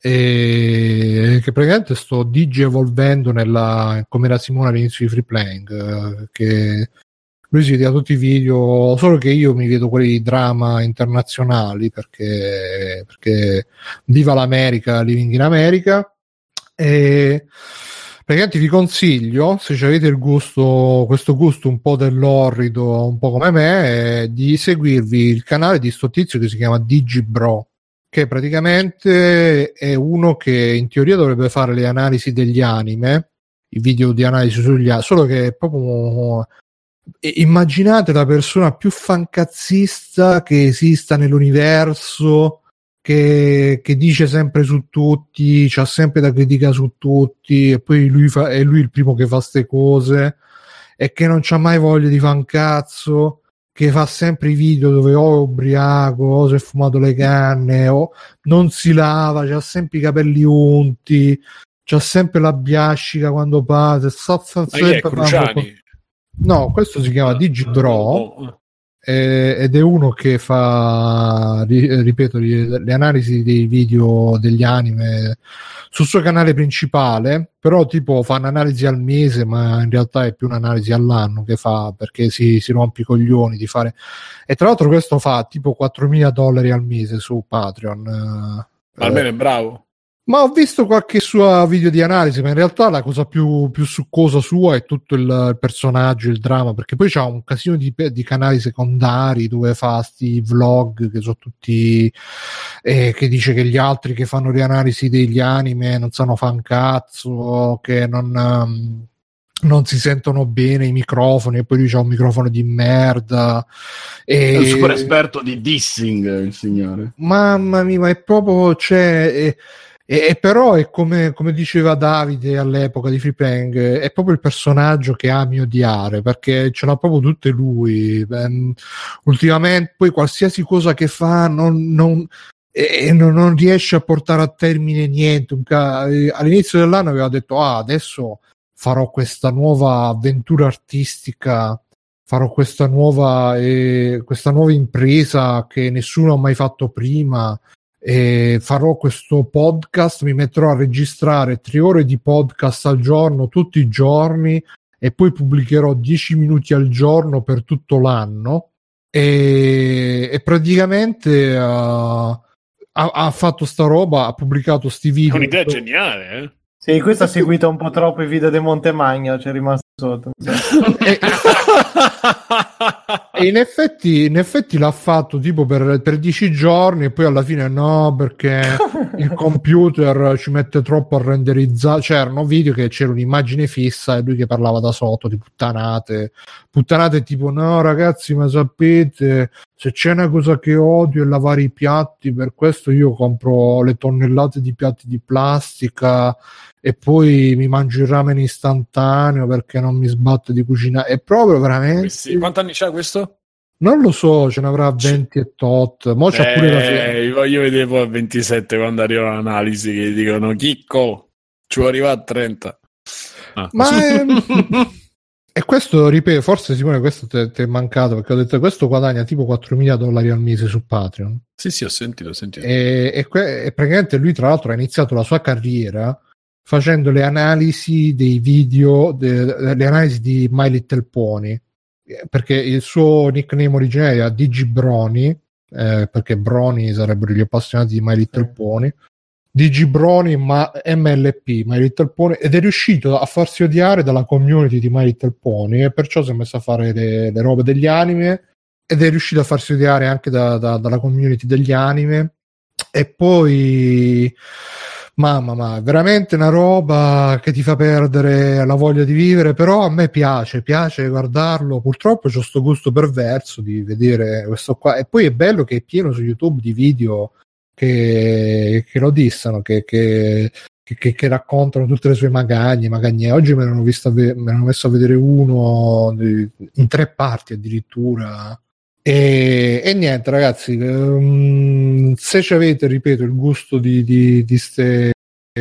e che praticamente sto digievolvendo come era Simone all'inizio di Free Playing, che lui si vede tutti i video, solo che io mi vedo quelli drama internazionali perché viva l'America, living in America. E praticamente vi consiglio, se avete questo gusto un po' dell'orrido, un po' come me, di seguirvi il canale di sto tizio che si chiama DigiBro, che praticamente è uno che in teoria dovrebbe fare le analisi degli anime, i video di analisi sugli anime, solo che è proprio... immaginate la persona più fancazzista che esista nell'universo, che dice sempre su tutti, c'ha sempre da critica su tutti, e poi è lui il primo che fa ste cose, e che non c'ha mai voglia di fare un cazzo, che fa sempre i video dove o è ubriaco, o si è fumato le canne, o non si lava, c'ha sempre i capelli unti, c'ha sempre la biascica quando passa, Cruciani. No, questo si chiama DigiBro, ed è uno che fa, ripeto, le analisi dei video degli anime sul suo canale principale, però tipo fa un'analisi al mese, ma in realtà è più un'analisi all'anno che fa, perché si rompe i coglioni di fare. E tra l'altro questo fa tipo $4.000 al mese su Patreon. Almeno è bravo. Ma ho visto qualche sua video di analisi, ma in realtà la cosa più succosa sua è tutto il personaggio, il dramma, perché poi c'ha un casino di canali secondari dove fa sti vlog che sono tutti che dice che gli altri che fanno le analisi degli anime non sanno fare un cazzo, che non si sentono bene i microfoni, e poi lui c'ha un microfono di merda. È un super esperto di dissing, il signore. Mamma mia, ma è proprio... E però è come diceva Davide all'epoca di Free Playing, è proprio il personaggio che ami odiare, perché ce l'ha proprio tutte lui. Ultimamente poi qualsiasi cosa che fa non riesce a portare a termine niente. All'inizio dell'anno aveva detto adesso farò questa nuova avventura artistica, farò questa nuova impresa che nessuno ha mai fatto prima, e farò questo podcast, mi metterò a registrare 3 ore di podcast al giorno tutti i giorni, e poi pubblicherò 10 minuti al giorno per tutto l'anno, e praticamente ha fatto sta roba, ha pubblicato sti video. È un'idea geniale, eh? Sì, questo ha seguito un po' troppo i video di Montemagno, c'è rimasto sotto. E in effetti l'ha fatto tipo per 10 giorni, e poi alla fine no, perché il computer ci mette troppo a renderizzare. C'erano video che c'era un'immagine fissa e lui che parlava da sotto di puttanate tipo no ragazzi, ma sapete, se c'è una cosa che odio è lavare i piatti, per questo io compro le tonnellate di piatti di plastica e poi mi mangio il ramen istantaneo perché non mi sbatte di cucinare. È proprio veramente... Sì. Quanti anni c'ha questo? Non lo so, ce n'avrà 20 e tot. Mo c'ha pure la fine. Voglio vedere poi a 27 quando arriva l'analisi che dicono Chicco, ci arriva a 30. Ma e questo, ripeto, forse Simone questo ti è mancato, perché ho detto questo guadagna tipo $4.000 al mese su Patreon. Sì, ho sentito. E praticamente lui tra l'altro ha iniziato la sua carriera facendo le analisi dei video, le analisi di My Little Pony, perché il suo nickname originale era DigiBrony, perché Brony sarebbero gli appassionati di My Little Pony. DigiBrony, ma MLP, My Little Pony, ed è riuscito a farsi odiare dalla community di My Little Pony, e perciò si è messo a fare le robe degli anime, ed è riuscito a farsi odiare anche dalla community degli anime. E poi mamma, veramente una roba che ti fa perdere la voglia di vivere, però a me piace guardarlo. Purtroppo c'ho sto gusto perverso di vedere questo qua, e poi è bello che è pieno su YouTube di video che lo dissano, che che raccontano tutte le sue magagne. Oggi me ne hanno messo a vedere uno in 3 parti addirittura. E niente, ragazzi, se ci avete, ripeto, il gusto di ste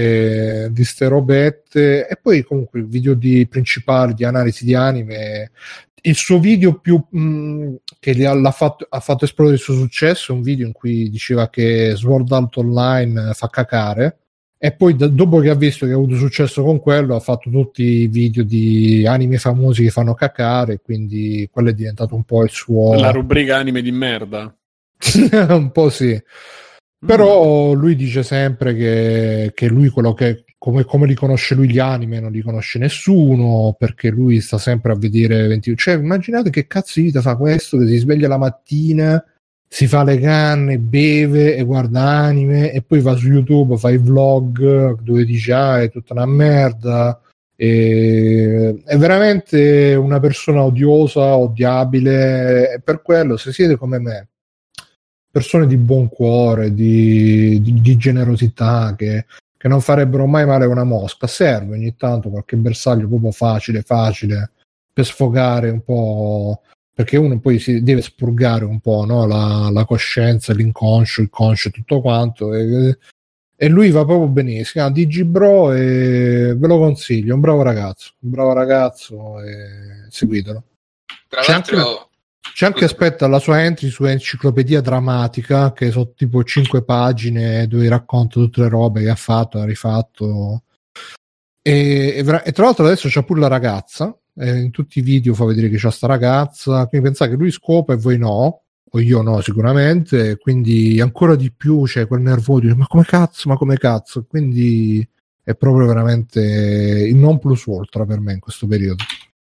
robette, e poi comunque il video principale di analisi di anime, il suo video più che ha fatto esplodere il suo successo è un video in cui diceva che Sword Art Online fa cacare, e poi dopo che ha visto che ha avuto successo con quello ha fatto tutti i video di anime famosi che fanno cacare, quindi quello è diventato un po' il suo... La rubrica anime di merda. Un po' sì. Però lui dice sempre che lui quello che come li conosce lui gli anime non li conosce nessuno, perché lui sta sempre a vedere cioè immaginate che cazzo di vita fa questo, che si sveglia la mattina, si fa le canne, beve e guarda anime e poi va su YouTube, fa i vlog dove dice è tutta una merda, è veramente una persona odiosa, odiabile, e per quello se siete come me, persone di buon cuore, di generosità, che non farebbero mai male a una mosca, serve ogni tanto qualche bersaglio proprio facile per sfogare un po', perché uno poi si deve spurgare un po', no? La coscienza, l'inconscio, il conscio, tutto quanto, e lui va proprio benissimo. Si chiama Digibro e ve lo consiglio, un bravo ragazzo, e seguitelo. Tra l'altro c'è anche, aspetta, la sua entry su Enciclopedia Drammatica, che sono tipo 5 pagine dove racconta tutte le robe che ha fatto, ha rifatto, e tra l'altro adesso c'ha pure la ragazza, in tutti i video fa vedere che c'ha sta ragazza, quindi pensate che lui scopa e voi no, o io no sicuramente, quindi ancora di più c'è quel nervo di ma come cazzo, quindi è proprio veramente il non plus ultra per me in questo periodo.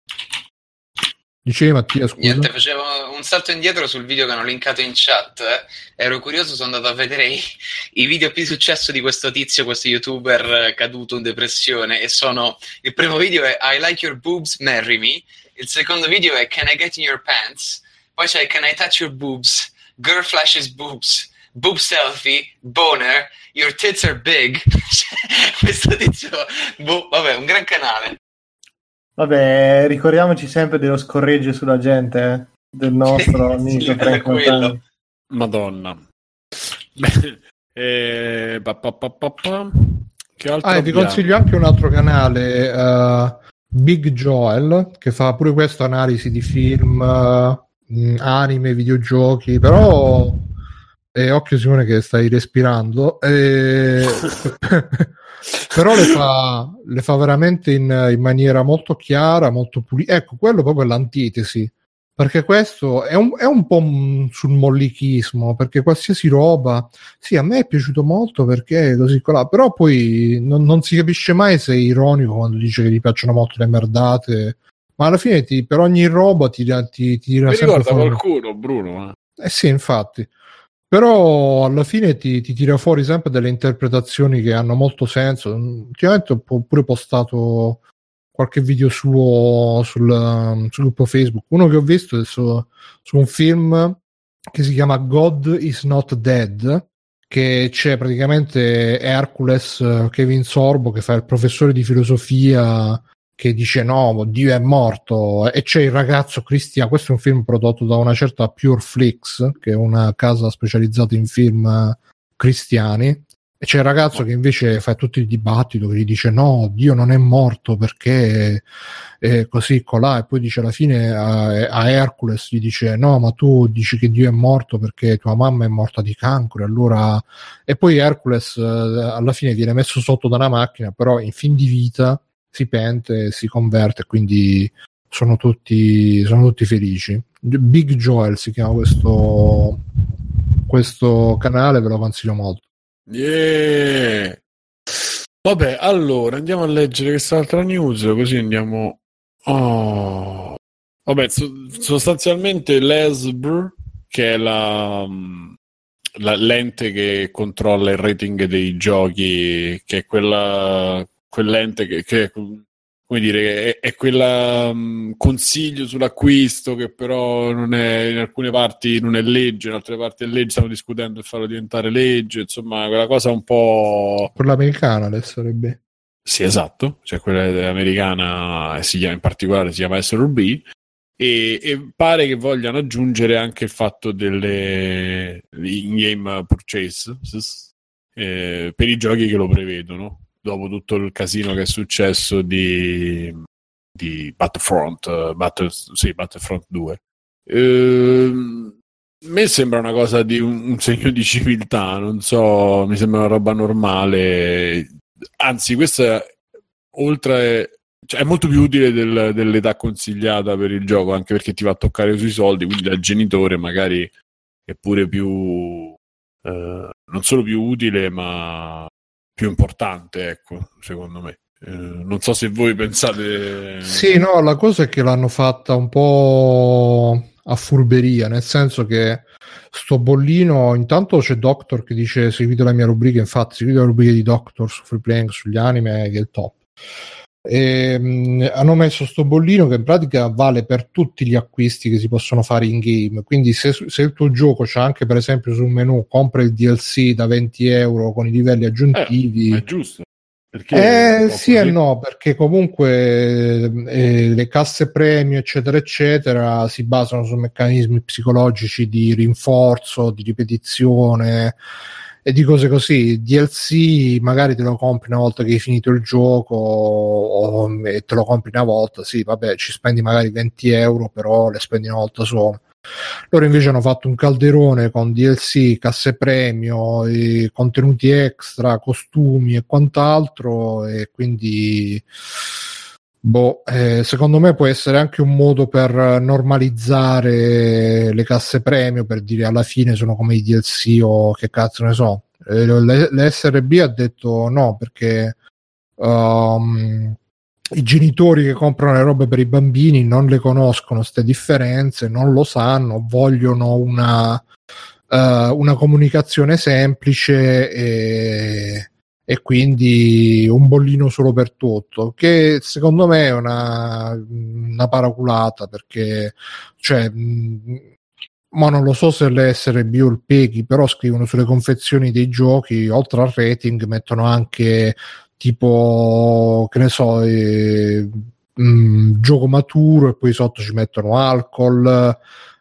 Dicevi Mattia, scusa? Niente, facevo un salto indietro sul video che hanno linkato in chat. Ero curioso, sono andato a vedere i video più di successo di questo tizio, questo youtuber caduto in depressione, e sono: il primo video è I like your boobs, marry me. Il secondo video è Can I get in your pants? Poi c'è Can I touch your boobs? Girl flashes boobs. Boob selfie, boner, your tits are big. Questo tizio, vabbè, un gran canale. Vabbè, ricordiamoci sempre dello scorregge sulla gente, del nostro amico sì, quello. Madonna. Che altro vi consiglio anche un altro canale, Big Joel, che fa pure questo analisi di film, anime, videogiochi, però occhio Simone che stai respirando, però le fa veramente in maniera molto chiara, molto pulita. Ecco, quello proprio è l'antitesi, perché questo è un po' sul mollichismo, perché qualsiasi roba, sì, a me è piaciuto molto perché così colà, però poi non si capisce mai se è ironico quando dice che gli piacciono molto le merdate, ma alla fine per ogni roba ti dirà mi sempre ricorda qualcuno, Bruno. sì, infatti. Però alla fine ti tira fuori sempre delle interpretazioni che hanno molto senso. Ultimamente ho pure postato qualche video suo sul gruppo Facebook, uno che ho visto è su un film che si chiama God is Not Dead, che c'è praticamente Hercules, Kevin Sorbo, che fa il professore di filosofia, che dice no, Dio è morto, e c'è il ragazzo cristiano. Questo è un film prodotto da una certa Pure Flix, che è una casa specializzata in film cristiani, e c'è il ragazzo che invece fa tutto il dibattito, che gli dice no, Dio non è morto perché è così colà, e poi dice alla fine a Hercules gli dice no, ma tu dici che Dio è morto perché tua mamma è morta di cancro, allora... E poi Hercules alla fine viene messo sotto da una macchina, però in fin di vita si pente, si converte, quindi sono tutti felici. Big Joel si chiama questo canale, ve lo consiglio molto. Yeah. Vabbè, allora andiamo a leggere quest'altra news, così andiamo. Vabbè, sostanzialmente l'ESBR, che è l'ente che controlla il rating dei giochi, che è quell'ente che come dire, è quel consiglio sull'acquisto che però non è, in alcune parti non è legge, in altre parti è legge, stiamo discutendo di farlo diventare legge, insomma, quella cosa un po'... Quella americana l'SRB. Sì, esatto, cioè quella americana si chiama, in particolare si chiama SRB, e pare che vogliano aggiungere anche il fatto delle in-game purchase per i giochi che lo prevedono, dopo tutto il casino che è successo di Battlefront 2. A me sembra una cosa di un segno di civiltà, non so, mi sembra una roba normale. Anzi, questa oltre, cioè, è molto più utile dell'età consigliata per il gioco, anche perché ti va a toccare sui soldi, quindi da genitore magari è pure più non solo più utile, ma più importante, ecco, secondo me. Non so se voi pensate... Sì, no, la cosa è che l'hanno fatta un po' a furberia, nel senso che sto bollino, intanto c'è Doctor che dice seguite la mia rubrica, infatti seguite la rubrica di Doctor su Free Playing, sugli anime, che è il top. Hanno messo sto bollino che in pratica vale per tutti gli acquisti che si possono fare in game, quindi se il tuo gioco c'ha anche per esempio sul menu compra il DLC da 20 euro con i livelli aggiuntivi, è giusto. Perché sì e no, perché comunque le casse premio eccetera eccetera si basano su meccanismi psicologici di rinforzo, di ripetizione e di cose così. DLC magari te lo compri una volta che hai finito il gioco e te lo compri una volta, sì vabbè, ci spendi magari 20 euro, però le spendi una volta sola. Loro invece hanno fatto un calderone con DLC, casse premio, contenuti extra, costumi e quant'altro, e quindi secondo me può essere anche un modo per normalizzare le casse premio, per dire alla fine sono come i DLC o che cazzo ne so. L'SRB ha detto no, perché i genitori che comprano le robe per i bambini non le conoscono ste differenze, non lo sanno, vogliono una comunicazione semplice e quindi un bollino solo per tutto, che secondo me è una paraculata, perché cioè ma non lo so se l'SRB o il PEGI, però scrivono sulle confezioni dei giochi, oltre al rating mettono anche tipo, che ne so, gioco maturo, e poi sotto ci mettono alcol,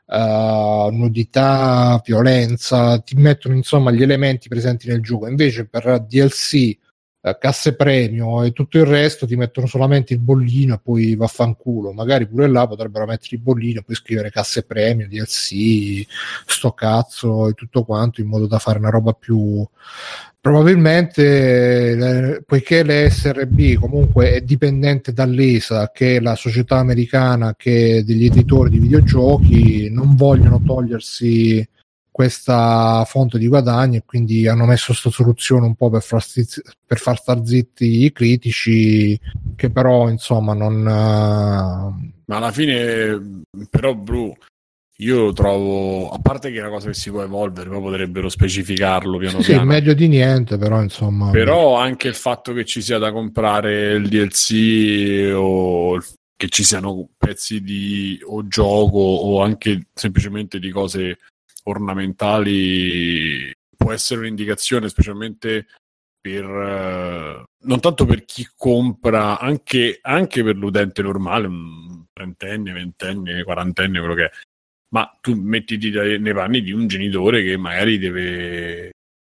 nudità, violenza, ti mettono insomma gli elementi presenti nel gioco. Invece per DLC, casse premio e tutto il resto ti mettono solamente il bollino e poi vaffanculo. Magari pure là potrebbero mettere il bollino e poi scrivere casse premio, DLC, sto cazzo e tutto quanto, in modo da fare una roba più... Probabilmente, poiché l'SRB comunque è dipendente dall'ESA, che è la società americana che degli editori di videogiochi, non vogliono togliersi questa fonte di guadagno, e quindi hanno messo questa soluzione un po' per far star zitti i critici, che però insomma non... Ma alla fine però io trovo, a parte che è una cosa che si può evolvere, poi potrebbero specificarlo piano piano. Sì, meglio di niente, però insomma. Però anche il fatto che ci sia da comprare il DLC o che ci siano pezzi di o gioco o anche semplicemente di cose ornamentali può essere un'indicazione, specialmente per non tanto per chi compra, anche per l'utente normale, un trentenne, ventenne, quarantenne, quello che è. Ma tu mettiti nei panni di un genitore che magari deve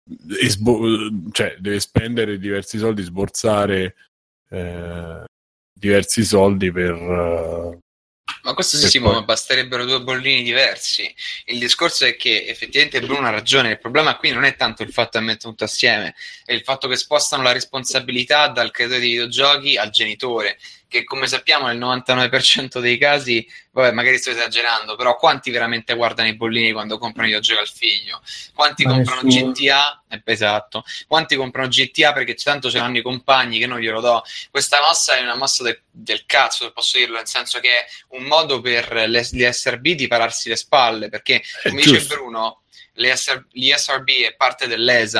spendere diversi soldi, sborsare diversi soldi per... Ma questo sì, ma basterebbero due bollini diversi. Il discorso è che effettivamente Bruno ha ragione, il problema qui non è tanto il fatto che mettono tutto assieme, è il fatto che spostano la responsabilità dal creatore di videogiochi al genitore, che come sappiamo nel 99% dei casi, vabbè, magari sto esagerando, però quanti veramente guardano i bollini quando comprano i videogiochi al figlio? Quanti comprano GTA? Esatto. Quanti comprano GTA perché tanto ce l'hanno i compagni che non glielo do? Questa mossa è una mossa del cazzo, se posso dirlo, nel senso che è un modo per gli SRB di pararsi le spalle, perché come dice Bruno, l'ESRB è parte dell'ESA.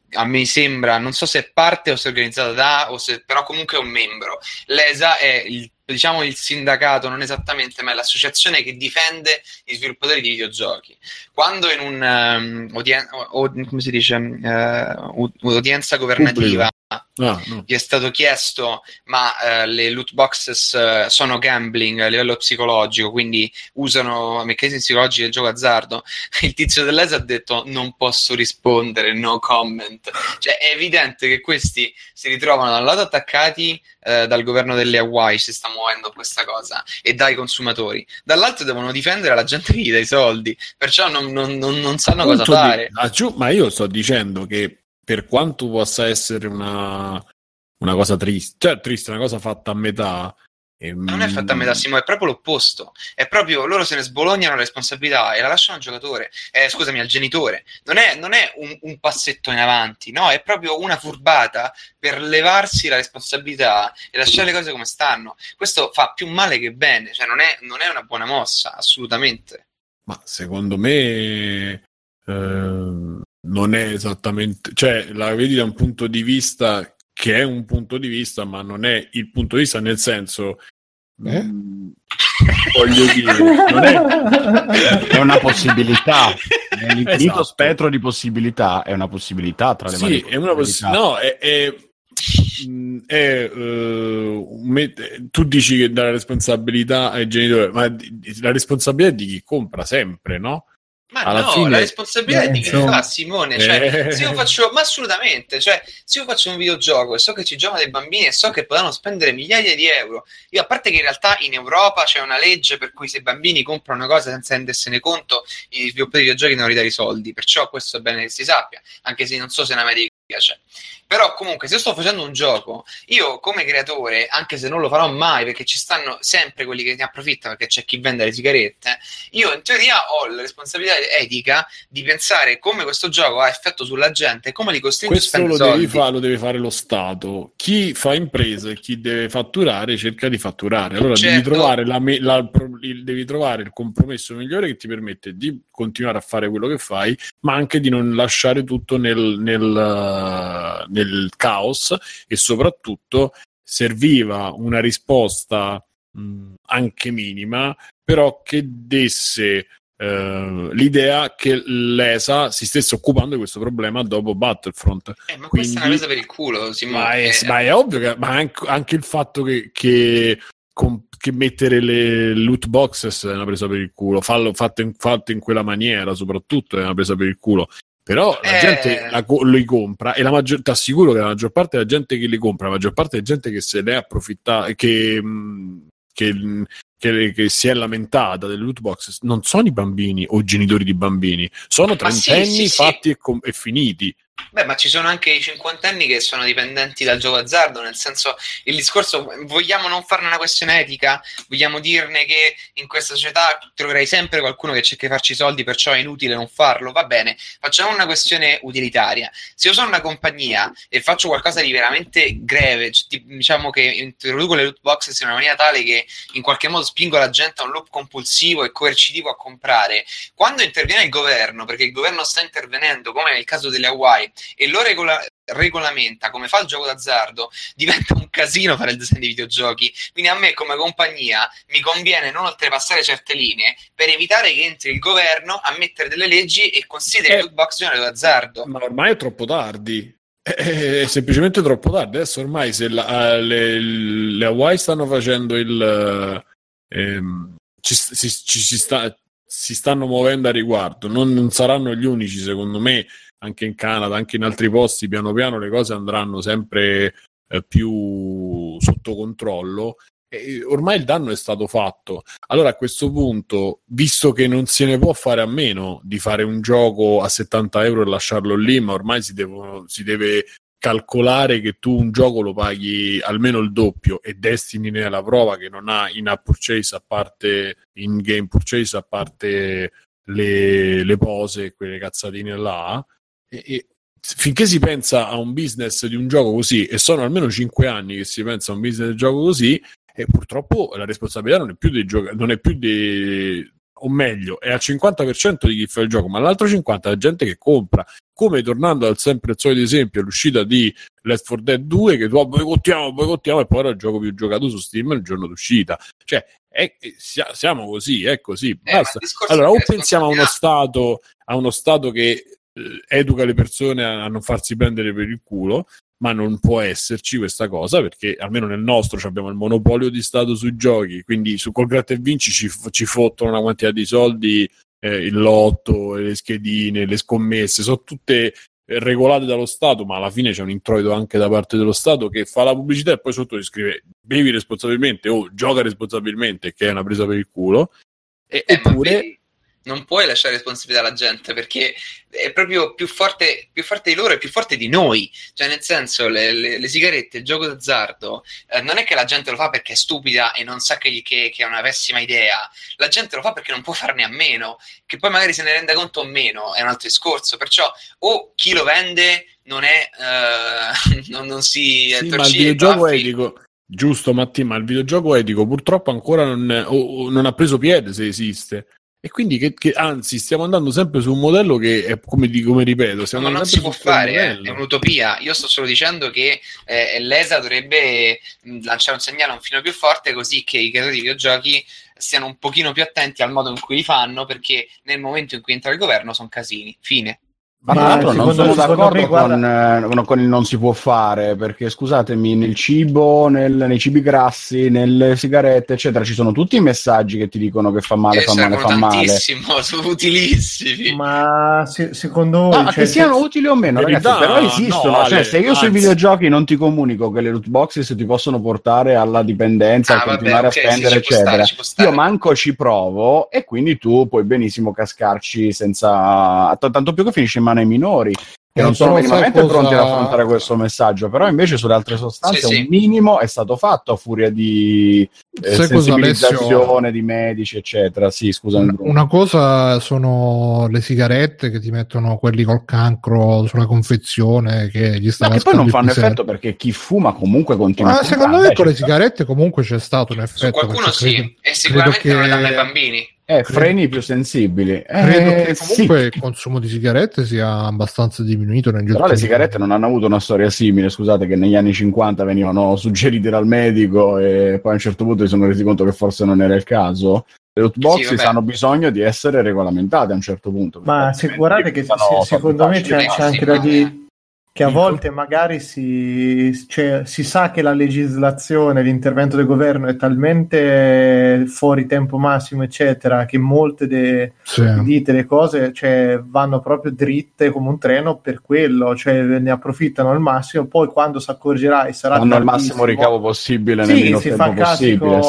a me sembra, non so se è parte o se è organizzata da, o se, però comunque è un membro. L'ESA è il sindacato, non esattamente, ma è l'associazione che difende gli sviluppatori di videogiochi. Quando in come si dice, udienza governativa gli è stato chiesto ma le loot boxes sono gambling a livello psicologico, quindi usano meccanismi psicologici del gioco azzardo, il tizio dell'ESA ha detto non posso rispondere, no comment. Cioè è evidente che questi si ritrovano da un lato attaccati dal governo delle Hawaii, si sta muovendo questa cosa, e dai consumatori, dall'altro devono difendere la gente che gli dà i soldi, perciò non sanno cosa fare. Ma io sto dicendo che per quanto possa essere una cosa triste, cioè triste, una cosa fatta a metà, non è fatta a metà, Simo, è proprio l'opposto. È proprio loro se ne sbolognano la responsabilità e la lasciano al giocatore, al genitore. Non è un passetto in avanti, no, è proprio una furbata per levarsi la responsabilità e lasciare le cose come stanno. Questo fa più male che bene, cioè non è una buona mossa, assolutamente. Ma secondo me non è esattamente, cioè la vedi da un punto di vista che è un punto di vista, ma non è il punto di vista, nel senso voglio dire, non è una possibilità, è l'infinito spettro di possibilità, è una possibilità tra le varie possibilità. No, tu dici che dà la responsabilità ai genitori, ma la responsabilità è di chi compra sempre, no? Ma alla fine la responsabilità è di chi fa, Simone, cioè se io faccio, ma assolutamente, cioè se io faccio un videogioco e so che ci giocano dei bambini e so che potranno spendere migliaia di euro, io, a parte che in realtà in Europa c'è una legge per cui se i bambini comprano una cosa senza rendersene conto, i sviluppatori di videogiochi devono ridare i soldi, perciò questo è bene che si sappia, anche se non so se in America c'è. Però comunque se io sto facendo un gioco, io come creatore, anche se non lo farò mai perché ci stanno sempre quelli che ne approfittano, perché c'è chi vende le sigarette, io in teoria ho la responsabilità etica di pensare come questo gioco ha effetto sulla gente e come li costringe a spendere soldi. Lo deve fare lo Stato. Chi fa imprese, chi deve fatturare, cerca di fatturare. Allora devi trovare devi trovare il compromesso migliore che ti permette di continuare a fare quello che fai, ma anche di non lasciare tutto nel caos, e soprattutto serviva una risposta anche minima, però che desse l'idea che l'ESA si stesse occupando di questo problema dopo Battlefront. Ma questa è una presa per il culo, Simone. Ma è ovvio che anche il fatto che mettere le loot boxes è una presa per il culo, fatto in quella maniera soprattutto è una presa per il culo. Però la gente li compra, e ti assicuro che la maggior parte della gente che li compra, la maggior parte della gente che se ne è approfittata, che si è lamentata delle loot boxes, non sono i bambini o i genitori di bambini, sono trentenni fatti e finiti. Beh, ma ci sono anche i cinquantenni che sono dipendenti dal gioco azzardo, nel senso, il discorso, vogliamo non farne una questione etica, vogliamo dirne che in questa società troverai sempre qualcuno che cerca di farci soldi, perciò è inutile non farlo, va bene, facciamo una questione utilitaria. Se io sono una compagnia e faccio qualcosa di veramente greve, diciamo che introduco le loot boxes in una maniera tale che in qualche modo spingo la gente a un loop compulsivo e coercitivo a comprare, quando interviene il governo, perché il governo sta intervenendo, come nel caso delle Hawaii, e lo regolamenta come fa il gioco d'azzardo, diventa un casino fare il design di videogiochi. Quindi a me come compagnia mi conviene non oltrepassare certe linee per evitare che entri il governo a mettere delle leggi e consideri il loot box un gioco d'azzardo. Ma ormai è troppo tardi. È semplicemente troppo tardi. Adesso ormai se le Hawaii stanno facendo si stanno muovendo a riguardo, non saranno gli unici, secondo me. Anche in Canada, anche in altri posti, piano piano le cose andranno sempre più sotto controllo, e ormai il danno è stato fatto. Allora a questo punto, visto che non se ne può fare a meno di fare un gioco a 70 euro e lasciarlo lì, ma ormai si deve calcolare che tu un gioco lo paghi almeno il doppio, e Destiny ne è la prova, che non ha in-app purchase a parte in-game purchase, a parte le pose, quelle cazzatine là. E finché si pensa a un business di un gioco così, e sono almeno 5 anni che si pensa a un business di un gioco così, e purtroppo la responsabilità non è più o meglio, è al 50% di chi fa il gioco, ma l'altro 50% è la gente che compra. Come, tornando al sempre il solito esempio, l'uscita di Left 4 Dead 2, che tu boicottiamo, e poi era il gioco più giocato su Steam il giorno d'uscita. Cioè, siamo così, è così. Basta. Allora, o pensiamo a uno Stato che educa le persone a non farsi prendere per il culo, ma non può esserci questa cosa, perché almeno nel nostro abbiamo il monopolio di Stato sui giochi, quindi col gratta e vinci ci fottono una quantità di soldi, il lotto, le schedine, le scommesse, sono tutte regolate dallo Stato, ma alla fine c'è un introito anche da parte dello Stato che fa la pubblicità e poi sotto ti scrive bevi responsabilmente o gioca responsabilmente, che è una presa per il culo. Eppure non puoi lasciare responsabilità alla gente, perché è proprio più forte di loro e più forte di noi. Cioè, nel senso, le sigarette, il gioco d'azzardo, non è che la gente lo fa perché è stupida e non sa che è una pessima idea. La gente lo fa perché non può farne a meno, che poi magari se ne rende conto o meno è un altro discorso. Perciò o chi lo vende non è non si sì, ma il videogioco etico, giusto Matti, ma il videogioco etico purtroppo ancora non ha preso piede, se esiste. E quindi che anzi stiamo andando sempre su un modello che è come ripeto, ma non si può fare, è un'utopia. Io sto solo dicendo che l'ESA dovrebbe lanciare un segnale un filo più forte, così che i creatori di videogiochi stiano un pochino più attenti al modo in cui li fanno, perché nel momento in cui entra il governo sono casini, fine. Ma tra l'altro non sono d'accordo con il non si può fare, perché scusatemi, nel cibo, nei cibi grassi, nelle sigarette, eccetera, ci sono tutti i messaggi che ti dicono che fa male, fa male, fa male. Tantissimo, sono utilissimi. Ma secondo voi... No, che siano utili o meno, ragazzi, però esistono. Cioè, se io sui videogiochi non ti comunico che le loot boxes ti possono portare alla dipendenza, a continuare a spendere, eccetera, io manco ci provo, e quindi tu puoi benissimo cascarci senza... Tanto più che finisce in mano ai minori, che non sono minimamente pronti ad affrontare questo messaggio, però invece sulle altre sostanze un minimo è stato fatto a furia di sensibilizzazione di medici, eccetera. Sì, scusami. Una cosa sono le sigarette che ti mettono quelli col cancro sulla confezione, che gli stanno, che poi non fanno effetto perché chi fuma comunque continua. Ma secondo me con le sigarette comunque c'è stato un effetto. Su qualcuno sì, e sicuramente non le danno ai bambini. Freni più sensibili. Credo che comunque il consumo di sigarette sia abbastanza diminuito negli ultimi anni. Però le sigarette non hanno avuto una storia simile, scusate, che negli anni 50 venivano suggerite dal medico e poi a un certo punto si sono resi conto che forse non era il caso. Le loot boxes hanno bisogno di essere regolamentate a un certo punto. Ma guardate che secondo me c'è anche da dire che a volte magari si sa che la legislazione, l'intervento del governo è talmente fuori tempo massimo, eccetera, che molte delle cose vanno proprio dritte come un treno per quello, cioè ne approfittano al massimo, poi quando si accorgerà e sarà hanno il massimo ricavo possibile nel minor tempo possibile.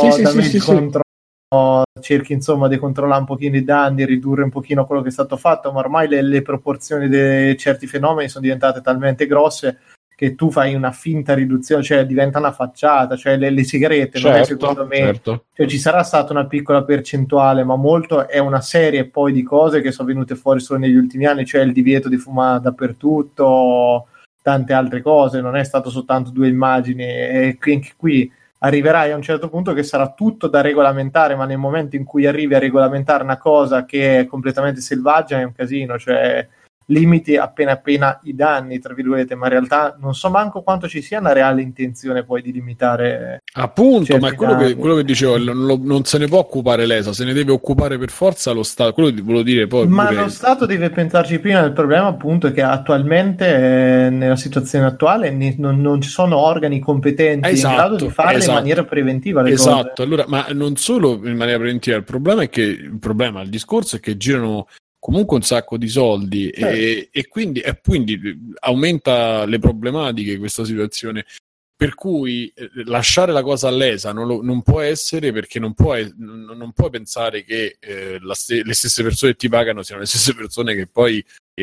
Cerchi insomma di controllare un pochino i danni, ridurre un pochino quello che è stato fatto, ma ormai le proporzioni di certi fenomeni sono diventate talmente grosse che tu fai una finta riduzione, cioè diventa una facciata, cioè le sigarette non è, secondo me cioè, ci sarà stata una piccola percentuale, ma molto è una serie poi di cose che sono venute fuori solo negli ultimi anni, cioè il divieto di fumare dappertutto, tante altre cose, non è stato soltanto 2 immagini, e anche qui arriverai a un certo punto che sarà tutto da regolamentare, ma nel momento in cui arrivi a regolamentare una cosa che è completamente selvaggia è un casino, cioè limiti appena i danni, tra virgolette, ma in realtà non so manco quanto ci sia una reale intenzione poi di limitare. Appunto, ma è quello che dicevo, non se ne può occupare l'ESA, se ne deve occupare per forza lo Stato, quello che volevo dire poi. Ma lo Stato deve pensarci prima. Il problema appunto è che attualmente nella situazione attuale non ci sono organi competenti in grado di farle in maniera preventiva le cose. Allora, ma non solo in maniera preventiva, il discorso è che girano comunque un sacco di soldi e quindi aumenta le problematiche questa situazione, per cui lasciare la cosa all'ESA non può essere, perché non puoi pensare che le stesse persone che ti pagano siano le stesse persone che poi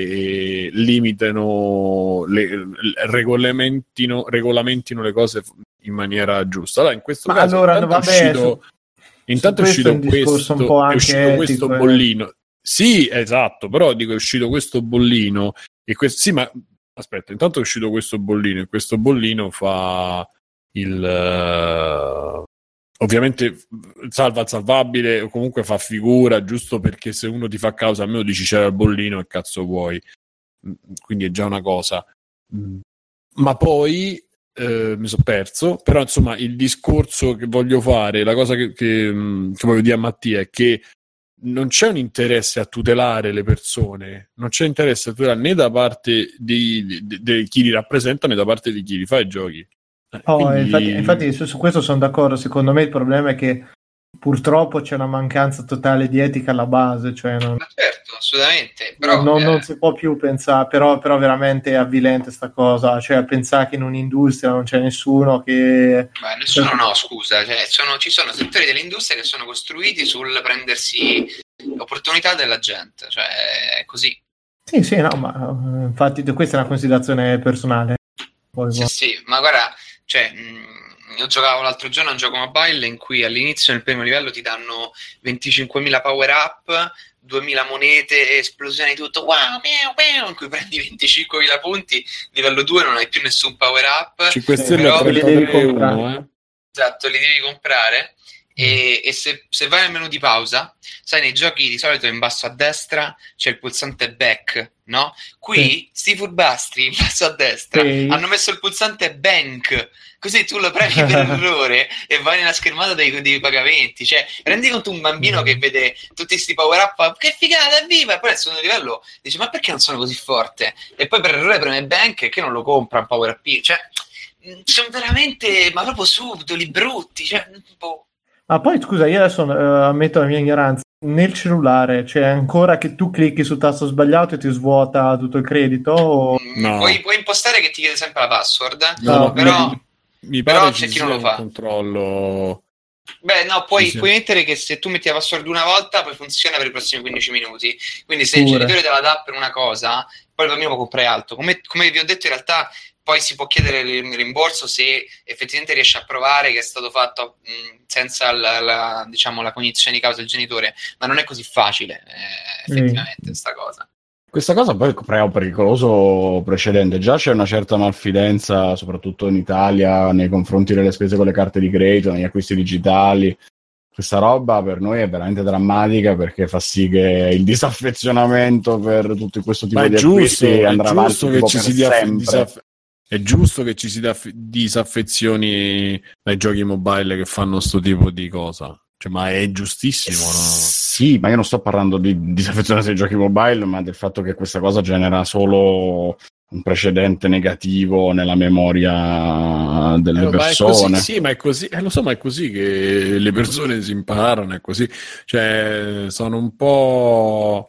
limitano, regolamentino le cose in maniera giusta. Allora in questo caso intanto è uscito questo bollino. Sì, esatto, però dico è uscito questo bollino sì, ma aspetta, intanto è uscito questo bollino e questo bollino fa ovviamente salva il salvabile o comunque fa figura, giusto perché se uno ti fa causa almeno dici c'era il bollino e cazzo vuoi, quindi è già una cosa. Ma poi mi sono perso, però insomma il discorso che voglio fare, la cosa che voglio dire a Mattia è che non c'è un interesse a tutelare le persone, non c'è interesse a tutelare né da parte di chi li rappresenta né da parte di chi li fa i giochi. Quindi... infatti su questo sono d'accordo. Secondo me il problema è che purtroppo c'è una mancanza totale di etica alla base, cioè Ma certo, assolutamente, però non si può più pensare, però veramente è avvilente sta cosa, cioè pensare che in un'industria non c'è nessuno che... Beh, nessuno no, scusa, cioè, ci sono settori dell'industria che sono costruiti sul prendersi l'opportunità della gente, cioè è così. Sì, no, ma infatti questa è una considerazione personale. Poi, Sì, ma guarda, cioè, io giocavo l'altro giorno a un gioco mobile in cui all'inizio nel primo livello ti danno 25.000 power up, 2.000 monete, esplosioni di tutto, wow, in cui prendi 25.000 punti, livello 2 non hai più nessun power up, 5 stelle però li devi comprare. Esatto, li devi comprare. E se vai al menu di pausa, sai, nei giochi di solito in basso a destra c'è il pulsante back, no? Qui sti furbastri in basso a destra hanno messo il pulsante bank, così tu lo premi per errore e vai nella schermata dei pagamenti. Cioè, rendi conto un bambino che vede tutti sti power up, che figata, evviva, e poi al secondo livello dice ma perché non sono così forte? E poi per errore preme bank e che non lo compra un power up, cioè sono veramente, ma proprio subdoli, brutti, cioè Ma poi scusa, io adesso ammetto la mia ignoranza. Nel cellulare c'è ancora che tu clicchi sul tasto sbagliato e ti svuota tutto il credito? O... No. Puoi impostare che ti chiede sempre la password, no, però mi pare però c'è chi non lo fa. Controllo. Beh, no, puoi mettere che se tu metti la password una volta poi funziona per i prossimi 15 minuti. Quindi se il genitore te la dà per una cosa, poi il bambino può comprare altro. Come vi ho detto, in realtà poi si può chiedere il rimborso se effettivamente riesce a provare che è stato fatto senza la cognizione di causa del genitore, ma non è così facile effettivamente sta cosa. Questa cosa poi crea un pericoloso precedente. Già c'è una certa malfidenza, soprattutto in Italia, nei confronti delle spese con le carte di credito, negli acquisti digitali. Questa roba per noi è veramente drammatica perché fa sì che il disaffezionamento per tutto questo tipo di acquisti andrà avanti tipo per sempre. È giusto che ci si disaffezioni dai giochi mobile che fanno sto tipo di cosa. Cioè, ma è giustissimo, no? Sì, ma io non sto parlando di disaffezionarsi ai giochi mobile, ma del fatto che questa cosa genera solo un precedente negativo nella memoria delle persone. Sì, ma è così, lo so, ma è così che le persone si imparano, è così. Cioè, sono un po'...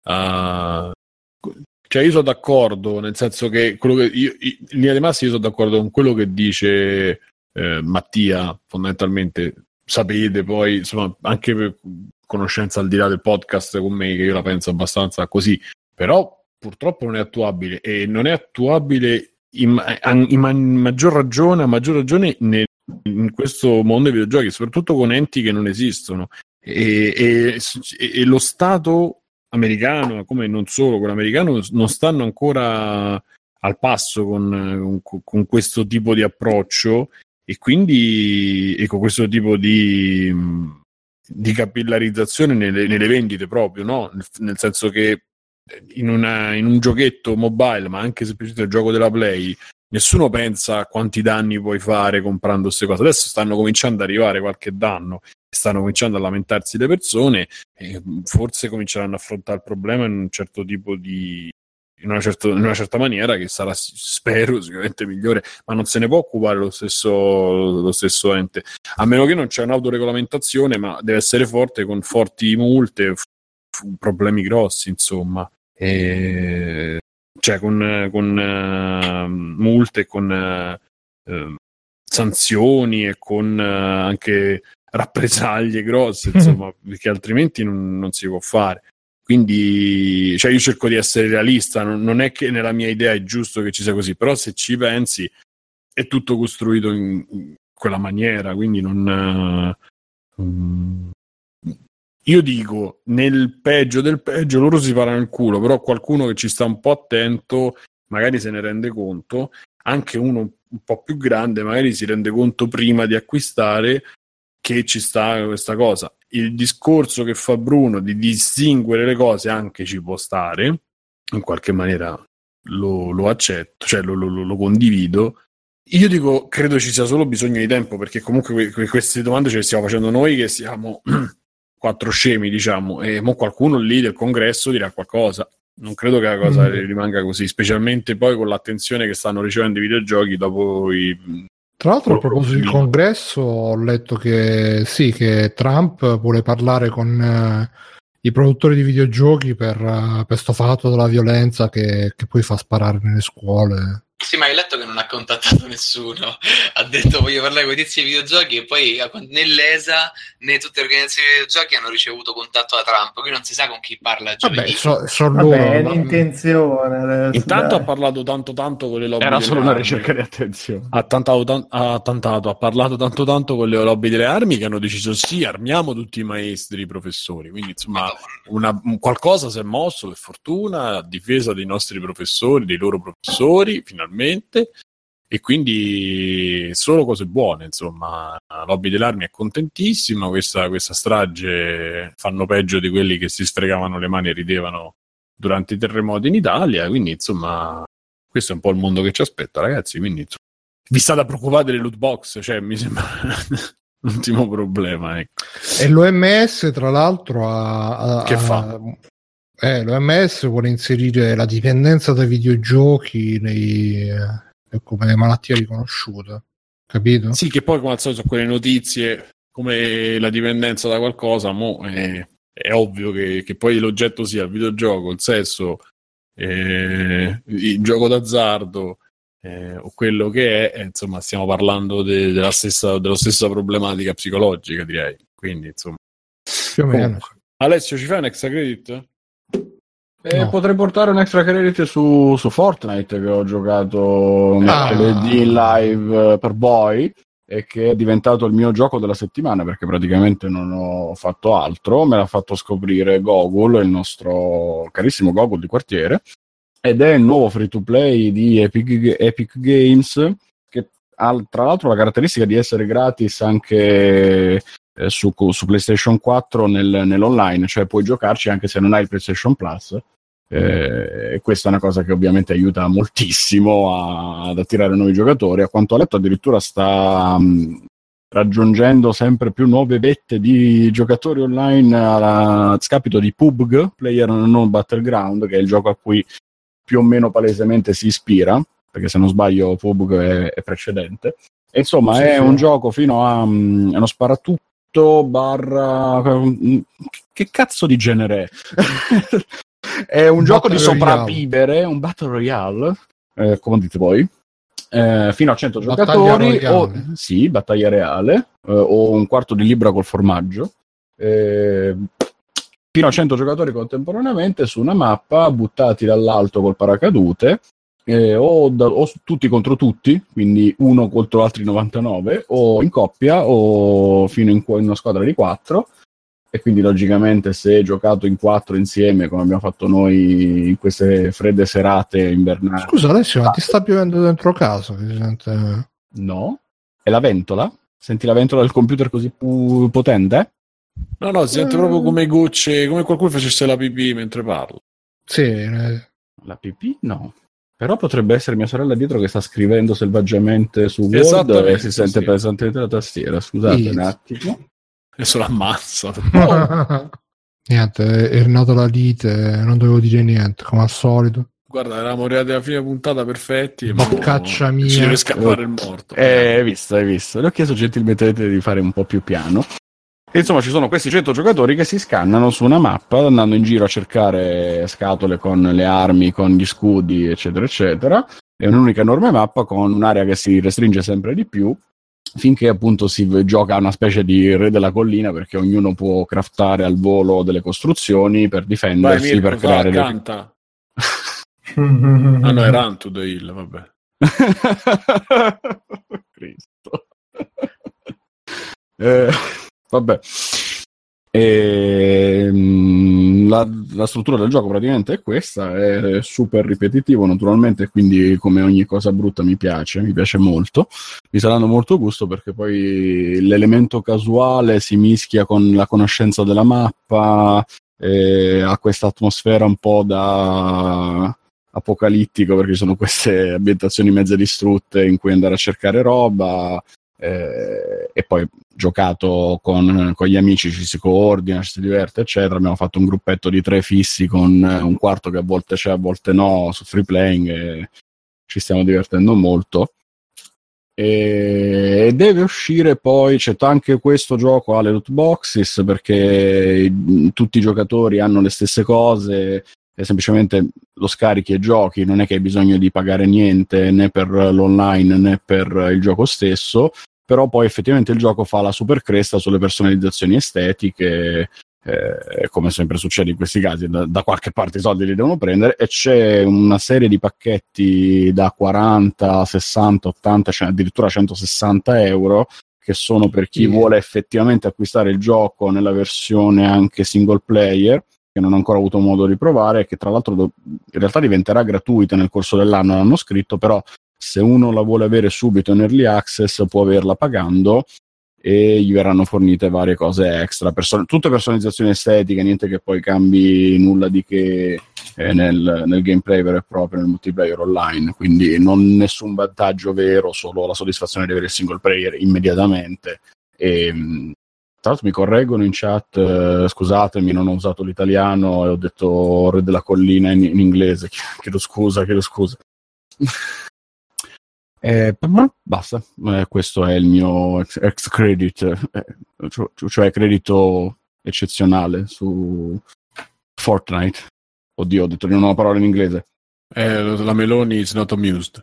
Cioè, io sono d'accordo, nel senso che quello che in linea di massima io sono d'accordo con quello che dice Mattia, fondamentalmente. Sapete poi, insomma, anche per conoscenza al di là del podcast con me, che io la penso abbastanza così, però purtroppo non è attuabile e non è attuabile a maggior ragione in questo mondo dei videogiochi, soprattutto con enti che non esistono e lo Stato americano, come non solo quello americano, non stanno ancora al passo con questo tipo di approccio. E quindi con questo tipo di capillarizzazione nelle vendite proprio, no? Nel senso che in un giochetto mobile, ma anche semplicemente il gioco della Play, nessuno pensa a quanti danni puoi fare comprando queste cose. Adesso stanno cominciando ad arrivare qualche danno, stanno cominciando a lamentarsi le persone e forse cominceranno a affrontare il problema in un certo tipo di... in una certa maniera che sarà, spero, sicuramente migliore, ma non se ne può occupare lo stesso ente, a meno che non c'è un'autoregolamentazione, ma deve essere forte, con forti multe, problemi grossi, insomma, cioè con multe, con sanzioni e con anche rappresaglie grosse, insomma, perché altrimenti non si può fare. Quindi, cioè, io cerco di essere realista, non è che nella mia idea è giusto che ci sia così, però se ci pensi è tutto costruito in quella maniera, quindi non... io dico, nel peggio del peggio loro si parano il culo, però qualcuno che ci sta un po' attento magari se ne rende conto, anche uno un po' più grande magari si rende conto prima di acquistare che ci sta questa cosa. Il discorso che fa Bruno di distinguere le cose anche ci può stare, in qualche maniera lo accetto, cioè lo condivido. Io dico, credo ci sia solo bisogno di tempo, perché comunque queste domande ce le stiamo facendo noi che siamo 4 scemi, diciamo, e mo qualcuno lì del congresso dirà qualcosa. Non credo che la cosa rimanga così, specialmente poi con l'attenzione che stanno ricevendo i videogiochi dopo i... Tra l'altro, a proposito del congresso, ho letto che sì, che Trump vuole parlare con i produttori di videogiochi per sto fatto della violenza che poi fa sparare nelle scuole. Sì, ma hai letto che non ha contattato nessuno, ha detto voglio parlare con i tizi di videogiochi e poi né l'ESA né tutte le organizzazioni di videogiochi hanno ricevuto contatto da Trump, quindi non si sa con chi parla giovedì. Vabbè, loro, è l'intenzione adesso, intanto dai. ha parlato tanto con le lobby Era delle solo una armi. ricerca di attenzione. Ha parlato tanto con le lobby delle armi che hanno deciso sì, armiamo tutti i maestri, i professori, quindi insomma qualcosa si è mosso, per fortuna, a difesa dei nostri professori, dei loro professori, finalmente, e quindi solo cose buone, insomma. La lobby delle armi è contentissima, questa strage fanno peggio di quelli che si sfregavano le mani e ridevano durante i terremoti in Italia, quindi insomma questo è un po' il mondo che ci aspetta, ragazzi, quindi insomma, vi state preoccupate delle loot box, cioè mi sembra l'ultimo problema, ecco. E l'OMS tra l'altro che fa? L'OMS vuole inserire la dipendenza dai videogiochi come malattia riconosciuta, capito? Sì, che poi come al solito quelle notizie come la dipendenza da qualcosa, è ovvio che poi l'oggetto sia il videogioco, il sesso, il gioco d'azzardo, o quello che è, insomma stiamo parlando della stessa problematica psicologica, direi, quindi insomma più o meno. Alessio, ci fai un extra credit? No. Potrei portare un extra credit su Fortnite, che ho giocato mercoledì in live per voi e che è diventato il mio gioco della settimana, perché praticamente non ho fatto altro. Me l'ha fatto scoprire Gogol, il nostro carissimo Gogol di quartiere, ed è il nuovo free to play di Epic Games, che ha tra l'altro la caratteristica di essere gratis anche su PlayStation 4 nell'online, cioè puoi giocarci anche se non hai il PlayStation Plus. Questa è una cosa che ovviamente aiuta moltissimo ad attirare nuovi giocatori. A quanto ho letto addirittura sta raggiungendo sempre più nuove vette di giocatori online a scapito di PUBG, PlayerUnknown's Battleground, che è il gioco a cui più o meno palesemente si ispira, perché se non sbaglio PUBG è precedente. E insomma è un gioco fino a uno sparatutto barra... che cazzo di genere è? È un gioco di sopravvivere, un Battle Royale, come dite voi, fino a 100 giocatori, sì, battaglia reale, o un quarto di libra col formaggio, fino a 100 giocatori contemporaneamente su una mappa, buttati dall'alto col paracadute, o tutti contro tutti, quindi uno contro altri 99, o in coppia, o fino in una squadra di 4. E quindi logicamente se giocato in 4 insieme, come abbiamo fatto noi in queste fredde serate invernali. Scusa Alessio, ma ti sta piovendo dentro casa? Che si sente... No? È la ventola? Senti la ventola del computer così potente? No, si sente proprio come gocce, come qualcuno facesse la pipì mentre parlo. Sì. La pipì? No. Però potrebbe essere mia sorella dietro che sta scrivendo selvaggiamente su Word e si sente pesantemente la tastiera. Scusate un attimo. Adesso l'ammazza. Niente, è nata la lite, non dovevo dire niente, come al solito. Guarda, eravamo arrivati alla fine puntata perfetti. Caccia mia. Ci deve scappare il morto. Hai visto. Le ho chiesto gentilmente di fare un po' più piano. E insomma ci sono questi 100 giocatori che si scannano su una mappa andando in giro a cercare scatole con le armi, con gli scudi, eccetera, eccetera. È un'unica enorme mappa con un'area che si restringe sempre di più, finché appunto si gioca a una specie di re della collina, perché ognuno può craftare al volo delle costruzioni per difendersi. Vai, Mirko, per creare canta. No, era Unto the Hill, vabbè. Cristo. Vabbè. la struttura del gioco praticamente è questa, è super ripetitivo naturalmente, quindi come ogni cosa brutta mi piace molto, mi sta dando molto gusto perché poi l'elemento casuale si mischia con la conoscenza della mappa, ha questa atmosfera un po' da apocalittico perché ci sono queste ambientazioni mezze distrutte in cui andare a cercare roba, e poi giocato con gli amici, ci si coordina, ci si diverte eccetera. Abbiamo fatto un gruppetto di 3 fissi con un quarto che a volte c'è, a volte no, su free playing, e ci stiamo divertendo molto. E deve uscire poi, c'è anche questo gioco alle loot boxes perché tutti i giocatori hanno le stesse cose e semplicemente lo scarichi e giochi, non è che hai bisogno di pagare niente né per l'online né per il gioco stesso, però poi effettivamente il gioco fa la super cresta sulle personalizzazioni estetiche, come sempre succede in questi casi, da qualche parte i soldi li devono prendere, e c'è una serie di pacchetti da 40, 60, 80, cioè addirittura 160 euro, che sono per chi vuole effettivamente acquistare il gioco nella versione anche single player, che non ho ancora avuto modo di provare, e che tra l'altro in realtà diventerà gratuita nel corso dell'anno, l'hanno scritto, però se uno la vuole avere subito in early access può averla pagando e gli verranno fornite varie cose extra, tutte personalizzazioni estetiche, niente che poi cambi nulla di che nel gameplay vero e proprio, nel multiplayer online, quindi non nessun vantaggio vero, solo la soddisfazione di avere il single player immediatamente. E tra l'altro mi correggono in chat, scusatemi, non ho usato l'italiano e ho detto Re della Collina in inglese, chiedo scusa. Basta, questo è il mio ex credit, cioè credito eccezionale su Fortnite. Oddio, ho detto di una nuova parola in inglese. La Meloni is not amused.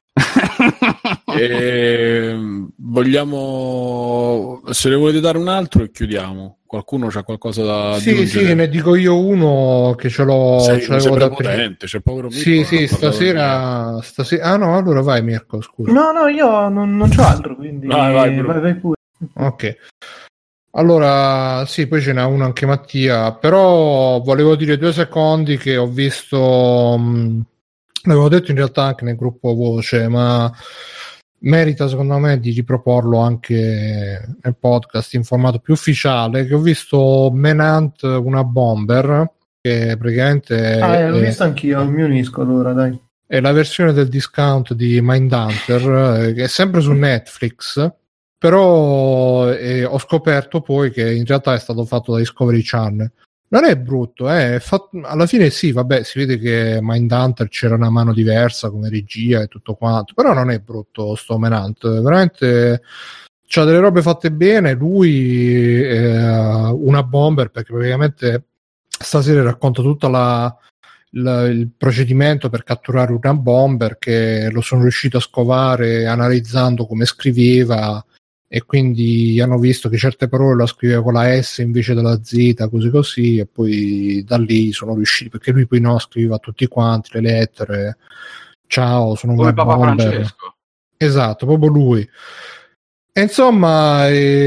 Vogliamo, se ne volete dare un altro e chiudiamo. Qualcuno c'ha qualcosa da aggiungere? Sì, ne dico io uno che ce l'ho. Sei potente, c'è povero Mirko. Sì, stasera. Ah no, allora vai Mirko, scusa. No, io non c'ho altro, quindi vai pure. Ok. Allora, sì, poi ce n'ha uno anche Mattia, però volevo dire 2 secondi che ho visto, l'avevo detto in realtà anche nel gruppo voce, ma merita secondo me di riproporlo anche nel podcast in formato più ufficiale, che ho visto Manhunt una Bomber, che praticamente l'ho visto anch'io, mi unisco allora, dai. È la versione del discount di Mindhunter, che è sempre su Netflix, però ho scoperto poi che in realtà è stato fatto da Discovery Channel. Non è brutto, alla fine sì, vabbè, si vede che Mindhunter c'era una mano diversa come regia e tutto quanto, però non è brutto sto Manhunt, veramente c'ha delle robe fatte bene. Lui una Bomber, perché praticamente stasera racconta tutta il procedimento per catturare una Bomber, che lo sono riuscito a scovare analizzando come scriveva, e quindi hanno visto che certe parole la scriveva con la S invece della Z, così, e poi da lì sono riusciti, perché lui poi scriveva tutti quanti le lettere, ciao, sono come una Papa Bomber. Francesco. Esatto, proprio lui. E insomma,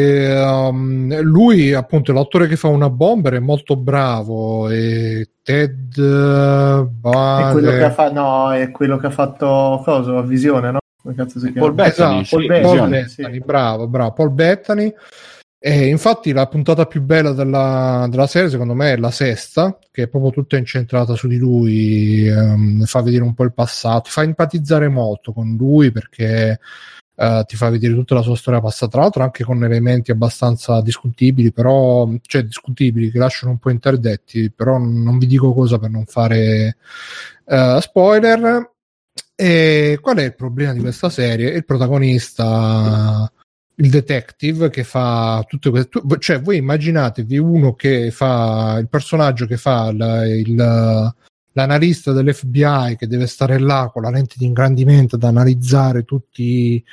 lui appunto l'attore che fa una Bomber è molto bravo, e Ted è quello che ha fatto cosa? Visione, no? Come cazzo si chiama? Paul Bettany, esatto, Paul Bettany, bravo, Paul Bettany. E infatti la puntata più bella della serie secondo me è la sesta, che è proprio tutta incentrata su di lui, fa vedere un po' il passato, fa empatizzare molto con lui, perché ti fa vedere tutta la sua storia passata, tra l'altro anche con elementi abbastanza discutibili, però discutibili, che lasciano un po' interdetti, però non vi dico cosa per non fare spoiler. E qual è il problema di questa serie? Il protagonista, il detective, che fa tutte queste, cioè voi immaginatevi uno che fa il personaggio che fa l'analista dell'FBI, che deve stare là con la lente di ingrandimento ad analizzare tutti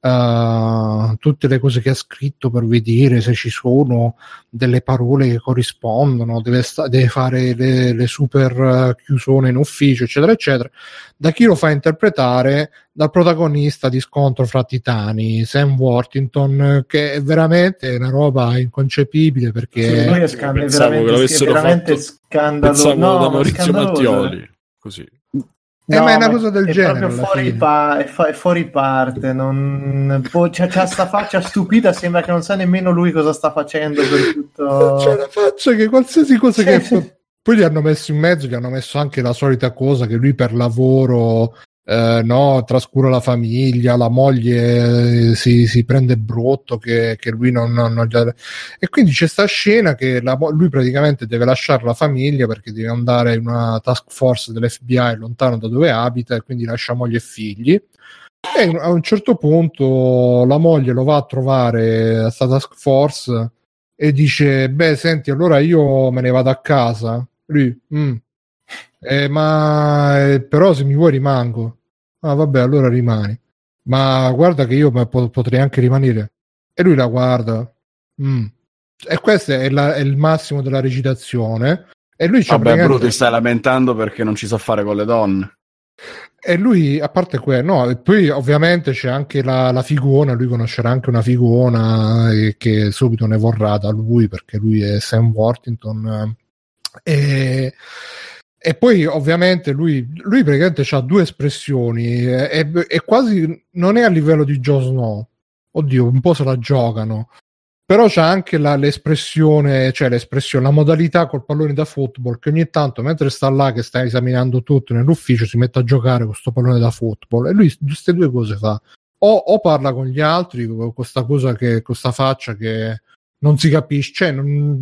tutte le cose che ha scritto per vedere se ci sono delle parole che corrispondono, deve fare le super chiusone in ufficio, eccetera eccetera. Da chi lo fa interpretare? Dal protagonista di Scontro fra Titani, Sam Worthington, che è veramente una roba inconcepibile, perché lui è pensavo che l'avessero veramente fatto, scandaloso. pensavo da No, Maurizio scandaloso. Mattioli, così. ma è una cosa del è genere, proprio alla fuori, fine. è fuori parte. C'ha sta faccia stupida, sembra che non sa nemmeno lui cosa sta facendo per tutto. C'è la faccia che qualsiasi cosa Sì, che sì. poi gli hanno messo in mezzo, gli hanno messo anche la solita cosa che lui per lavoro no, trascura la famiglia, la moglie si prende brutto che lui non gli ha... E quindi c'è sta scena che lui praticamente deve lasciare la famiglia perché deve andare in una task force dell'FBI lontano da dove abita, e quindi lascia moglie e figli. E a un certo punto la moglie lo va a trovare a questa task force e dice: beh, senti, allora io me ne vado a casa. Lui però se mi vuoi rimango. Ah, vabbè, allora rimani. Ma guarda che io potrei anche rimanere. E lui la guarda. E questo è il massimo della recitazione. E lui c'ha Vabbè, Bruto, ti stai lamentando perché non ci sa fare con le donne. E lui, a parte quello, no, e poi ovviamente c'è anche la figona. Lui conoscerà anche una figona che subito ne vorrà da lui, perché lui è Sam Worthington. E poi ovviamente lui praticamente ha due espressioni, e quasi non è a livello di Jon Snow, oddio, un po' se la giocano, però c'ha anche l'espressione, la modalità col pallone da football, che ogni tanto mentre sta là che sta esaminando tutto nell'ufficio si mette a giocare con sto pallone da football, e lui queste due cose fa, o parla con gli altri con questa cosa, che con questa faccia che non si capisce, non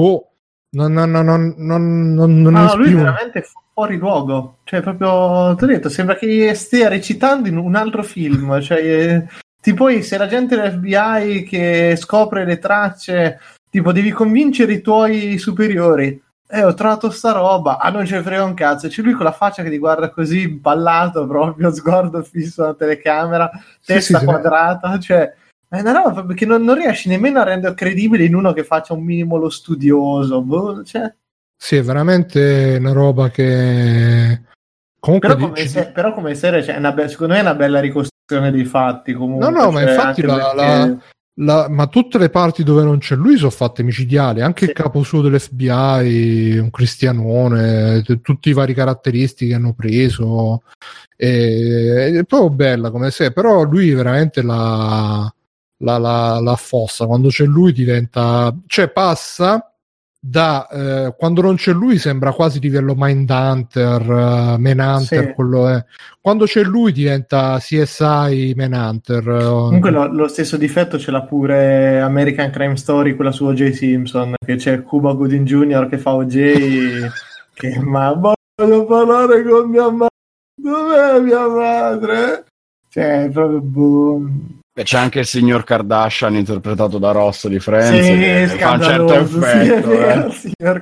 Lui è veramente fuori luogo, cioè proprio, ti ho detto, sembra che stia recitando in un altro film, cioè tipo se la gente dell'FBI che scopre le tracce, tipo devi convincere i tuoi superiori, ho trovato sta roba, non ce ne frega un cazzo, c'è lui con la faccia che ti guarda così ballato, proprio sguardo fisso alla telecamera, testa quadrata, cioè è una roba che non riesci nemmeno a rendere credibile in uno che faccia un minimo lo studioso, cioè. Sì, è veramente una roba che comunque però come serie secondo me è una bella ricostruzione dei fatti comunque. No, ma infatti ma tutte le parti dove non c'è lui sono fatte micidiali, anche il capo suo dell'FBI, un cristianone, tutti i vari caratteristiche che hanno preso, è proprio bella come serie, però lui veramente la affossa. Quando c'è lui diventa, cioè passa da quando non c'è lui sembra quasi livello Mindhunter, Manhunter, quello è. Quando c'è lui diventa CSI Manhunter. Comunque lo stesso difetto ce l'ha pure American Crime Story, quella su O.J. Simpson, che c'è Cuba Gooding Jr. che fa O.J. che ma voglio parlare con mia madre, dov'è mia madre? Cioè è proprio buono. C'è anche il signor Kardashian interpretato da Ross di Friends, che fa un certo effetto, signor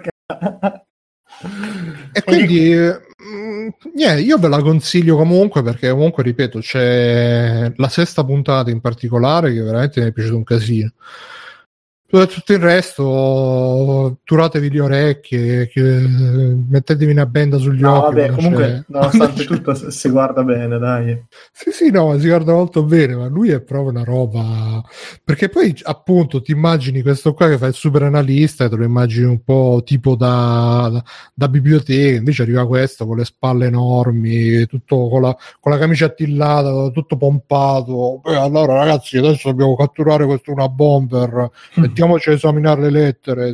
E quindi io ve la consiglio comunque, perché comunque ripeto c'è la sesta puntata in particolare che veramente mi è piaciuto un casino. Tutto il resto turatevi le orecchie, mettetevi una benda sugli occhi. Vabbè, comunque nonostante tutto si guarda bene, dai. Sì, no, si guarda molto bene, ma lui è proprio una roba, perché poi appunto ti immagini questo qua che fa il super analista e te lo immagini un po' tipo da biblioteca, invece arriva questo con le spalle enormi, tutto con la camicia attillata, tutto pompato. Allora ragazzi, adesso dobbiamo catturare una bomber, mettiamoci a esaminare le lettere,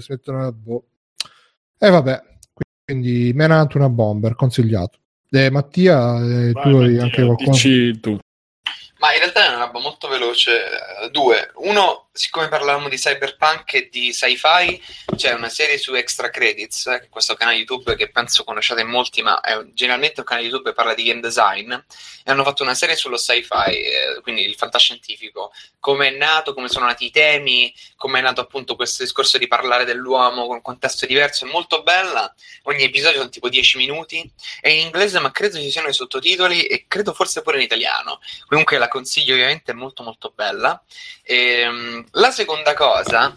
e vabbè, quindi Menante una bomber, consigliato. Mattia, tu hai anche qualcosa? Dici tu. Ma in realtà è una roba molto veloce. Due. Uno, siccome parlavamo di cyberpunk e di sci-fi, c'è una serie su Extra Credits, questo canale YouTube che penso conosciate molti, ma è generalmente un canale YouTube che parla di game design, e hanno fatto una serie sullo sci-fi, quindi il fantascientifico, come è nato, come sono nati i temi, come è nato appunto questo discorso di parlare dell'uomo con un contesto diverso. È molto bella, ogni episodio sono tipo 10 minuti, è in inglese ma credo ci siano i sottotitoli e credo forse pure in italiano. Comunque la consiglio, ovviamente è molto molto bella. La seconda cosa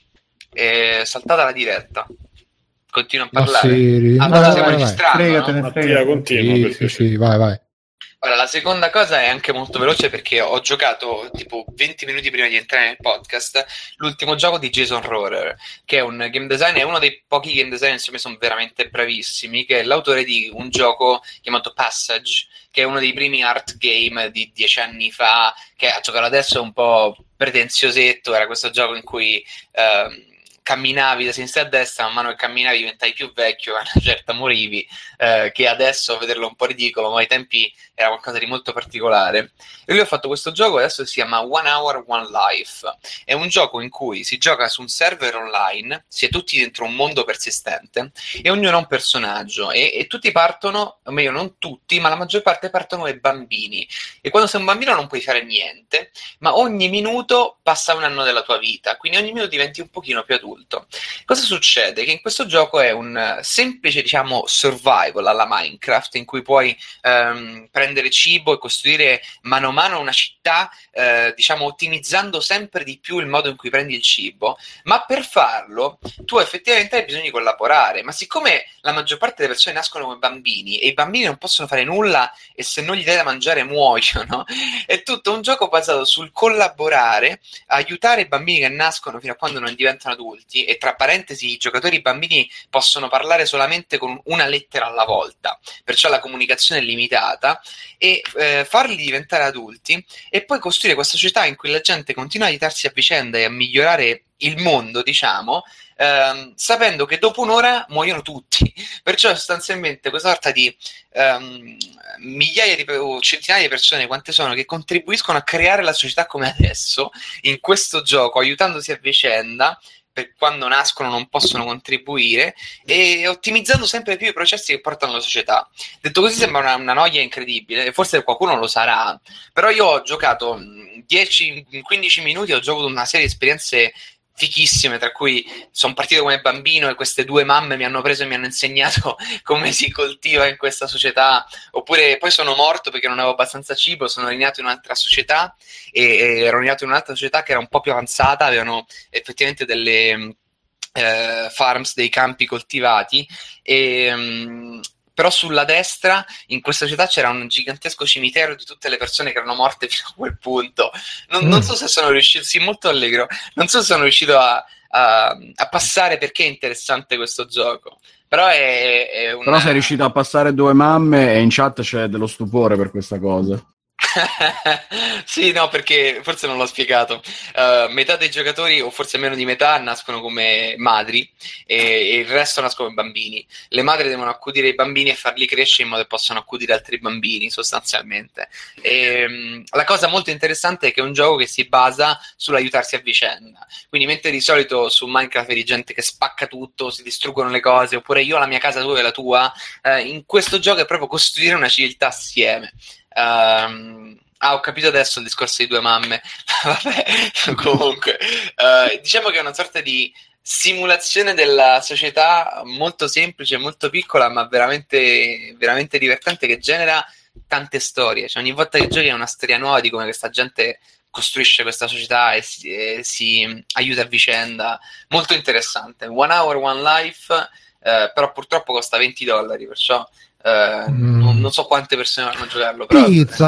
è saltata la diretta, continuo a parlare. Stiamo registrando, fregatene. Continua, sì, vai. Ora, la seconda cosa è anche molto veloce perché ho giocato tipo 20 minuti prima di entrare nel podcast l'ultimo gioco di Jason Rohrer, che è un game designer, è uno dei pochi game designer che sono veramente bravissimi, che è l'autore di un gioco chiamato Passage, che è uno dei primi art game di 10 anni fa, che a giocare adesso è un po' pretenziosetto. Era questo gioco in cui camminavi da sinistra a destra, man mano che camminavi diventavi più vecchio, a una certa morivi, che adesso vederlo è un po' ridicolo, ma ai tempi era qualcosa di molto particolare. E lui ha fatto questo gioco, adesso si chiama One Hour, One Life. È un gioco in cui si gioca su un server online, si è tutti dentro un mondo persistente, e ognuno ha un personaggio, e tutti partono, o meglio non tutti, ma la maggior parte partono ai bambini. E quando sei un bambino non puoi fare niente, ma ogni minuto passa un anno della tua vita, quindi ogni minuto diventi un pochino più adulto. Cosa succede? Che in questo gioco è un semplice, diciamo, survival alla Minecraft, in cui puoi prendere cibo e costruire mano a mano una città, diciamo, ottimizzando sempre di più il modo in cui prendi il cibo, ma per farlo tu effettivamente hai bisogno di collaborare. Ma siccome la maggior parte delle persone nascono come bambini e i bambini non possono fare nulla e se non gli dai da mangiare muoiono, è tutto un gioco basato sul collaborare, aiutare i bambini che nascono fino a quando non diventano adulti, e tra parentesi i giocatori bambini possono parlare solamente con una lettera alla volta, perciò la comunicazione è limitata, e farli diventare adulti e poi costruire questa società in cui la gente continua a aiutarsi a vicenda e a migliorare il mondo, diciamo, sapendo che dopo un'ora muoiono tutti. Perciò sostanzialmente questa sorta di migliaia o centinaia di persone, quante sono, che contribuiscono a creare la società come adesso in questo gioco, aiutandosi a vicenda per quando nascono non possono contribuire, e ottimizzando sempre più i processi che portano alla società. Detto così sembra una noia incredibile, forse qualcuno lo sarà, però io ho giocato 10-15 minuti, ho giocato una serie di esperienze fichissime, tra cui sono partito come bambino e queste due mamme mi hanno preso e mi hanno insegnato come si coltiva in questa società, oppure poi sono morto perché non avevo abbastanza cibo, sono rinato in un'altra società, e ero rinato in un'altra società che era un po' più avanzata, avevano effettivamente delle farms, dei campi coltivati, e però sulla destra in questa società c'era un gigantesco cimitero di tutte le persone che erano morte fino a quel punto. Non so se sono riuscito, sì, molto allegro, non so se sono riuscito a passare perché è interessante questo gioco, però Però sei riuscito a passare due mamme e in chat c'è dello stupore per questa cosa. Sì, no, perché forse non l'ho spiegato. Metà dei giocatori, o forse meno di metà, nascono come madri e il resto nascono come bambini. Le madri devono accudire i bambini e farli crescere in modo che possano accudire altri bambini, sostanzialmente. La cosa molto interessante è che è un gioco che si basa sull'aiutarsi a vicenda. Quindi mentre di solito su Minecraft vedi gente che spacca tutto, si distruggono le cose, oppure io ho la mia casa, tu hai la tua, in questo gioco è proprio costruire una civiltà assieme. Ho capito adesso il discorso di due mamme. Vabbè, comunque diciamo che è una sorta di simulazione della società molto semplice, molto piccola, ma veramente, veramente divertente, che genera tante storie. Cioè, ogni volta che giochi è una storia nuova di come questa gente costruisce questa società e si aiuta a vicenda. Molto interessante. One Hour, One Life, però purtroppo costa $20, perciò non so quante persone vanno a giocarlo, però pizza,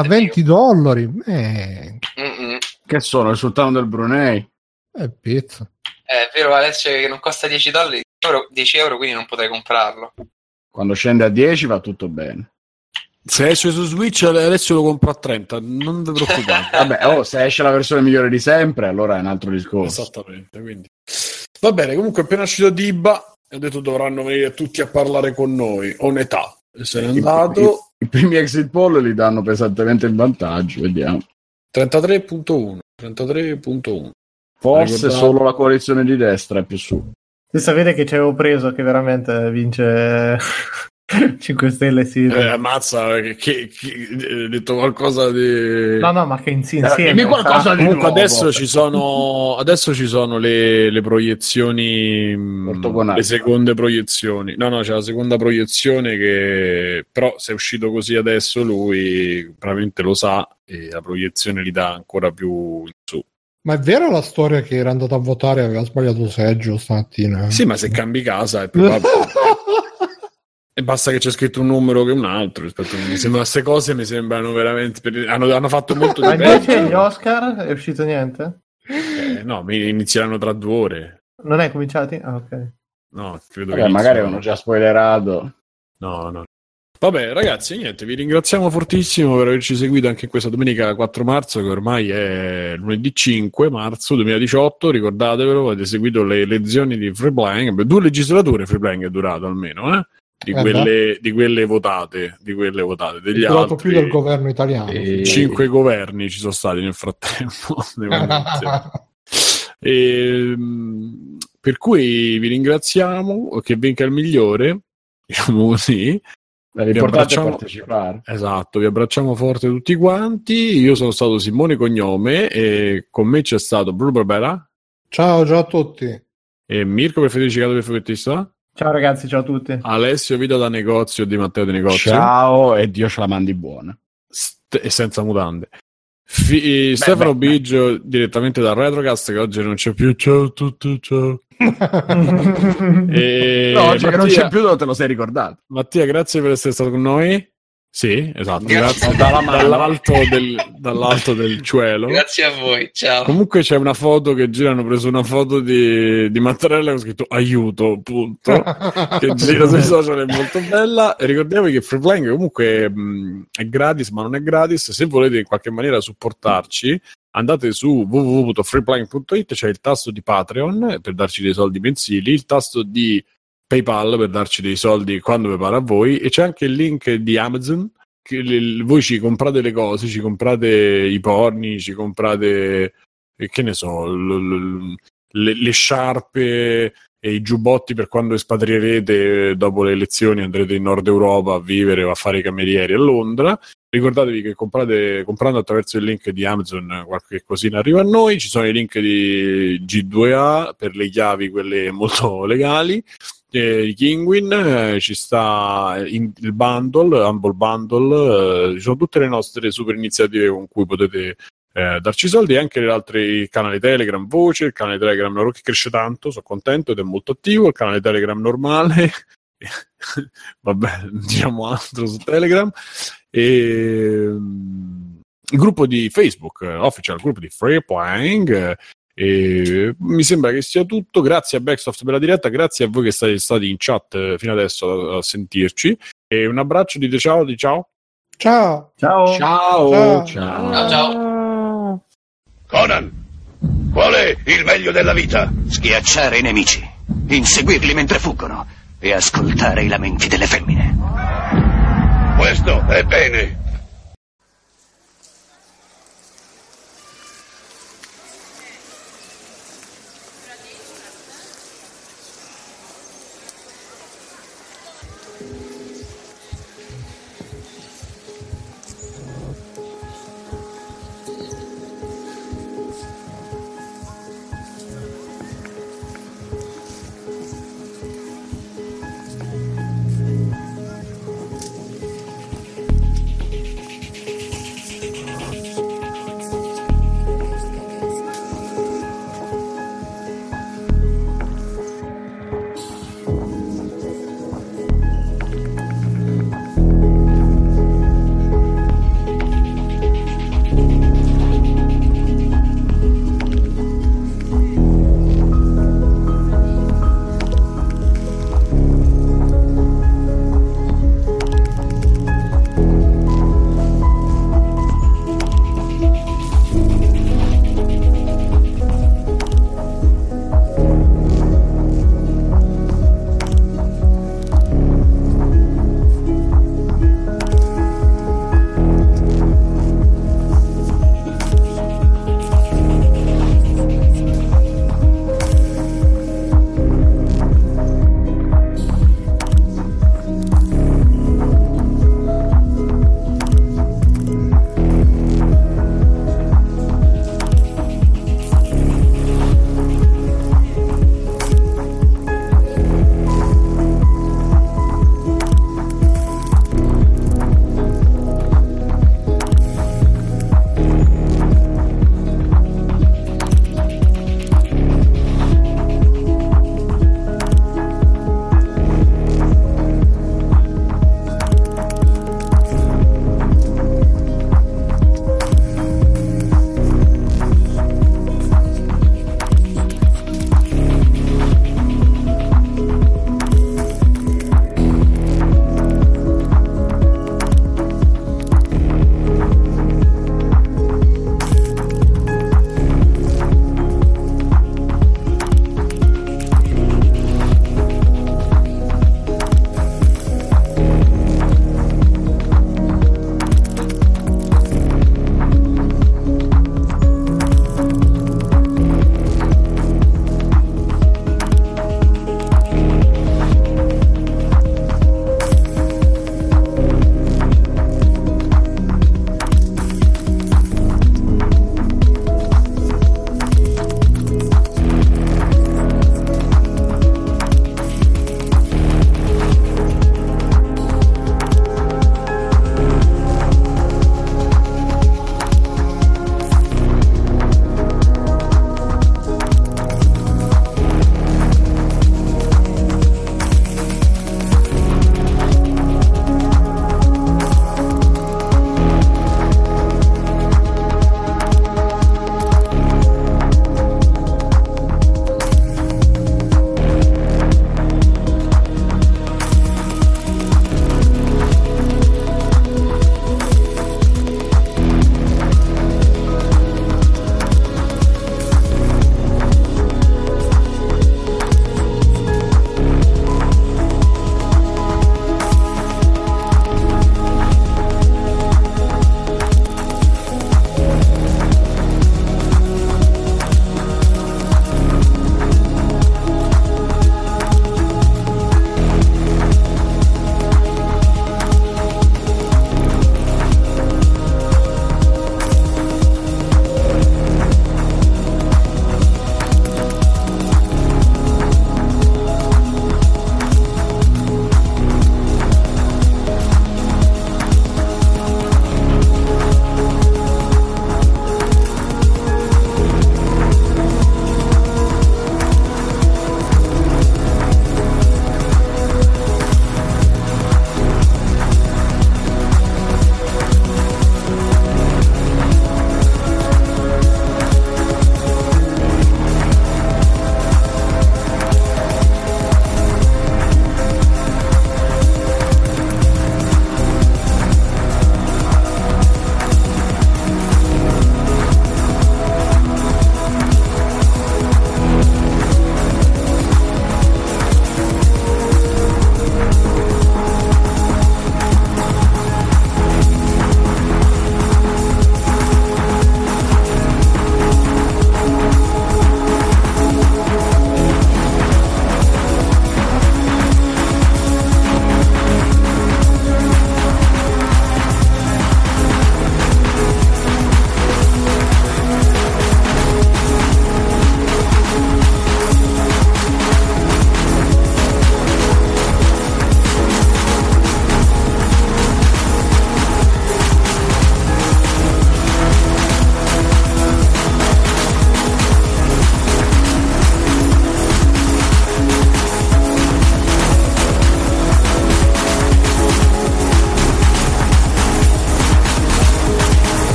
$20? Che sono il sultano del Brunei? Pizza. È vero, Alessio, che non costa $10, 10 euro, quindi non potrei comprarlo. Quando scende a 10 va tutto bene. Se esce su Switch Alessio lo compro a 30, non vi preoccupate. Vabbè, se esce la versione migliore di sempre, allora è un altro discorso. Esattamente, quindi va bene. Comunque appena uscito Dibba, ho detto dovranno venire tutti a parlare con noi. Onetà, se n'è andato. I primi exit poll li danno pesantemente in vantaggio, vediamo. 33.1. Forse solo la coalizione di destra è più su. Si sapete che ci avevo preso che veramente vince 5 Stelle sì. Ammazza, che hai detto qualcosa di... No, ma che insieme. Dimmi qualcosa di Comunque nuovo. adesso ci sono le proiezioni, le seconde proiezioni. No, c'è la seconda proiezione che però se è uscito così adesso lui probabilmente lo sa e la proiezione li dà ancora più in su. Ma è vera la storia che era andato a votare e aveva sbagliato seggio stamattina? Sì, ma se cambi casa è probabile. E basta che c'è scritto un numero che un altro. Queste cose mi sembrano veramente. Hanno fatto molto di Ma peggio. invece gli Oscar è uscito niente? No, inizieranno tra 2 ore. Non è cominciati? Ah, ok. No, credo che magari avevano già spoilerato. No. Vabbè, ragazzi, niente, vi ringraziamo fortissimo per averci seguito anche questa domenica 4 marzo, che ormai è lunedì 5 marzo 2018. Ricordatevelo, avete seguito le elezioni di Freeplank. 2 legislature Freeplank è durato almeno, di quelle votate, degli è durato altri più del governo italiano. 5 governi ci sono stati nel frattempo. Per cui vi ringraziamo, che vinca il migliore, diciamo così. L'importante è partecipare. Esatto, vi abbracciamo forte tutti quanti. Io sono stato Simone Cognome e con me c'è stato Bruno Barbera. Ciao a tutti. E Mirko per Federicato per Fumettista. Ciao ragazzi, ciao a tutti. Alessio Vito da Negozio di Matteo di Negozio. Ciao e Dio ce la mandi buona. E senza mutande. Stefano Biggio direttamente da Retrocast, che oggi non c'è più. Ciao a tutti, ciao. E Mattia, che non c'è più, te lo sei ricordato. Mattia, grazie per essere stato con noi. Sì, esatto, grazie. dall'alto del cielo. Grazie a voi, ciao. Comunque c'è una foto che gira, hanno preso una foto di Mattarella con scritto aiuto, punto, che gira sui social, è molto bella. E ricordiamovi che Freeplank comunque è gratis, ma non è gratis. Se volete in qualche maniera supportarci, andate su www.freeplank.it, c'è il tasto di Patreon per darci dei soldi mensili, il tasto di PayPal per darci dei soldi quando vi pare a voi, e c'è anche il link di Amazon, che voi ci comprate le cose, ci comprate i porni, ci comprate che ne so, le sciarpe e i giubbotti per quando espatrierete dopo le elezioni, andrete in Nord Europa a vivere o a fare i camerieri a Londra. Ricordatevi che comprando attraverso il link di Amazon qualche cosina arriva a noi. Ci sono i link di G2A per le chiavi, quelle molto legali, i Kinguin, ci sta il bundle, Humble Bundle, ci sono tutte le nostre super iniziative con cui potete darci soldi, e anche gli altri canali Telegram Voce, il canale Telegram loro che cresce tanto, sono contento ed è molto attivo, il canale Telegram normale vabbè, diciamo altro su Telegram, e il gruppo di Facebook official, il gruppo di Freeplank. E mi sembra che sia tutto. Grazie a Backsoft per la diretta, grazie a voi che siete stati in chat fino adesso a sentirci, e un abbraccio, dite ciao, di ciao. Ciao. Conan, qual è il meglio della vita? Schiacciare i nemici, inseguirli mentre fuggono e ascoltare i lamenti delle femmine. Questo è bene.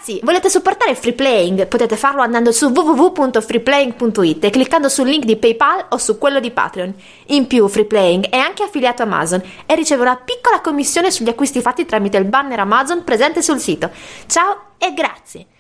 Ragazzi, volete supportare Free Playing? Potete farlo andando su www.freeplaying.it e cliccando sul link di PayPal o su quello di Patreon. In più, Free Playing è anche affiliato a Amazon e riceve una piccola commissione sugli acquisti fatti tramite il banner Amazon presente sul sito. Ciao e grazie!